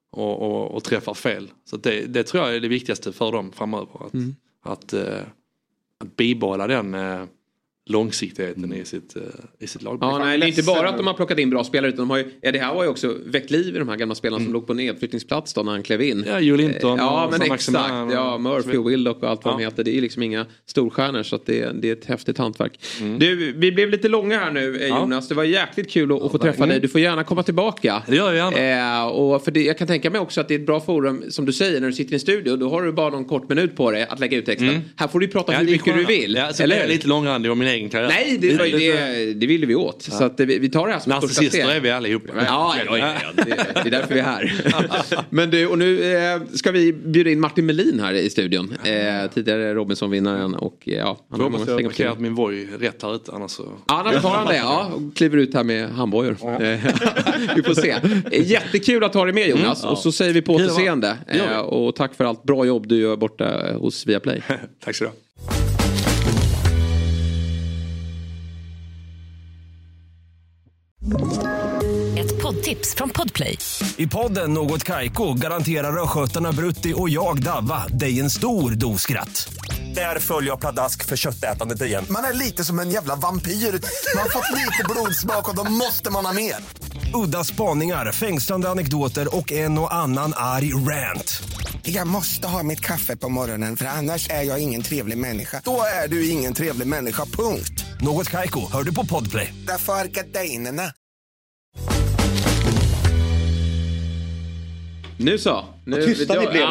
och träffar fel. Så det tror jag är det viktigaste för dem framöver. Att bibehålla den långsiktigheten i sitt lag. Ja, nej, det är inte bara att de har plockat in bra spelare, utan de har ju, det här var ju också väckt liv i de här gamla spelarna som låg på nedflyttningsplats då när han klev in. Ja, Jolinton. Ja, men exakt. Ja, Murphy och Willock och allt vad de heter. Det är liksom inga storstjärnor, så att det är ett häftigt hantverk. Du, vi blev lite långa här nu, Jonas. Det var jäkligt kul att få träffa dig. Du får gärna komma tillbaka. Det gör jag gärna. Och för det, jag kan tänka mig också att det är ett bra forum, som du säger, när du sitter i en studio. Då har du bara någon kort minut på dig att lägga ut texten. Här får du prata hur mycket du vill. Ja, så eller? Det är lite långrandig om min egen karriär. Nej, det ville vi åt. Så att vi tar det här som ett första steg. Är vi allihopa. Ja, det är därför vi är här. Men du, och nu ska vi bjuda in Martin Melin här i studion. Tidigare Robinson-vinnaren. Och han har många stängar på att min voj rätt här ute. Annars tar han det, ja. Och kliver ut här med handbojor. Vi får se. Jättekul att ha dig med, Jonas. Och så säger vi på återseende. Och tack för allt bra jobb du gör borta hos Viaplay. Tack så du. Ett poddtips från Podplay. I podden Något Kaiko garanterar röskötarna Brutti och jag Davva dig en stor doskratt. Där följer jag pladask för köttätandet igen. Man är lite som en jävla vampyr. Man har fått lite blodsmak och då måste man ha mer. Udda spaningar, fängslande anekdoter och en och annan arg rant. Jag måste ha mitt kaffe på morgonen, för annars är jag ingen trevlig människa. Då är du ingen trevlig människa, punkt. Något Kaiko, hör du på Podplay. Därför är gardinerna. Nu så. Tysta vi blev.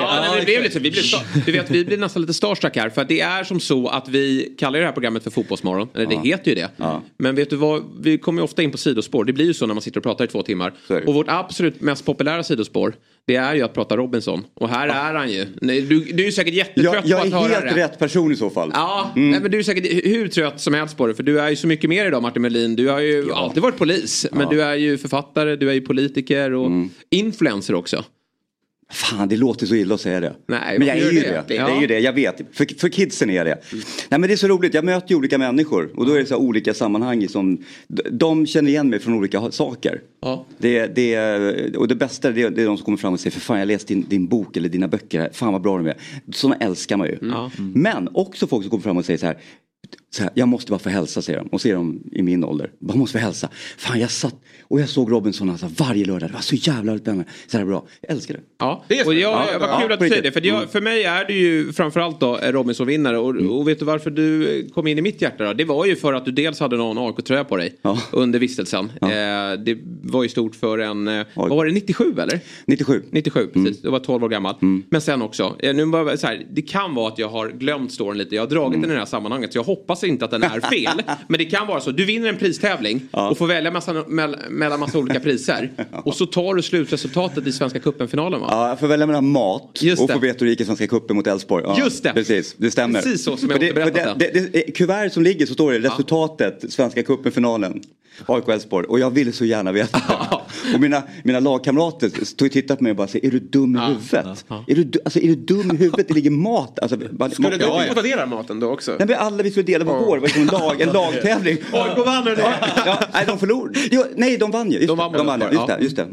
Vi blir nästan lite starstruck här. För att det är som så att vi kallar det här programmet för Fotbollsmorgon. Eller det heter ju det. Men vet du vad? Vi kommer ju ofta in på sidospår. Det blir ju så när man sitter och pratar i 2 timmar. Och vårt absolut mest populära sidospår, det är ju att prata Robinson. Och här är han ju. Du är ju säkert jättetrött på att höra det. Jag är helt rätt person i så fall. Ja, nej, men du är säkert hur trött som helst på det. För du är ju så mycket mer idag, Martin Melin. Du har ju alltid varit polis. Men du är ju författare, du är ju politiker och influencer också. Fan, det låter så illa att säga det. Nej, men jag är ju det. Det är ju det, jag vet. För kidsen är det. Nej, men det är så roligt. Jag möter ju olika människor. Och då är det så här olika sammanhang som de känner igen mig från olika saker. Och det bästa är de som kommer fram och säger: för fan, jag läste din bok eller dina böcker här. Fan vad bra de är. Sådana älskar man ju. Men också folk som kommer fram och säger så här: jag måste bara få hälsa, säger de. Och ser de i min ålder. Bara måste få hälsa. Fan, jag satt och jag såg Robinson alltså varje lördag. Det var så jävla spännande. Så här bra. Jag älskar det. Ja, det är så. Och vad kul att du säger det. För mig är du ju framförallt då Robinson-vinnare. Och vet du varför du kom in i mitt hjärta då? Det var ju för att du dels hade någon AIK-tröja på dig under vistelsen. Det var ju stort för vad var det, 97 eller? 97, precis. Det var 12 år gammalt. Men sen också, nu bara så här, det kan vara att jag har glömt storyn lite. Jag har dragit den i det här sammanhanget. Så jag hoppas inte att den är fel. Men det kan vara så. Du vinner en pristävling och får välja mellan massa olika priser. Och så tar du slutresultatet i Svenska cupen-finalen, va? Ja, jag får välja mellan mat och få veta hur det gick i Svenska cupen mot Elfsborg. Ja, just det. Precis, det stämmer. Precis så som jag berättat det. Kuvert som ligger så står det resultatet Svenska cupen-finalen. AIK Elfsborg. Och jag ville så gärna veta. Och mina lagkamrater stod och tittade på mig och bara säger: är du dum i huvudet? Är du dum i huvudet? Det ligger mat. Alltså, skulle du invadera maten då också? Nej, men alla vi skulle dela på går. Det var en lagtävling. AIK vann det. Nej, de förlorade. Nej, de vann ju. De vann. Just det.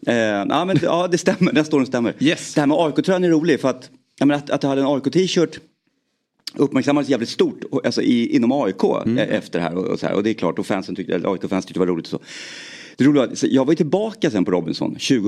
Det stämmer. Den storyn stämmer. Yes. Det här med AIK-tröjan är roligt för att jag hade en AIK-t-shirt uppmärksammades jävligt stort alltså inom AIK efter det här och så här. Och det är klart, och AIK-fans tyckte det var roligt och så. Det roliga, så jag var ju tillbaka sen på Robinson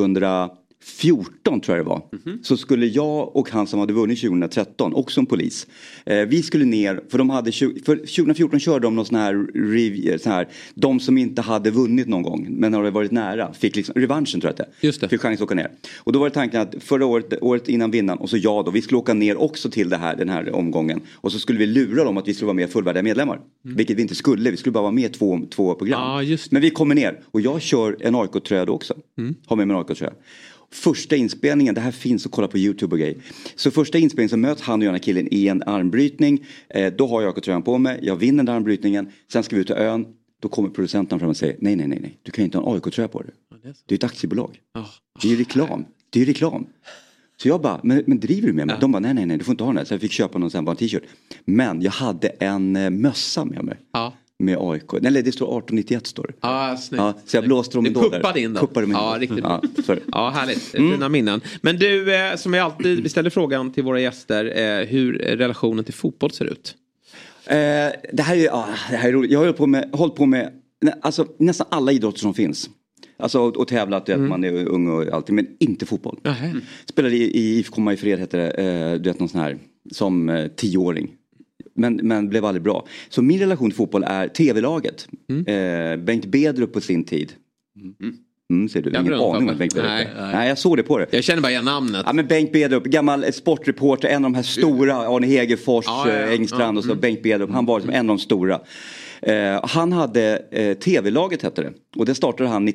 2014 tror jag det var. Så skulle jag och han som hade vunnit 2013, också en polis. Vi skulle ner, för de hade för 2014 körde de någon sån här de som inte hade vunnit någon gång men hade varit nära fick liksom revanschen, tror jag att det. Just det. Fick chans att åka ner. Och då var det tanken att förra året innan vinnaren och så vi skulle åka ner också till den här omgången och så skulle vi lura dem att vi skulle vara med fullvärdiga medlemmar. Vilket vi inte skulle. Vi skulle bara vara med två program. Men vi kommer ner och jag kör en AIK-tröja också. Har med mig en AIK-tröja. Första inspelningen, det här finns att kolla på YouTube och grejer. Så första inspelningen så möts han och den här killen i en armbrytning. Då har jag tröjan på mig, jag vinner den armbrytningen. Sen ska vi ut till ön, då kommer producenten fram och säger: nej, du kan ju inte ha en AIK-tröja på dig. Det är ett aktiebolag. Det är ju reklam. Så jag bara, men driver du med mig? De bara, nej, du får inte ha den. Så jag fick köpa någon sån här t-shirt. Men jag hade en mössa med mig. med AIK. Nej, det står 1891 står det. Snyggt. Ja, så jag blåste dem du kuppade in dem. Ja, riktigt bra. Ja, härligt. Fina minnen. Men du, som jag alltid ställer frågan till våra gäster, hur relationen till fotboll ser ut? Det här är roligt. Jag har hållit på med alltså, nästan alla idrotter som finns. Alltså och tävlat, man är ung och allting, men inte fotboll. Spelade i IFK Mariefred heter det, du vet någon sån här, som 10-åring. Men blev aldrig bra. Så min relation till fotboll är tv-laget. Bengt Bedrup på sin tid. Ser du? Ingen aning om Bengt Bedrup. Nej, jag såg det på det. Jag känner bara igen namnet. Ja, men Bengt Bedrup, gammal sportreporter, en av de här stora, Arne Hegerfors, Engstrand och så Bengt Bedrup. Han var liksom en av de stora. Han hade tv-laget hette det. Och det startade han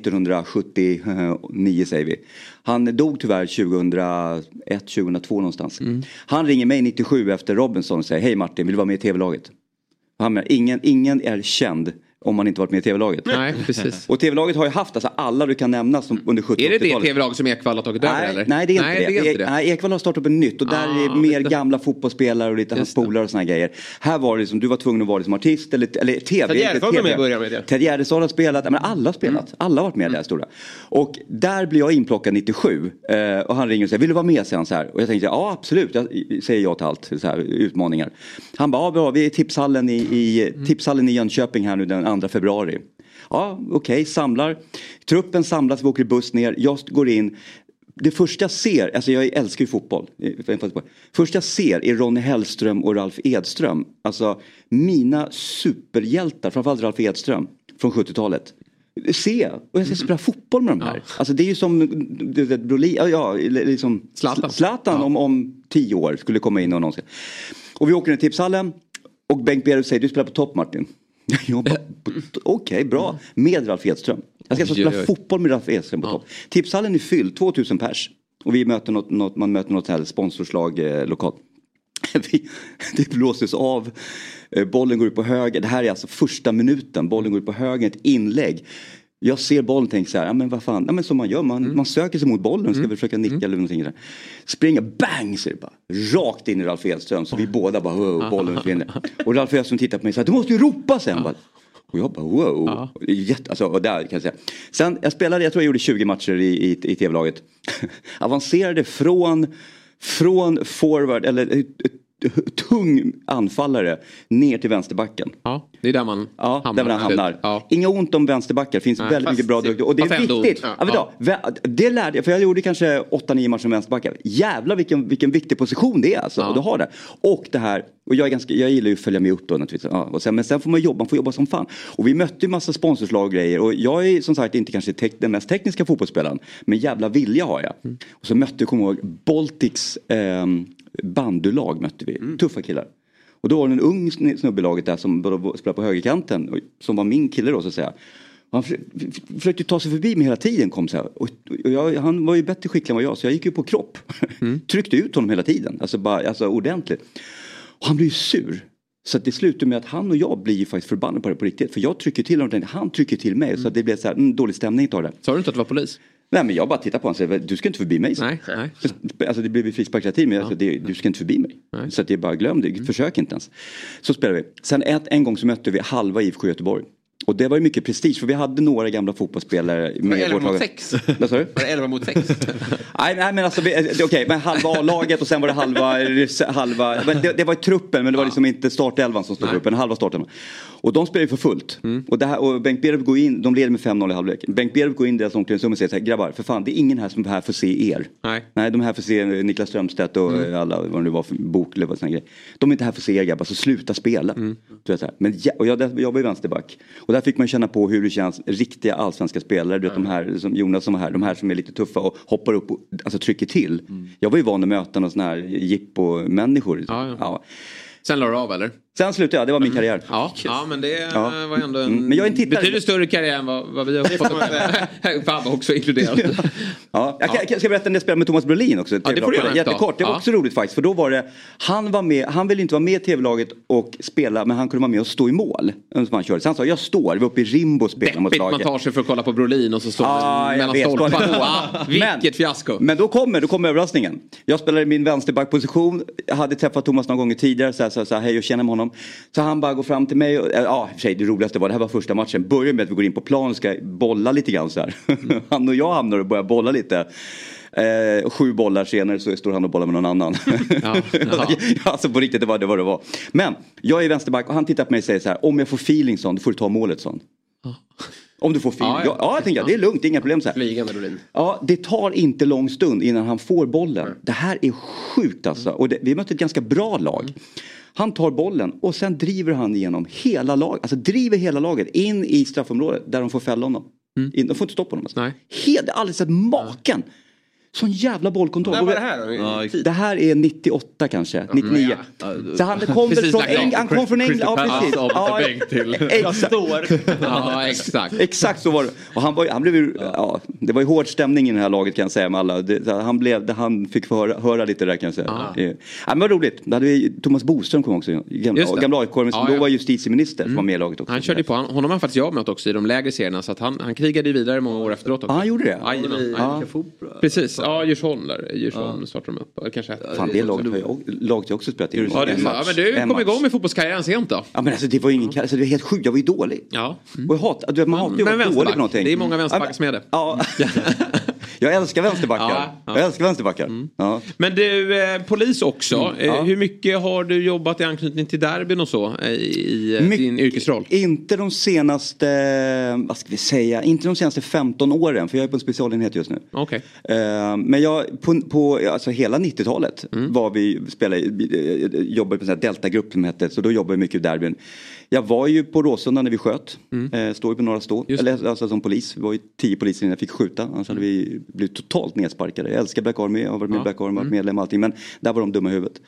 1979 säger vi. Han dog tyvärr 2001-2002 någonstans. Han ringer mig 97 efter Robinson och säger: hej Martin, vill du vara med i tv-laget? Ingen är känd om man inte varit med i tv-laget. Nej, precis. Och tv-laget har ju haft alltså, alla du kan nämna som under 70-talet. Är det tv-laget som Ekvall har tagit över eller? Nej, det är inte det. Nej, Ekvall har startat upp en nytt och där är mer gamla fotbollsspelare och lite hans polare och såna grejer. Här var det som du var tvungen att vara som artist eller tv. Ted Gärdestad var med i början med det. Ted Gärdestad har spelat, men alla har spelat. Alla har varit med där stora. Och där blir jag inplockad 97 och han ringer och säger: vill du vara med? Säger han så här. Och jag tänkte: ja absolut, jag säger ja till allt så här, utmaningar. Han bara: ja bra, vi är i tipshallen i Jönköping här nu den 2 februari. Ja, okej, samlar. Truppen samlas, vi åker i buss ner. Jag går in. Det första jag ser, alltså jag älskar ju fotboll. Första jag ser är Ronny Hellström och Ralf Edström. Alltså mina superhjältar, framförallt Ralf Edström från 70-talet. Se, och jag ska spela fotboll med de här. Alltså det är ju som liksom Zlatan om 10 år skulle komma in och någonsin. Och vi åker in i tipshallen och Bengt Bedrup säger: du spelar på topp Martin. Jag bara, okej, bra. Med Ralf Edström. Jag ska spela fotboll med Ralf Edström på topp. Tipshallen är fylld, 2000 pers. Och vi möter man möter något här sponsorslag lokalt. Det blåses av. Bollen går ut på höger. Det här är alltså första minuten. Bollen går ut på höger, ett inlägg. Jag ser bollen och tänker så här: ja men vad fan, ja, men som man gör, man söker sig mot bollen, ska försöka nicka eller någonting där. Springer, bang, så det bara rakt in i Ralf Edström, så vi båda bara wow, bollen försvinner. Och Ralf Edström tittar på mig och säger: du måste ju ropa sen. Och jag bara wow. Alltså, och där kan jag säga. Sen jag tror jag gjorde 20 matcher i tv-laget. Avancerade från forward eller tung anfallare ner till vänsterbacken. Ja, det är där man hamnar. Ja. Inga ont om vänsterbackar, finns väldigt mycket bra duktiga. Och det är viktigt. Det lärde jag, för jag gjorde kanske 8-9 matcher som vänsterbackar. Jävlar vilken viktig position det är alltså. Och du har det. Och det här, och jag gillar ju att följa med upp då naturligtvis. Ja, och sen, men sen får man jobba som fan. Och vi mötte ju massa sponsorslag och grejer. Och jag är som sagt inte kanske den mest tekniska fotbollsspelaren, men jävla vilja har jag. Och så mötte jag, kommer ihåg, Baltics bandylag mötte vi. Tuffa killar. Och då var det en ung snubbelaget där som började spela på högerkanten. Som var min kille då så att säga. Och han försökte ta sig förbi mig hela tiden. Kom så här. Och han var ju bättre skicklig än vad jag. Så jag gick ju på kropp. Tryckte ut honom hela tiden. Alltså ordentligt. Och han blev ju sur. Så att det slutar med att han och jag blir ju faktiskt förbannade på det på riktigt. För jag trycker till honom. Han trycker till mig. Så att det blev så här dålig stämning av det. Sa du inte att du var polis? Nej, men jag bara tittar på honom och säger: du ska inte förbi mig. Nej. Alltså det blev ju frispark hela tiden, men alltså, du ska inte förbi mig. Nej. Så att det är bara glöm det, försök inte ens. Så spelar vi. Sen en gång så mötte vi halva IFK Göteborg. Och det var ju mycket prestige, för vi hade några gamla fotbollsspelare med. Var det 11 mot 6? Vad sa du? Var det 11 mot 6? Nej men alltså, okej, men halva A-laget och sen var det halva men det var i truppen, men det var liksom inte startelvan som stod upp, en halva startelvan. Och de spelade för fullt. Och Bengt Bedrup går in, de leder med 5-0 i halvlek. Bengt Bedrup går in i deras omklädningsrum och säger så här: grabbar, för fan, det är ingen här som är här för att se er. Nej, de är här för att se Niklas Strömstedt och alla, vad det var för bok eller vad sån grej. De är inte här för att se er, grabbar, så sluta spela. Så här. Men jag var i vänsterback. Och där fick man känna på hur det känns, riktiga allsvenska spelare, du vet, de här som Jonas som var här, de här som är lite tuffa och hoppar upp och alltså trycker till. Jag var ju van att möta någon sån här jippo-människor. Ja. Sen la du av eller? Sen slutade jag, det var min karriär. Ja, men det var ändå en men jag är betydligt större karriär än vad vi har fått. Fan var också inkluderat. Jag ska berätta när jag spelade med Thomas Brolin också. Ja, det får du göra. Jättekort, det var också roligt faktiskt. För då var det, han ville inte vara med i tv-laget och spela, men han kunde vara med och stå i mål. Som han körde. Så han sa, jag står, vi var uppe i Rimbo och spelade mot laget. Man tar sig för att kolla på Brolin och så står man mellan stolparna. Vilket fiasko. Men då kommer överraskningen. Jag spelade i min vänsterbackposition. Jag hade träffat Thomas någon gång tidigare, så här, hej och känner med honom. honom. Så han bara går fram till mig och, det roligaste var, det här var första matchen. Börjar med att vi går in på plan och ska bolla lite grann så här. Han och jag hamnar och börjar bolla lite. 7 bollar senare så står han och bollar med någon annan. Alltså på riktigt, det var det var. Men jag är vänsterback och han tittar på mig och säger så här: om jag får feeling sån, då får du ta målet sån. Om du får feeling. Jag tänker det är lugnt, det är inga problem så här. Flygande Rolin. Ja, det tar inte lång stund innan han får bollen. Det här är sjukt alltså. Och vi mötte ett ganska bra lag. Han tar bollen och sen driver han igenom hela laget. Alltså driver hela laget in i straffområdet där de får fälla honom. De får inte stoppa honom. Alltså. Helt alldeles sett maken. Sån jävla bollkontroll. När var det här då? Det här är 98 kanske, 99. Så han kom från England. Han kom från England. Ja, precis. Exakt så var det. Och han blev ju, det var ju hård stämning i det här laget kan jag säga med alla. Han fick höra lite där kan jag säga. Ja, men vad roligt. Då hade vi Thomas Boström kom också. Gamla AIK som då var justitieminister som var med i laget också. Han körde på. Honom har faktiskt jag mött också i de lägre serierna så att han krigade vidare många år efteråt också. Han gjorde det. Precis. Ja, Djursholm startar de upp. Kanske. Fan, det laget jag också spelat i. Ja, men du kom igång med fotbollskarriären sent då. Ja, men alltså det var ingen alltså, det var helt sjukt. Jag var ju dålig. Ja. Och man hatar ju att vara dålig på någonting. Det är många vänsterbackar som är det. Ja. Jag älskar vänsterbackar. Ja. Men du, polis också. Hur mycket har du jobbat i anknytning till derbyn och så i din yrkesroll? Inte de senaste, vad ska vi säga, inte de senaste 15 åren. För jag är på en specialenhet just nu. Okay. Men jag på alltså hela 90-talet var vi jobbade på en Delta-grupp som hette. Så då jobbade jag mycket i derbyn. Jag var ju på Råsunda när vi sköt. Stod på Norra Stå. Eller alltså som polis. Vi var ju 10 poliser innan jag fick skjuta. Annars hade vi blivit totalt nedsparkade. Jag älskar Black Army. Jag har varit med i Black Army, varit medlem och allting. Men där var de dumma i huvudet.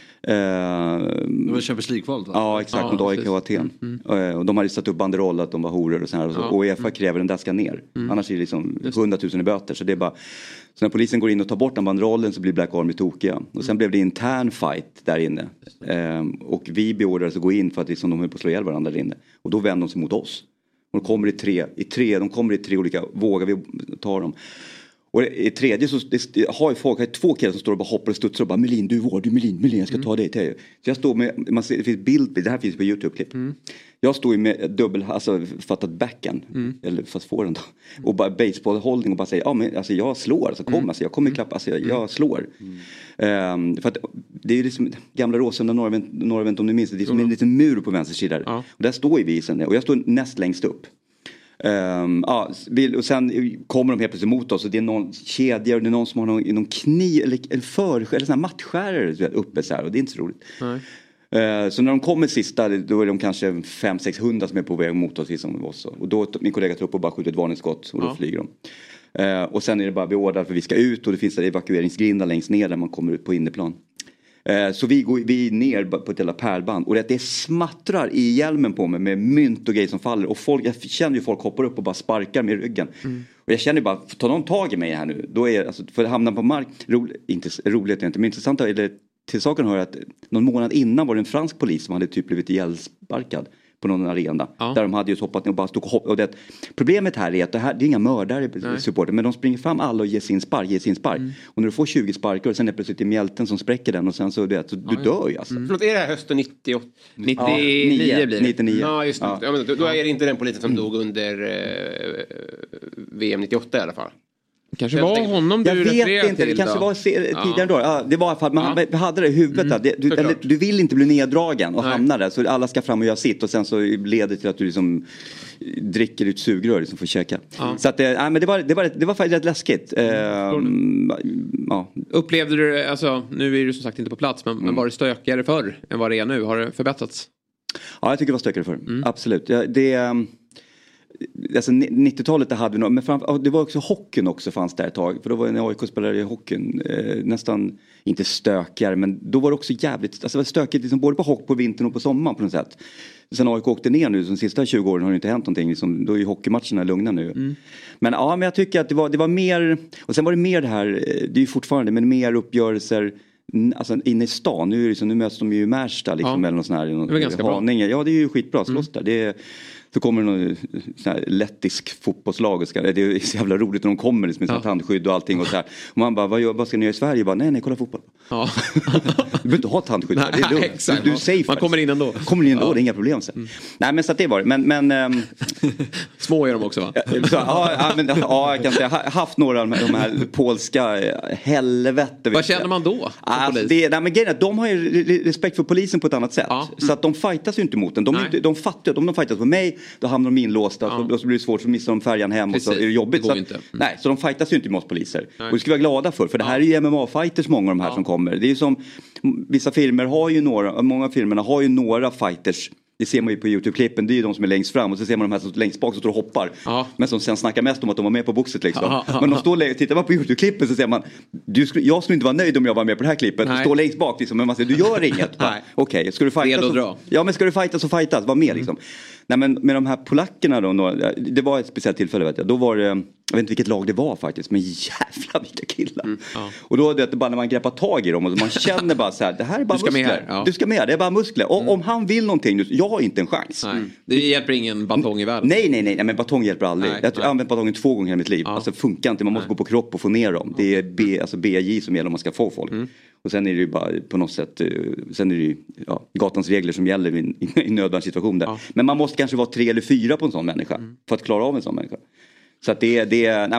Det var Champions League-kvalet. Ja, exakt. Mot AIK och Aten. Och de hade satt upp banderoll att de var horor och så här. Och UEFA kräver den där ska ner. Annars är det liksom 100 000 i böter. Så det är bara... Så när polisen går in och tar bort den banderollen så blir Black Army tokiga. Och sen blev det intern fight där inne. Och vi beordrades att gå in för att liksom, de höll på att slå ihjäl varandra där inne. Och då vänder de sig mot oss. Och de kommer de kommer i tre olika vågar vi tar dem. Och i tredje så har ju folk, 2 killar som står och bara hoppar och studsar och bara Melin, du Melin, jag ska ta dig till. Så jag står med, man ser, det finns bild, det här finns på YouTube-klipp. Jag står ju med fattat backen, eller fast får den då. Och bara baseballhållning och bara säger, men alltså jag slår, alltså kom, alltså jag kommer klappa, alltså jag slår. För att det är ju liksom gamla Råsunda norrvänt om ni minns det, är som en liten mur på vänster sida. Och där står ju vi sen, och jag står näst längst upp. Och sen kommer de helt plötsligt mot oss och det är någon kedja och det är någon som har någon kniv eller en eller sån här mattskärare uppe så här, och det är inte så roligt. Så när de kommer sista då är de kanske 500-600 som är på väg mot oss som oss. Och då min kollega tar upp och bara skjuter ett varningsskott och då flyger de. Och sen är det bara beordrar för vi ska ut och det finns evakueringsgrindar längst ner där man kommer ut på inneplan. Så vi går ner på ett jävla pärlband och det smattrar i hjälmen på mig med mynt och grejer som faller och jag känner ju folk hoppar upp och bara sparkar med ryggen och jag känner bara, tar någon tag i mig här nu då är alltså, för att hamna på mark roligt är inte, men intressant är det till saken hör att någon månad innan var det en fransk polis som hade typ blivit ihjälsparkad på någon arena. Där de hade ju hoppat ner och bara stod och hoppade. Och det, problemet här är att det är inga mördare supporter. Men de springer fram alla och ger sin spark. Och när du får 20 sparkar och sen är det plötsligt i mjälten som spräcker den. Och sen så du dör ju alltså. Förlåt, är det här hösten 98? 99 blir det. 99. Ja, just det. Ja, men då är det inte den polisen som dog under VM 98 i alla fall. Kanske var honom du refererade till. Jag vet inte, det kanske var tidigare då. Ja, det var för att man hade det i huvudet. Du vill inte bli neddragen och hamna där. Så alla ska fram och göra sitt. Och sen så leder det till att du liksom dricker ut sugrör liksom för att käka. Så att, men det var faktiskt rätt läskigt. Upplevde du, alltså, nu är du som sagt inte på plats. Men var det stökigare förr än vad det är nu? Har det förbättrats? Ja, jag tycker det var stökigare förr. Absolut. Alltså 90-talet där hade vi men det var också hockeyn också fanns där ett tag. För då var när AIK spelade i hockeyn nästan inte stökigare, men då var det också jävligt, alltså det var stökigt liksom, både på vintern och på sommaren på något sätt. Sen AIK åkte ner nu, de sista 20 åren har det inte hänt någonting liksom, då är ju hockeymatcherna lugna nu. Men jag tycker att det var mer, och sen var det mer det här, det är ju fortfarande, men mer uppgörelser alltså inne i stan. Nu möts de ju i Märsta liksom, eller något sån här, det är ganska Haninge. Ja, det är ju skitbra, slåss där. Så kommer det någon sån här lettisk fotbollslag och det är så jävla roligt när de kommer liksom, med sitt handskydd och allting och så här. Och man bara, vad ska ni göra i Sverige? Bara, nej, kolla fotboll. Ja. Du behöver inte ha tandskydd. Nej, det är lugnt. exakt. Du är safe. Man kommer in ändå. Det är inga problem sen. Nej men så att det var det. Men små är de också va? Jag kan säga. Jag har haft några av de här polska helvete. Vad känner man då? De har ju respekt för polisen på ett annat sätt. Så att de fightas ju inte mot den. De fattar om de fightas på mig, då hamnar de inlåsta och så blir det svårt, så missar de färjan hem. Precis. Och så är det jobbigt. Det inte. Nej, så de fightas ju inte mot poliser. Och det ska vi vara glada för det här är ju MMA-fighters, många av de här som kommer. Det är ju som, vissa filmer har ju många av filmerna har ju några fighters. Det ser man ju på YouTube-klippen, det är ju de som är längst fram och så ser man de här som längst bak som står och hoppar. Men som sen snackar mest om att de var med på boxet liksom. Men de står tittar man på YouTube-klippen så ser man, jag skulle inte vara nöjd om jag var med på det här klippet. Du står längst bak liksom, men man säger, du gör inget. Okej, ska du fighta så, men ska du fighta så fightas, var med liksom. Nej men med de här polackerna då, det var ett speciellt tillfälle vet jag. Då var det, jag vet inte vilket lag det var faktiskt, men jävla vilka killar. Och då det bara när man greppar tag i dem och man känner bara så här, det här är bara muskler. Du ska med, det är bara muskler. Och om han vill någonting, jag har inte en chans. Det hjälper ingen batong i världen. Nej, men batong hjälper aldrig. Jag har använt batongen 2 gånger i mitt liv. Alltså funkar inte, man måste gå på kropp och få ner dem. Det är BJ som gäller om man ska få folk. Och sen är det ju bara på något sätt, sen är det ju gatans regler som gäller i nödvärnssituation där. Men man måste kanske vara 3 eller 4 på en sån människa för att klara av en sån människa. Så att det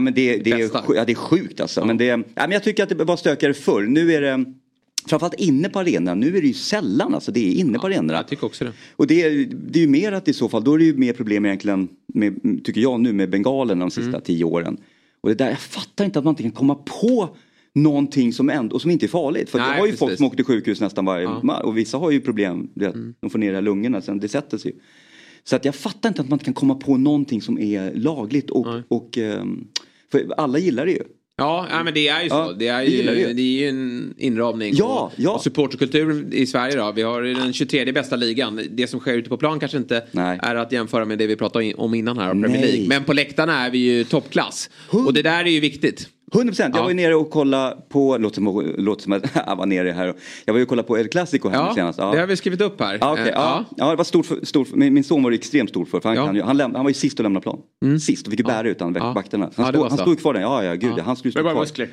är sjukt alltså. Men men jag tycker att det var stökigare förr. Nu är det framförallt inne på arenan. Nu är det ju sällan alltså, det är inne på arenorna. Jag tycker också det. Och det är ju mer att i så fall, då är det ju mer problem egentligen med, tycker jag nu, med bengalerna de sista 10 åren. Och det där, jag fattar inte att man inte kan komma på någonting som inte är farligt. För det har ju folk som åker till sjukhus nästan varje och vissa har ju problem. De får ner de här lungorna, sen det sätter sig. Så att jag fattar inte att man inte kan komma på någonting som är lagligt och för alla gillar det ju. Ja, men det är ju så. Det är ju en inramning. Och supporterkulturen i Sverige då. Vi har den 23 bästa ligan. Det som sker ute på plan kanske inte är att jämföra med det vi pratade om innan här. Premier League. Men på läktarna är vi ju toppklass. Och det där är ju viktigt. 100%. Jag var ju nere och kollade på, låt som att jag var nere här. Jag var ju och kollade på El Clasico här senast. Det har vi skrivit upp här. Det var stort. Min son var extremt stor för han var ju sist att lämna plan. Sist och fick ju bära utan vakterna. Han stod kvar där. Han skulle stå kvar. Muskler.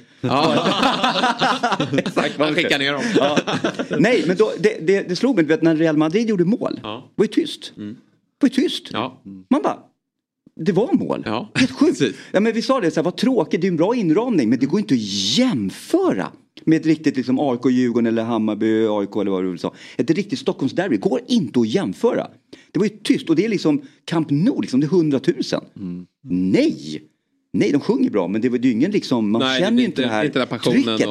Exakt, man skickar ner dem. Nej, men då, det slog mig, när Real Madrid gjorde mål. Det var ju tyst. Man bara, det var mål. Helt sjukt. Men vi sa det så här, vad tråkigt, det är en bra inramning, men det går inte att jämföra med ett riktigt liksom AIK, Djurgården eller Hammarby, AIK eller vad du sa. Ett riktigt Stockholmsderby går inte att jämföra. Det var ju tyst och det är liksom Camp Nou, liksom, det är 100 000. Nej, de sjunger bra, men det är ju ingen liksom, man känner ju inte det här inte trycket.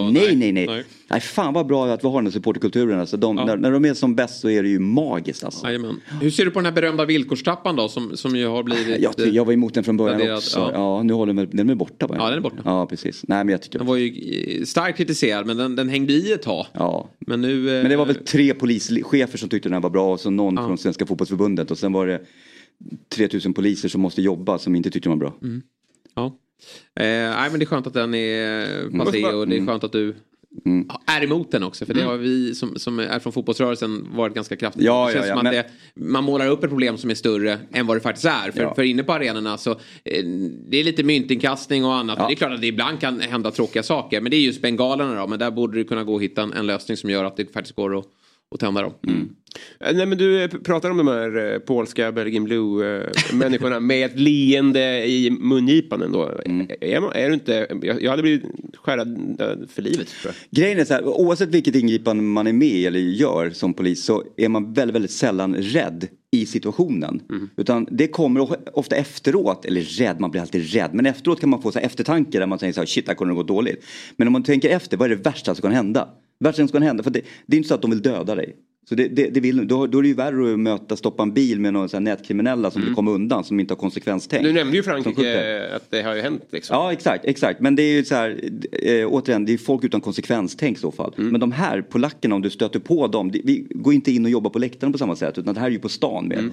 Nej, fan vad bra att vi har den här supporterkulturen. Alltså när de är som bäst så är det ju magiskt. Alltså. Hur ser du på den här berömda villkorstrappan då, som ju har blivit... Jag var emot den från början också. Nu håller den är borta bara. Ja, den är borta. Ja, precis. Nej, men jag tycker... Den var ju starkt kritiserad, men den hängde i ett tag. Ja. Men det var väl 3 polischefer som tyckte den här var bra och så någon från Svenska fotbollsförbundet och sen var det 3000 poliser som måste jobba som inte tyckte den var bra. Ja. Nej, men det är skönt att den är passé och det är skönt att du är emot den också. För det har vi som är från fotbollsrörelsen varit ganska kraftigt. Det känns som att man målar upp ett problem som är större än vad det faktiskt är. För inne på arenorna så det är lite myntinkastning och annat. Det är klart att det ibland kan hända tråkiga saker. Men det är just bengalerna då. Men där borde du kunna gå och hitta en lösning som gör att det faktiskt går att tända dem. Nej, men du pratar om de här polska Belgian Blue-människorna med ett leende i mungipan ändå. Är du inte... Jag hade blivit skärrad för livet, tror jag. Grejen är så här, oavsett vilket ingripande man är med eller gör som polis så är man väldigt, väldigt sällan rädd i situationen. Utan det kommer ofta efteråt, eller rädd, man blir alltid rädd. Men efteråt kan man få så här eftertanke där man säger så här, shit, här kommer det gå dåligt. Men om man tänker efter, vad är det värsta som kan hända? För det är inte så att de vill döda dig. Så då är det ju värre att stoppa en bil med någon sån här nätkriminella som vill komma undan, som inte har konsekvenstänk. Du nämnde ju Frankrike att det har ju hänt liksom. Ja, exakt. Men det är ju så här, återigen, det är folk utan konsekvenstänk i så fall. Men de här polackerna, om du stöter på dem, vi går inte in och jobbar på läktaren på samma sätt, utan det här är ju på stan med.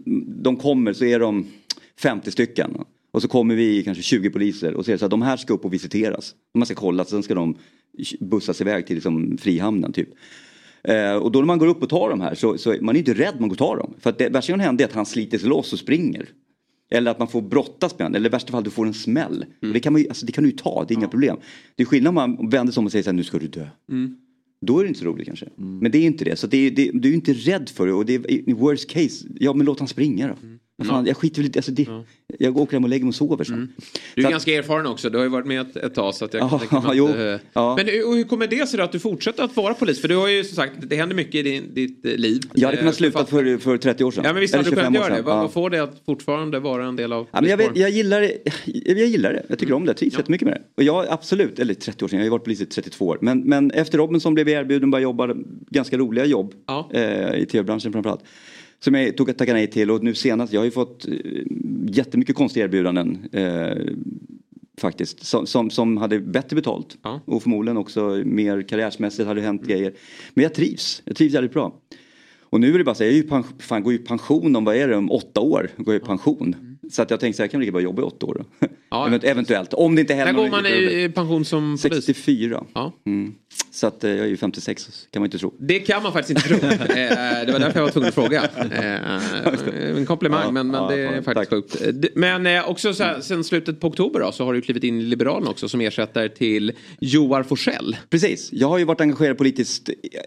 De kommer, så är de 50 stycken. Och så kommer vi kanske 20 poliser och säger så att de här ska upp och visiteras. De ska kollas, sen ska de bussas iväg till liksom Frihamnen typ. Och då när man går upp och tar de här så är man inte rädd man går och tar dem. För att det värsta som händer är att han sliter sig loss och springer. Eller att man får brottas med honom. Eller i värsta fall du får en smäll. Och det kan du ju ta, det är inga problem. Det är skillnad om man vänder sig om och säger så här, nu ska du dö. Då är det inte så roligt kanske. Men det är inte det. Så du är ju inte rädd för det. Och det är worst case. Ja, men låt han springa då. Fan, jag skiter lite. Alltså jag åker hem och lägger mig och sover sen. Du är ganska erfaren också. Du har ju varit med ett tag. Så att jag kan tänka mig att, Men hur kommer det sig att du fortsätter att vara polis? För du har ju som sagt, det händer mycket i ditt liv. Jag hade kunnat sluta för 30 år sedan. Ja, men visst hade du kunnat göra det. Vad får det att fortfarande vara en del av jag gillar det. Jag tycker om det. Jag trivs jättemycket med det. Och jag absolut, eller 30 år sedan. Jag har ju varit polis i 32 år. Men efter Robinson blev jag erbjuden att jobba ganska roliga jobb. I tv-branschen framförallt. Som jag tackade nej till. Och nu senast, jag har ju fått jättemycket konstiga erbjudanden. Faktiskt. Som hade bättre betalt. Och förmodligen också mer karriärsmässigt hade hänt grejer. Men jag trivs väldigt bra. Och nu är det bara så, jag är ju går i pension om 8 år. Går jag i pension. Så att jag tänkte så jag kan lika bara jobba i 8 år. Eventuellt. Om det inte händer. När går man i pension som polis? 64. Så att jag är ju 56, kan man inte tro. Det kan man faktiskt inte tro. Det var därför jag var tvungen att fråga. En komplimang, men det är faktiskt sjukt. Men också så här, sen slutet på oktober då, så har du klivit in i Liberalerna också som ersättare till Joar Forsell. Precis, jag har ju varit engagerad politiskt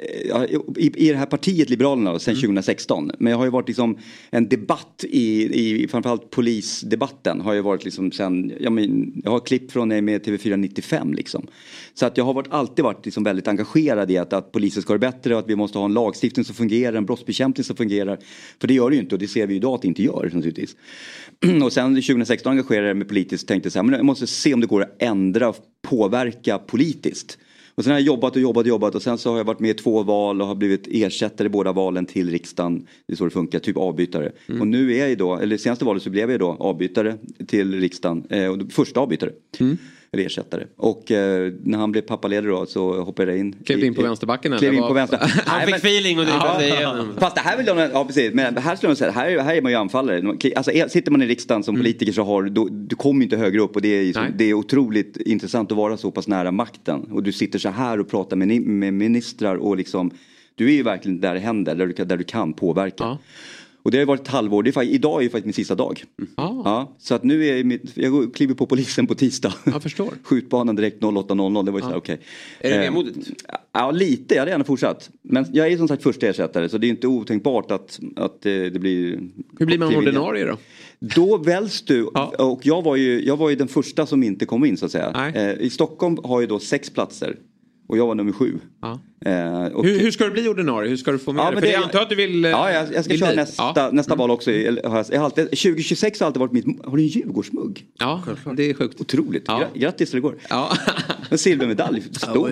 i det här partiet Liberalerna sedan 2016. Men jag har ju varit liksom en debatt i framförallt polisdebatten har ju varit liksom sen, jag har klipp från med TV4 95 liksom. Så att jag har alltid varit liksom väldigt engagerad i att polisen ska vara bättre och att vi måste ha en lagstiftning som fungerar, en brottsbekämpning som fungerar. För det gör det ju inte och det ser vi idag att det inte gör naturligtvis. Och sen 2016 engagerade jag mig politiskt och tänkte så här, men jag måste se om det går att ändra och påverka politiskt. Och sen har jag jobbat och sen så har jag varit med i 2 val och har blivit ersättare i båda valen till riksdagen. Det är så det funkar, typ avbytare. Och nu är jag ju då, eller senaste valet så blev jag då avbytare till riksdagen. Och första avbytare. Eller ersättare. Och när han blev pappaledig då så hoppade jag in. Klev in på vänsterbacken? Klev in på vänster. Han fick feeling och fast det här vill jag, ja precis. Men här skulle jag säga, här är man ju anfallare. Alltså sitter man i riksdagen som politiker så du kommer inte högre upp och det är otroligt intressant att vara så pass nära makten. Och du sitter så här och pratar med ministrar och liksom, du är ju verkligen där det händer, där du kan påverka. Och det har varit ett halvår. Idag är ju faktiskt min sista dag. Så att nu är jag kliver på polisen på tisdag. Jag förstår. Skjutbanan direkt 08.00. Det var ju så här, okej. Är det vemodigt? Ja, lite. Jag hade gärna fortsatt. Men jag är som sagt första ersättare. Så det är inte otänkbart att det blir... Hur blir man ordinarie då? Då väljs du. Och jag var ju den första som inte kom in så att säga. I Stockholm har ju då 6 platser. Och jag var nummer 7. Hur ska du bli ordinarie? Hur ska du få med det? För jag antar att du vill... Ja, jag ska köra nästa val också. 2026 har alltid varit mitt... Har du en Djurgårdsmugg? Ja, det är sjukt. Otroligt. Grattis till det går. En silvermedalj. Stort.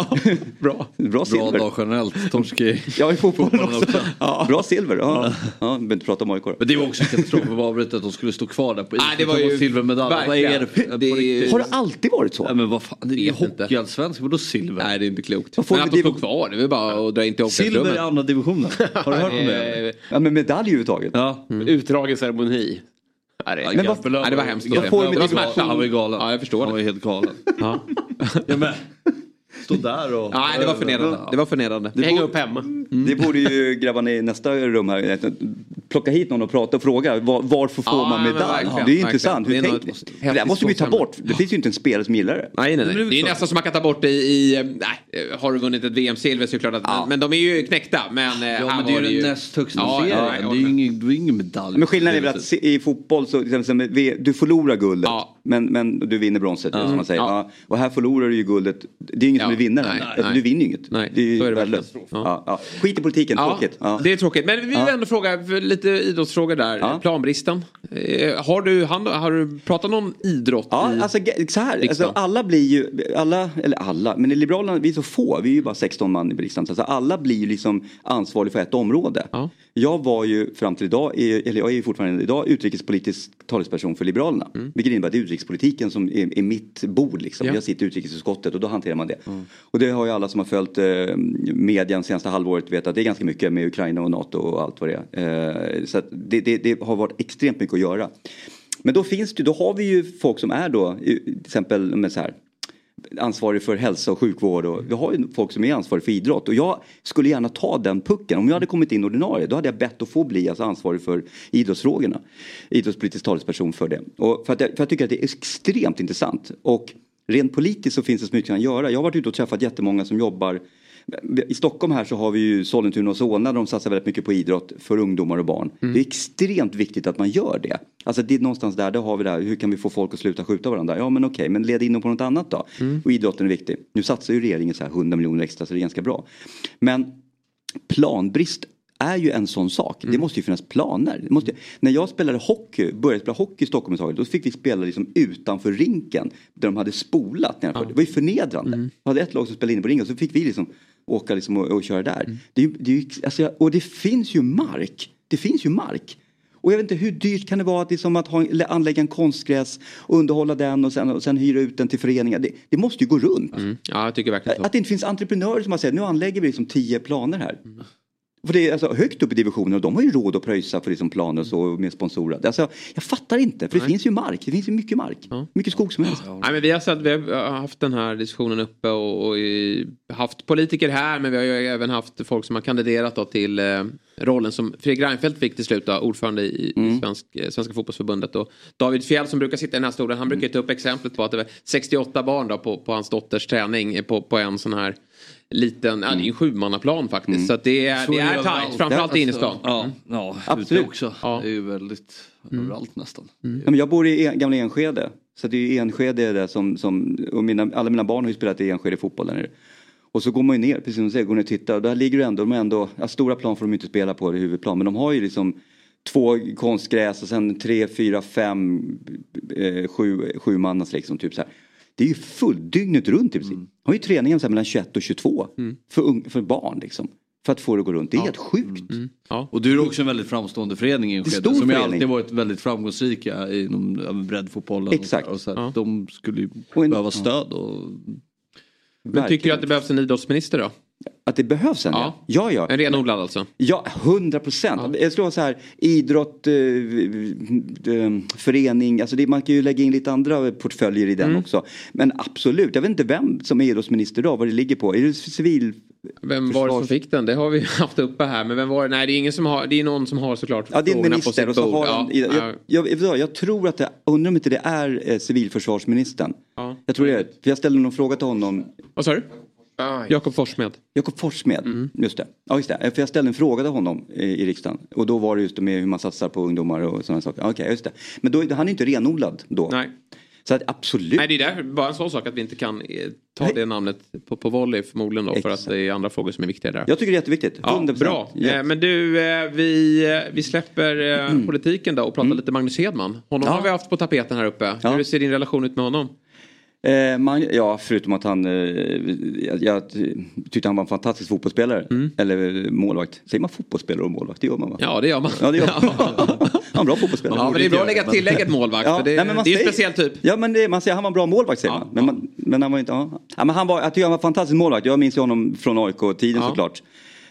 Bra silver. Bra dag generellt. Torski. Ja, i fotbollen också. Bra silver. Ja, behöver inte prata om AIK. Men det var också katastrof för avbrytet att de skulle stå kvar där på is. Det var ju silvermedalj. Vad är det? Har det alltid varit så? Ja, men vad fan, det är hockeyallsvensk. Vadå silver? Nej, det är inte klokt. Men att de stod kvar, det är bara att dra in till omklädningsrummet. Silver i andra divisionen. Har du hört om det? Ja, men medalj överhuvudtaget. Utdragen ceremoni. Det var hemskt. Det var smärta. Han var ju galen. Ja, jag förstår. Han var ju helt galen. Stod där och... Nej, det var förnedrande. Hänga upp hemma. Det borde ju grabbarna i nästa rum här plocka hit någon och prata och fråga varför får man medalj? Det är ju intressant. Hur tänker ni? Det måste vi ta bort. Det finns ju inte en spelare som gillar det. Nej. Det är nästan som man kan ta bort det i... har du vunnit ett VM-silver så är det klart att... Men de är ju knäckta. Men det är ju den näst högsta serien. Det är ju ingen medalj. Men skillnaden är väl att i fotboll så du förlorar guldet. Men du vinner bronset som man säger. Och här förlorar du ju guldet. Det är inget som du vinner. Du vinner ju inget. Det är värdelöst. Skit i politiken, tråkigt. Det är tråkigt. Men vi vill ändå fråga lite idrottsfrågor där. Planbristen. Har du pratat om idrott? Alltså så här. Alla blir ju... Alla. Men i Liberalerna, vi är så få. Vi är ju bara 16 man i riksdagen. Så alla blir ju liksom ansvariga för ett område. Jag var ju fram till idag, eller jag är fortfarande idag utrikespolitisk talesperson för Liberalerna. Vilket innebär att det är utrikespolitiken som är mitt bord liksom. Jag sitter i utrikesutskottet och då hanterar man det. Och det har ju alla som har följt medien senaste halvåret vet att det är ganska mycket med Ukraina och NATO och allt vad det är. Så att det har varit extremt mycket att göra. Men då har vi ju folk som är då till exempel med så här ansvarig för hälsa och sjukvård och vi har ju folk som är ansvarig för idrott och jag skulle gärna ta den pucken. Om jag hade kommit in ordinarie då hade jag bett att få bli ansvarig för idrottsfrågorna. Idrottspolitisk talesperson för det. Och för jag tycker att det är extremt intressant och rent politiskt så finns det så mycket att göra. Jag har varit ute och träffat jättemånga som jobbar I Stockholm här så har vi ju Sollentuna och Solna där de satsar väldigt mycket på idrott för ungdomar och barn. Det är extremt viktigt att man gör det. Alltså det är någonstans där har vi det här, hur kan vi få folk att sluta skjuta varandra? Ja men okej, men led in dem på något annat då. Och idrotten är viktig. Nu satsar ju regeringen så här 100 miljoner extra så det är ganska bra. Men planbrist är ju en sån sak. Det måste ju finnas planer. När jag började spela hockey i Stockholm då fick vi spela liksom utanför rinken där de hade spolat nerför. Det var ju förnedrande. Vi hade ett lag som spelade inne på ringen så fick vi liksom åka liksom och köra där. Och det finns ju mark. Det finns ju mark. Och jag vet inte hur dyrt kan det vara att, liksom att anlägga en konstgräs och underhålla den och sen hyra ut den till föreningar. Det måste ju gå runt. Ja, jag tycker verkligen så. Att det inte finns entreprenörer som har sagt nu anlägger vi liksom 10 planer här. För det är alltså högt upp i divisionen och de har ju råd att pröjsa för liksom planer och så med sponsorer. Alltså, jag fattar inte, för det finns ju mark. Det finns ju mycket mark. Mycket skog som helst. Nej, men vi har haft den här diskussionen uppe och haft politiker här, men vi har ju även haft folk som har kandiderat då till rollen som Fredrik Reinfeldt fick till slut då, ordförande i Svenska fotbollsförbundet. Och David Fjell som brukar sitta i den här stolen, han brukar ta upp exemplet på att det var 68 barn då på hans dotters träning på en sån här liten, det är en 7-mannaplan faktiskt. Så att det är tajt, framförallt i innerstan. Ja, absolut också. Ja. Det är ju väldigt överallt nästan. Men jag bor i gamla Enskede. Så det är ju Enskede där som och alla mina barn har ju spelat i Enskede fotboll där nere. Och så går man ju ner, precis som du säger, går ner och tittar. Och där ligger det ändå stora plan får de inte spela på i huvudplan. Men de har ju liksom 2 konstgräs och sen 3, 4, 5, 7 mannas liksom typ så här. Det är ju full dygnet runt i princip. Har ju träningen så här mellan 21 och 22 för barn liksom. För att få det att gå runt. Det är helt sjukt. Ja. Och du är också en väldigt framstående förening i Enskede. Som har alltid varit väldigt framgångsrika inom breddfotbollen. Exakt. Och så här, de skulle ju behöva stöd. Men tycker du att det behövs en idrottsminister då? Att det behövs en? Ja. En renodlad alltså? Ja, 100%. Jag skulle vara så här, idrott, förening, alltså man kan ju lägga in lite andra portföljer i den också. Men absolut, jag vet inte vem som är idrottsminister då, vad det ligger på. Är det civil? Vem var det som fick den? Det har vi haft uppe här. Men vem var det? Nej, det är ingen som har, det är någon som har såklart frågorna på sitt bord. Jag tror att undrar om inte det är civilförsvarsministern. Jag tror det är, för jag ställde någon fråga till honom. Vad sa du? Jakob Forssmed. Just det. Ja, just det. För jag ställde en fråga till honom i riksdagen. Och då var det just med hur man satsar på ungdomar och sådana saker. Okej, just det. Men då, han är inte renodlad då. Nej. Så att absolut. Nej, det är där, bara en sån sak att vi inte kan ta det namnet på volley förmodligen då. För att det är andra frågor som är viktiga där. Jag tycker det är jätteviktigt. 100%. Bra. Men du, vi släpper politiken då och pratar lite Magnus Hedman. Honom har vi haft på tapeten här uppe. Hur ser din relation ut med honom? Förutom att jag tyckte han var en fantastisk fotbollsspelare. Eller målvakt. Säger man fotbollsspelare och målvakt? Det gör man va? Ja, det gör man. Han är en bra fotbollsspelare. Ja, men det är bra att lägga tillägget målvakt. Det är ju en speciell typ. Ja, men man säger han var en bra målvakt säger man. Men han var inte... Ja, men jag tycker han var en fantastisk målvakt. Jag minns honom från AIK-tiden såklart.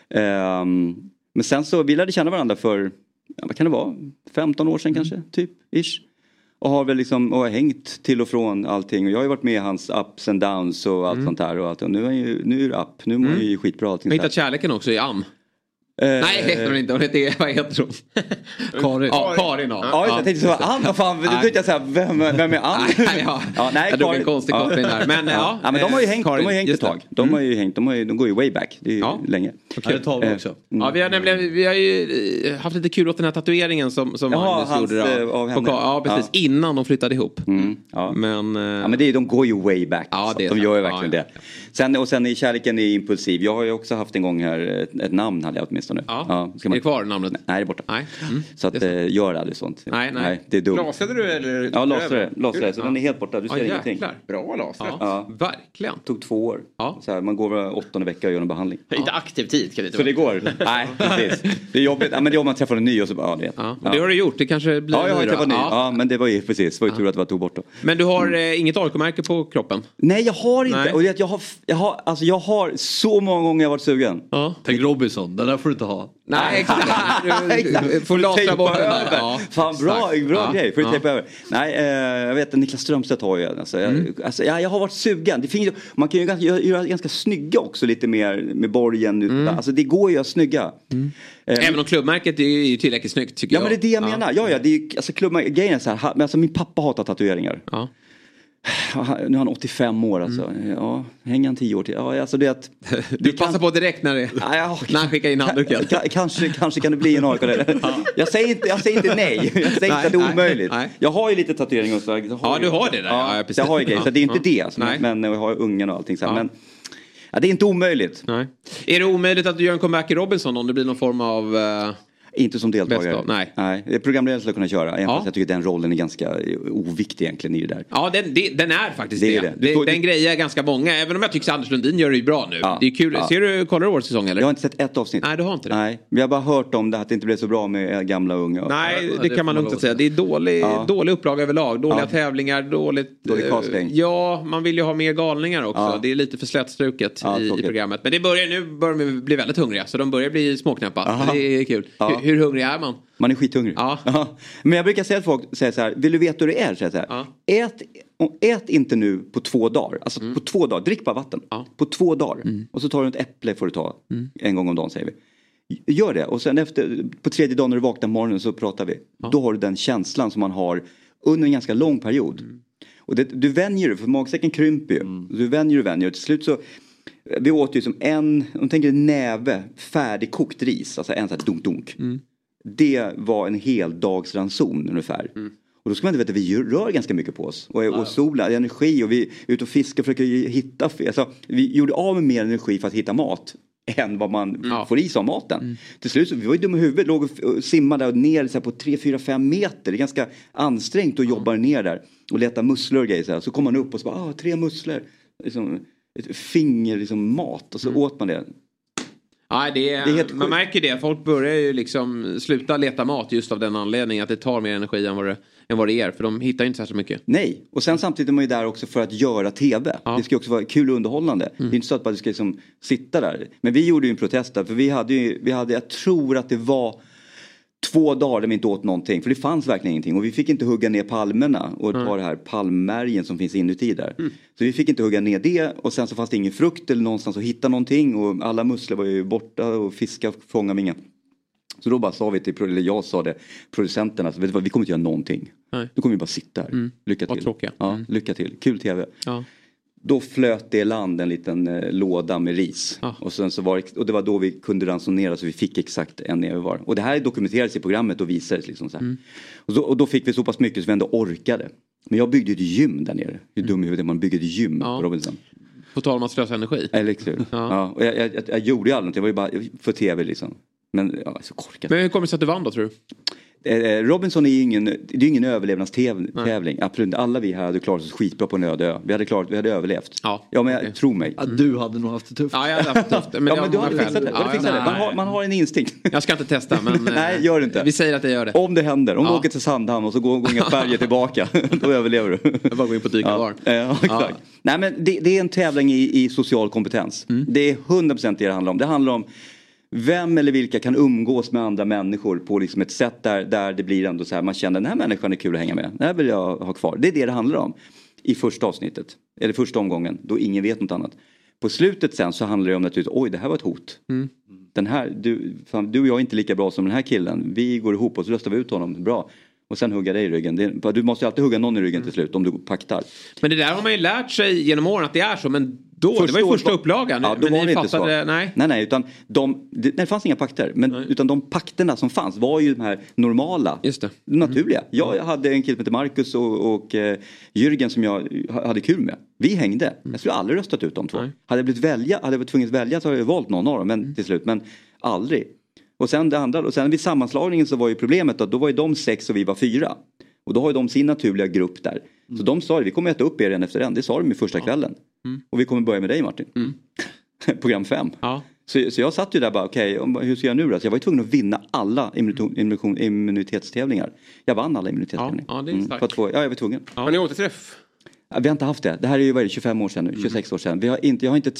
Men sen så vi lärde känna varandra för, vad kan det vara? 15 år sedan kanske, typ, ish. Och har väl liksom hängt till och från allting. Och jag har ju varit med i hans ups and downs och allt sånt här. Och allt. Och nu är det up. Nu mår ju skitbra allting. Jag har hittat kärleken också i Am. Nej, heter hon inte. Hon heter, vad heter hon? Karin. Ja, Karin. Ja, jag tänkte så, Ann, vad fan, du tyckte jag så här, vem är Ann? Nej, jag drog en konstig koppling där. Men men de har ju hängt ett tag. De går ju way back. Det är ju länge. Det tar vi också. Ja, vi har ju haft lite kul åt den här tatueringen som Magnus gjorde av henne. Ja, precis. Innan de flyttade ihop. Men de går ju way back. Ja, de gör ju verkligen det. Sen är kärleken impulsiv. Jag har ju också haft en gång här ett namn hade jag åtminstone. Är det kvar namnet? Nej, det är borta. Så att gör aldrig sånt. Nej. Det är dumt. Lasade du eller? Ja, lasade. Så den är helt borta. Du ser ingenting. Bra laser. Ja, verkligen. Tog 2 år. Så här, man går var 8:e vecka och gör en behandling. Inte aktiv tid kan det inte så det går. Nej, precis. Det är jobbigt. Men det är om man träffar en ny och så bara, det har du gjort. Det kanske blir jag har träffat ny. Ja, men det var ju precis. Det var ju tur att det var tog bort då. Men du har inget AIK-märke på kroppen? Nej, jag har inte. Och jag har så många gånger jag varit sugen. Tänk Robinson, den där får du inte ha. Nej, exakt. Du får lasra bort den där. Fan, bra grej. Får du tejpa över. Nej, jag vet att Niklas Strömstedt har ju. Jag har varit sugen. Det finns, man kan ju göra ganska snygga också lite mer med borgen. Alltså det går ju att snygga. Även om klubbmärket är ju tillräckligt snyggt tycker jag. Ja, men det är det jag menar. Ja, det är ju, alltså klubbmärket, grejen är så här. Alltså min pappa hatar tatueringar. Nu är han 85 år alltså. Ja, hänger han 10 år till. Ja, alltså det att... Du passar på direkt när han skickar in handduken. Kanske kan det bli en AIK. Jag säger inte nej. Jag säger inte att det är omöjligt. Nej. Jag har ju lite tatuering och så. Ja, du har det där. Ja, jag har ju grejer. Så det är inte det. Alltså, men jag har ungen och allting. Så. Men det är inte omöjligt. Nej. Är det omöjligt att du gör en comeback i Robinson om det blir någon form av... Inte som deltagare. Nej. Programledaren skulle kunna köra. Jag tycker den rollen är ganska oviktig egentligen i det där. Ja, den är faktiskt det. Den grejer ganska många. Även om jag tycker att Anders Lundin gör det ju bra nu. Ja. Det är kul. Kollar du årets säsong eller? Jag har inte sett ett avsnitt. Nej, du har inte det. Nej, vi har bara hört om det att det inte blev så bra med gamla och unga. Nej, det kan man lugnt säga. Det är dålig upplaga överlag. Dåliga tävlingar, dålig casting. Ja, man vill ju ha mer galningar också. Ja. Det är lite för slätstruket i programmet. Men det börjar de bli väldigt hungriga. Så de börjar bli småknäppa. Det är kul. Ja. Hur hungrig är man? Man är skithungrig. Ja. Men jag brukar säga att folk säger så här, vill du veta hur det är? Så här. Ja. Ät inte nu på 2 dagar. Alltså på 2 dagar, drick bara vatten. Ja. På 2 dagar. Och så tar du ett äpple får du ta en gång om dagen säger vi. Gör det. Och sen på 3:e dagen när du vaknar på morgonen så pratar vi. Ja. Då har du den känslan som man har under en ganska lång period. Och du vänjer dig, för magsäcken krymper ju. Du vänjer och till slut så... Vi åt ju som om tänker näve färdigkokt ris. Alltså en sån här dunk. Det var en hel dags ranson ungefär. Och då ska man inte veta att vi rör ganska mycket på oss. Och solen, energi och vi är ute och fiskar och försöker hitta. Alltså, vi gjorde av med mer energi för att hitta mat än vad man får i sig av maten. Till slut så vi var ju dumma i huvudet. Låg och simmade och ner så här, på 3-4-5 meter. Det är ganska ansträngt att jobba ner där. Och leta musslor och grejer. Så kom man upp och så bara, 3 musslor. Liksom, ett finger liksom mat. Och så åt man det. Ja, man märker det. Folk börjar ju liksom sluta leta mat just av den anledningen att det tar mer energi än vad det är. För de hittar inte särskilt mycket. Nej, och sen samtidigt är man ju där också för att göra tv. Ja. Det ska också vara kul och underhållande. Det är inte så att man ska liksom sitta där. Men vi gjorde ju en protest där. För vi hade, jag tror att det var 2 dagar där vi inte åt någonting. För det fanns verkligen ingenting. Och vi fick inte hugga ner palmerna. Och ta det här palmmärgen som finns inuti där. Så vi fick inte hugga ner det. Och sen så fanns det ingen frukt eller någonstans att hitta någonting. Och alla musslor var ju borta. Och fiskar fångade inga. Så då bara sa vi eller jag sa det, producenterna. Så vet du vad, vi kommer inte göra någonting. Nej. Då kommer vi bara sitta här. Lycka till. Ja, lycka till. Kul tv. Ja. Då flöt det land en liten låda med ris. Och sen så och det var då vi kunde ransonera så vi fick exakt en neve var. Och det här dokumenterades i programmet och visades liksom så här. Och då fick vi så pass mycket så vi ändå orkade. Men jag byggde ett gym där nere. Hur dum i huvudet man bygger ett gym på Robinson. På tal om att slösa energi. Eller hur? Ja. Och jag gjorde ju aldrig något. Jag var ju bara för tv liksom. Men så korkat. Men hur kommer det sig att du vann då tror du? Robinson är ju ingen överlevnadstävling. Absolut. Alla vi här hade klarat oss skitbra på en öde ö. Vi hade överlevt. Ja, men tro mig. Du hade nog haft det tufft. Ja, jag hade haft det tufft. Men du hade fixat det. Man har en instinkt. Jag ska inte testa, men nej, gör det inte. Vi säger att jag gör det. Om det händer. Om du åker till Sandhamn och så går berget tillbaka. Då överlever du. Jag bara går in på dykarvar. Ja, exakt. Nej, men det är en tävling i social kompetens. Det är 100% det handlar om. Det handlar om vem eller vilka kan umgås med andra människor på liksom ett sätt där det blir ändå så här, man känner den här människan är kul att hänga med. Den här vill jag ha kvar. Det är det handlar om i första avsnittet. Eller första omgången, då ingen vet något annat. På slutet sen så handlar det om naturligtvis, oj det här var ett hot. Den här, du och jag är inte lika bra som den här killen. Vi går ihop och så röstar vi ut honom, bra. Och sen hugga dig i ryggen. Du måste ju alltid hugga någon i ryggen till slut om du paktar. Men det där har man ju lärt sig genom åren att det är så. Men det var ju första upplagan. Ja, då men var det inte så. Nej, utan det fanns inga pakter. Utan de pakterna som fanns var ju de här normala. Just det. Naturliga. Jag hade en kille som heter Marcus och Jürgen som jag hade kul med. Vi hängde. Jag skulle aldrig röstat ut de två. Hade jag varit tvungen att välja så hade jag valt någon av dem till slut. Men aldrig. Och sen det andra, och sen vid sammanslagningen så var ju problemet att då var ju de 6 och vi var 4. Och då har ju de sin naturliga grupp där. Så de sa vi kommer äta upp er en efter en. Det sa de i första kvällen. Och vi kommer börja med dig Martin. Program 5. Ja. Så jag satt ju där bara, okej, hur ska jag nu då? Så jag var ju tvungen att vinna alla immunitetstävlingar. Jag vann alla immunitetstävlingar. Ja, det är starkt. Jag var tvungen. Ja. Har ni återträff? Vi har inte haft det. Det här är ju 25 år sedan nu, 26 år sedan. Jag har inte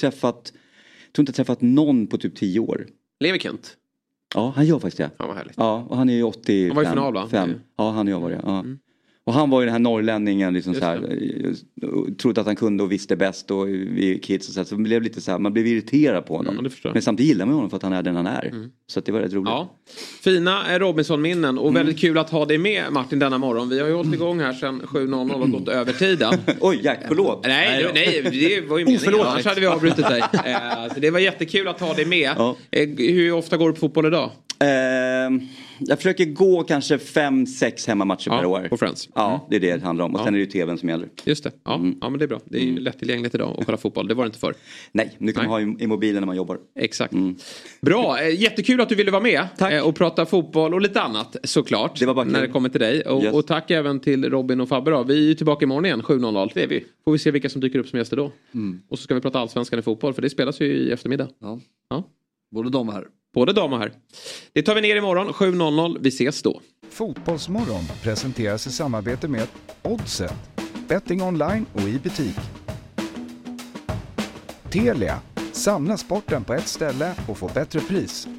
träffat någon på typ 10 år. Lever Kent? Ja, han gör faktiskt det. Ja, vad härligt. Ja, och han är ju 85. Han var ju final va? Ja, han och jag var det. Ja. Och han var ju den här norrlänningen liksom så här, trodde att han kunde och visste bäst och vi kids och så här, så det blev lite så här, man blev irriterad på honom. Men samtidigt gillar man honom för att han är den han är. Så att det var rätt roligt. Ja. Fina Robinson-minnen och väldigt kul att ha dig med, Martin, denna morgon. Vi har ju hållit igång här sedan 7.00 och gått över tiden. Oj, Jack, förlåt. Nej, det var ju meningen. Annars hade vi avbrutit dig. Så det var jättekul att ha dig med. Ja. Hur ofta går du på fotboll idag? Jag försöker gå kanske 5-6 hemmamatcher per år. På Friends. Ja, det är det handlar om. Och sen är det ju tvn som gäller. Just det. Ja, ja men det är bra. Det är ju lättillgängligt idag att kolla fotboll. Det var det inte förr. Nej, nu kan man ha i mobilen när man jobbar. Exakt. Bra, jättekul att du ville vara med. Tack. Och prata fotboll och lite annat såklart. Det var bara kul. När det kommer till dig. Och tack även till Robin och Fabbe då. Vi är tillbaka imorgon igen, 7.00. Det är vi. Får vi se vilka som dyker upp som gäster då. Och så ska vi prata allsvenskan i fotboll, för det spelas ju i eftermiddag. Ja. Både dam och här. Både dam och här. Det tar vi ner imorgon, 7.00. Vi ses då. Fotbollsmorgon presenteras i samarbete med Oddset. Betting online och i butik. Telia. Samla sporten på ett ställe och få bättre pris.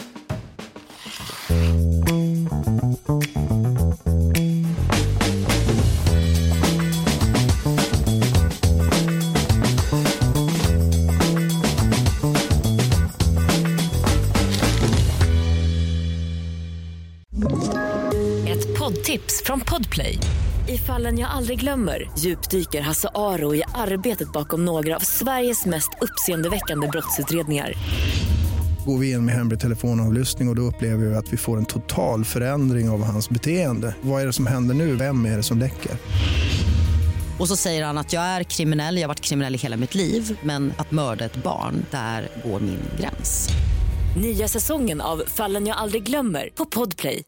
Tips från Podplay. I Fallen jag aldrig glömmer djupdyker Hasse Aro i arbetet bakom några av Sveriges mest uppseendeväckande brottsutredningar. Går vi in med hemlig telefonavlyssning och då upplever vi att vi får en total förändring av hans beteende. Vad är det som händer nu? Vem är det som läcker? Och så säger han att jag är kriminell, jag har varit kriminell i hela mitt liv, men att mörda ett barn, där går min gräns. Nya säsongen av Fallen jag aldrig glömmer på Podplay.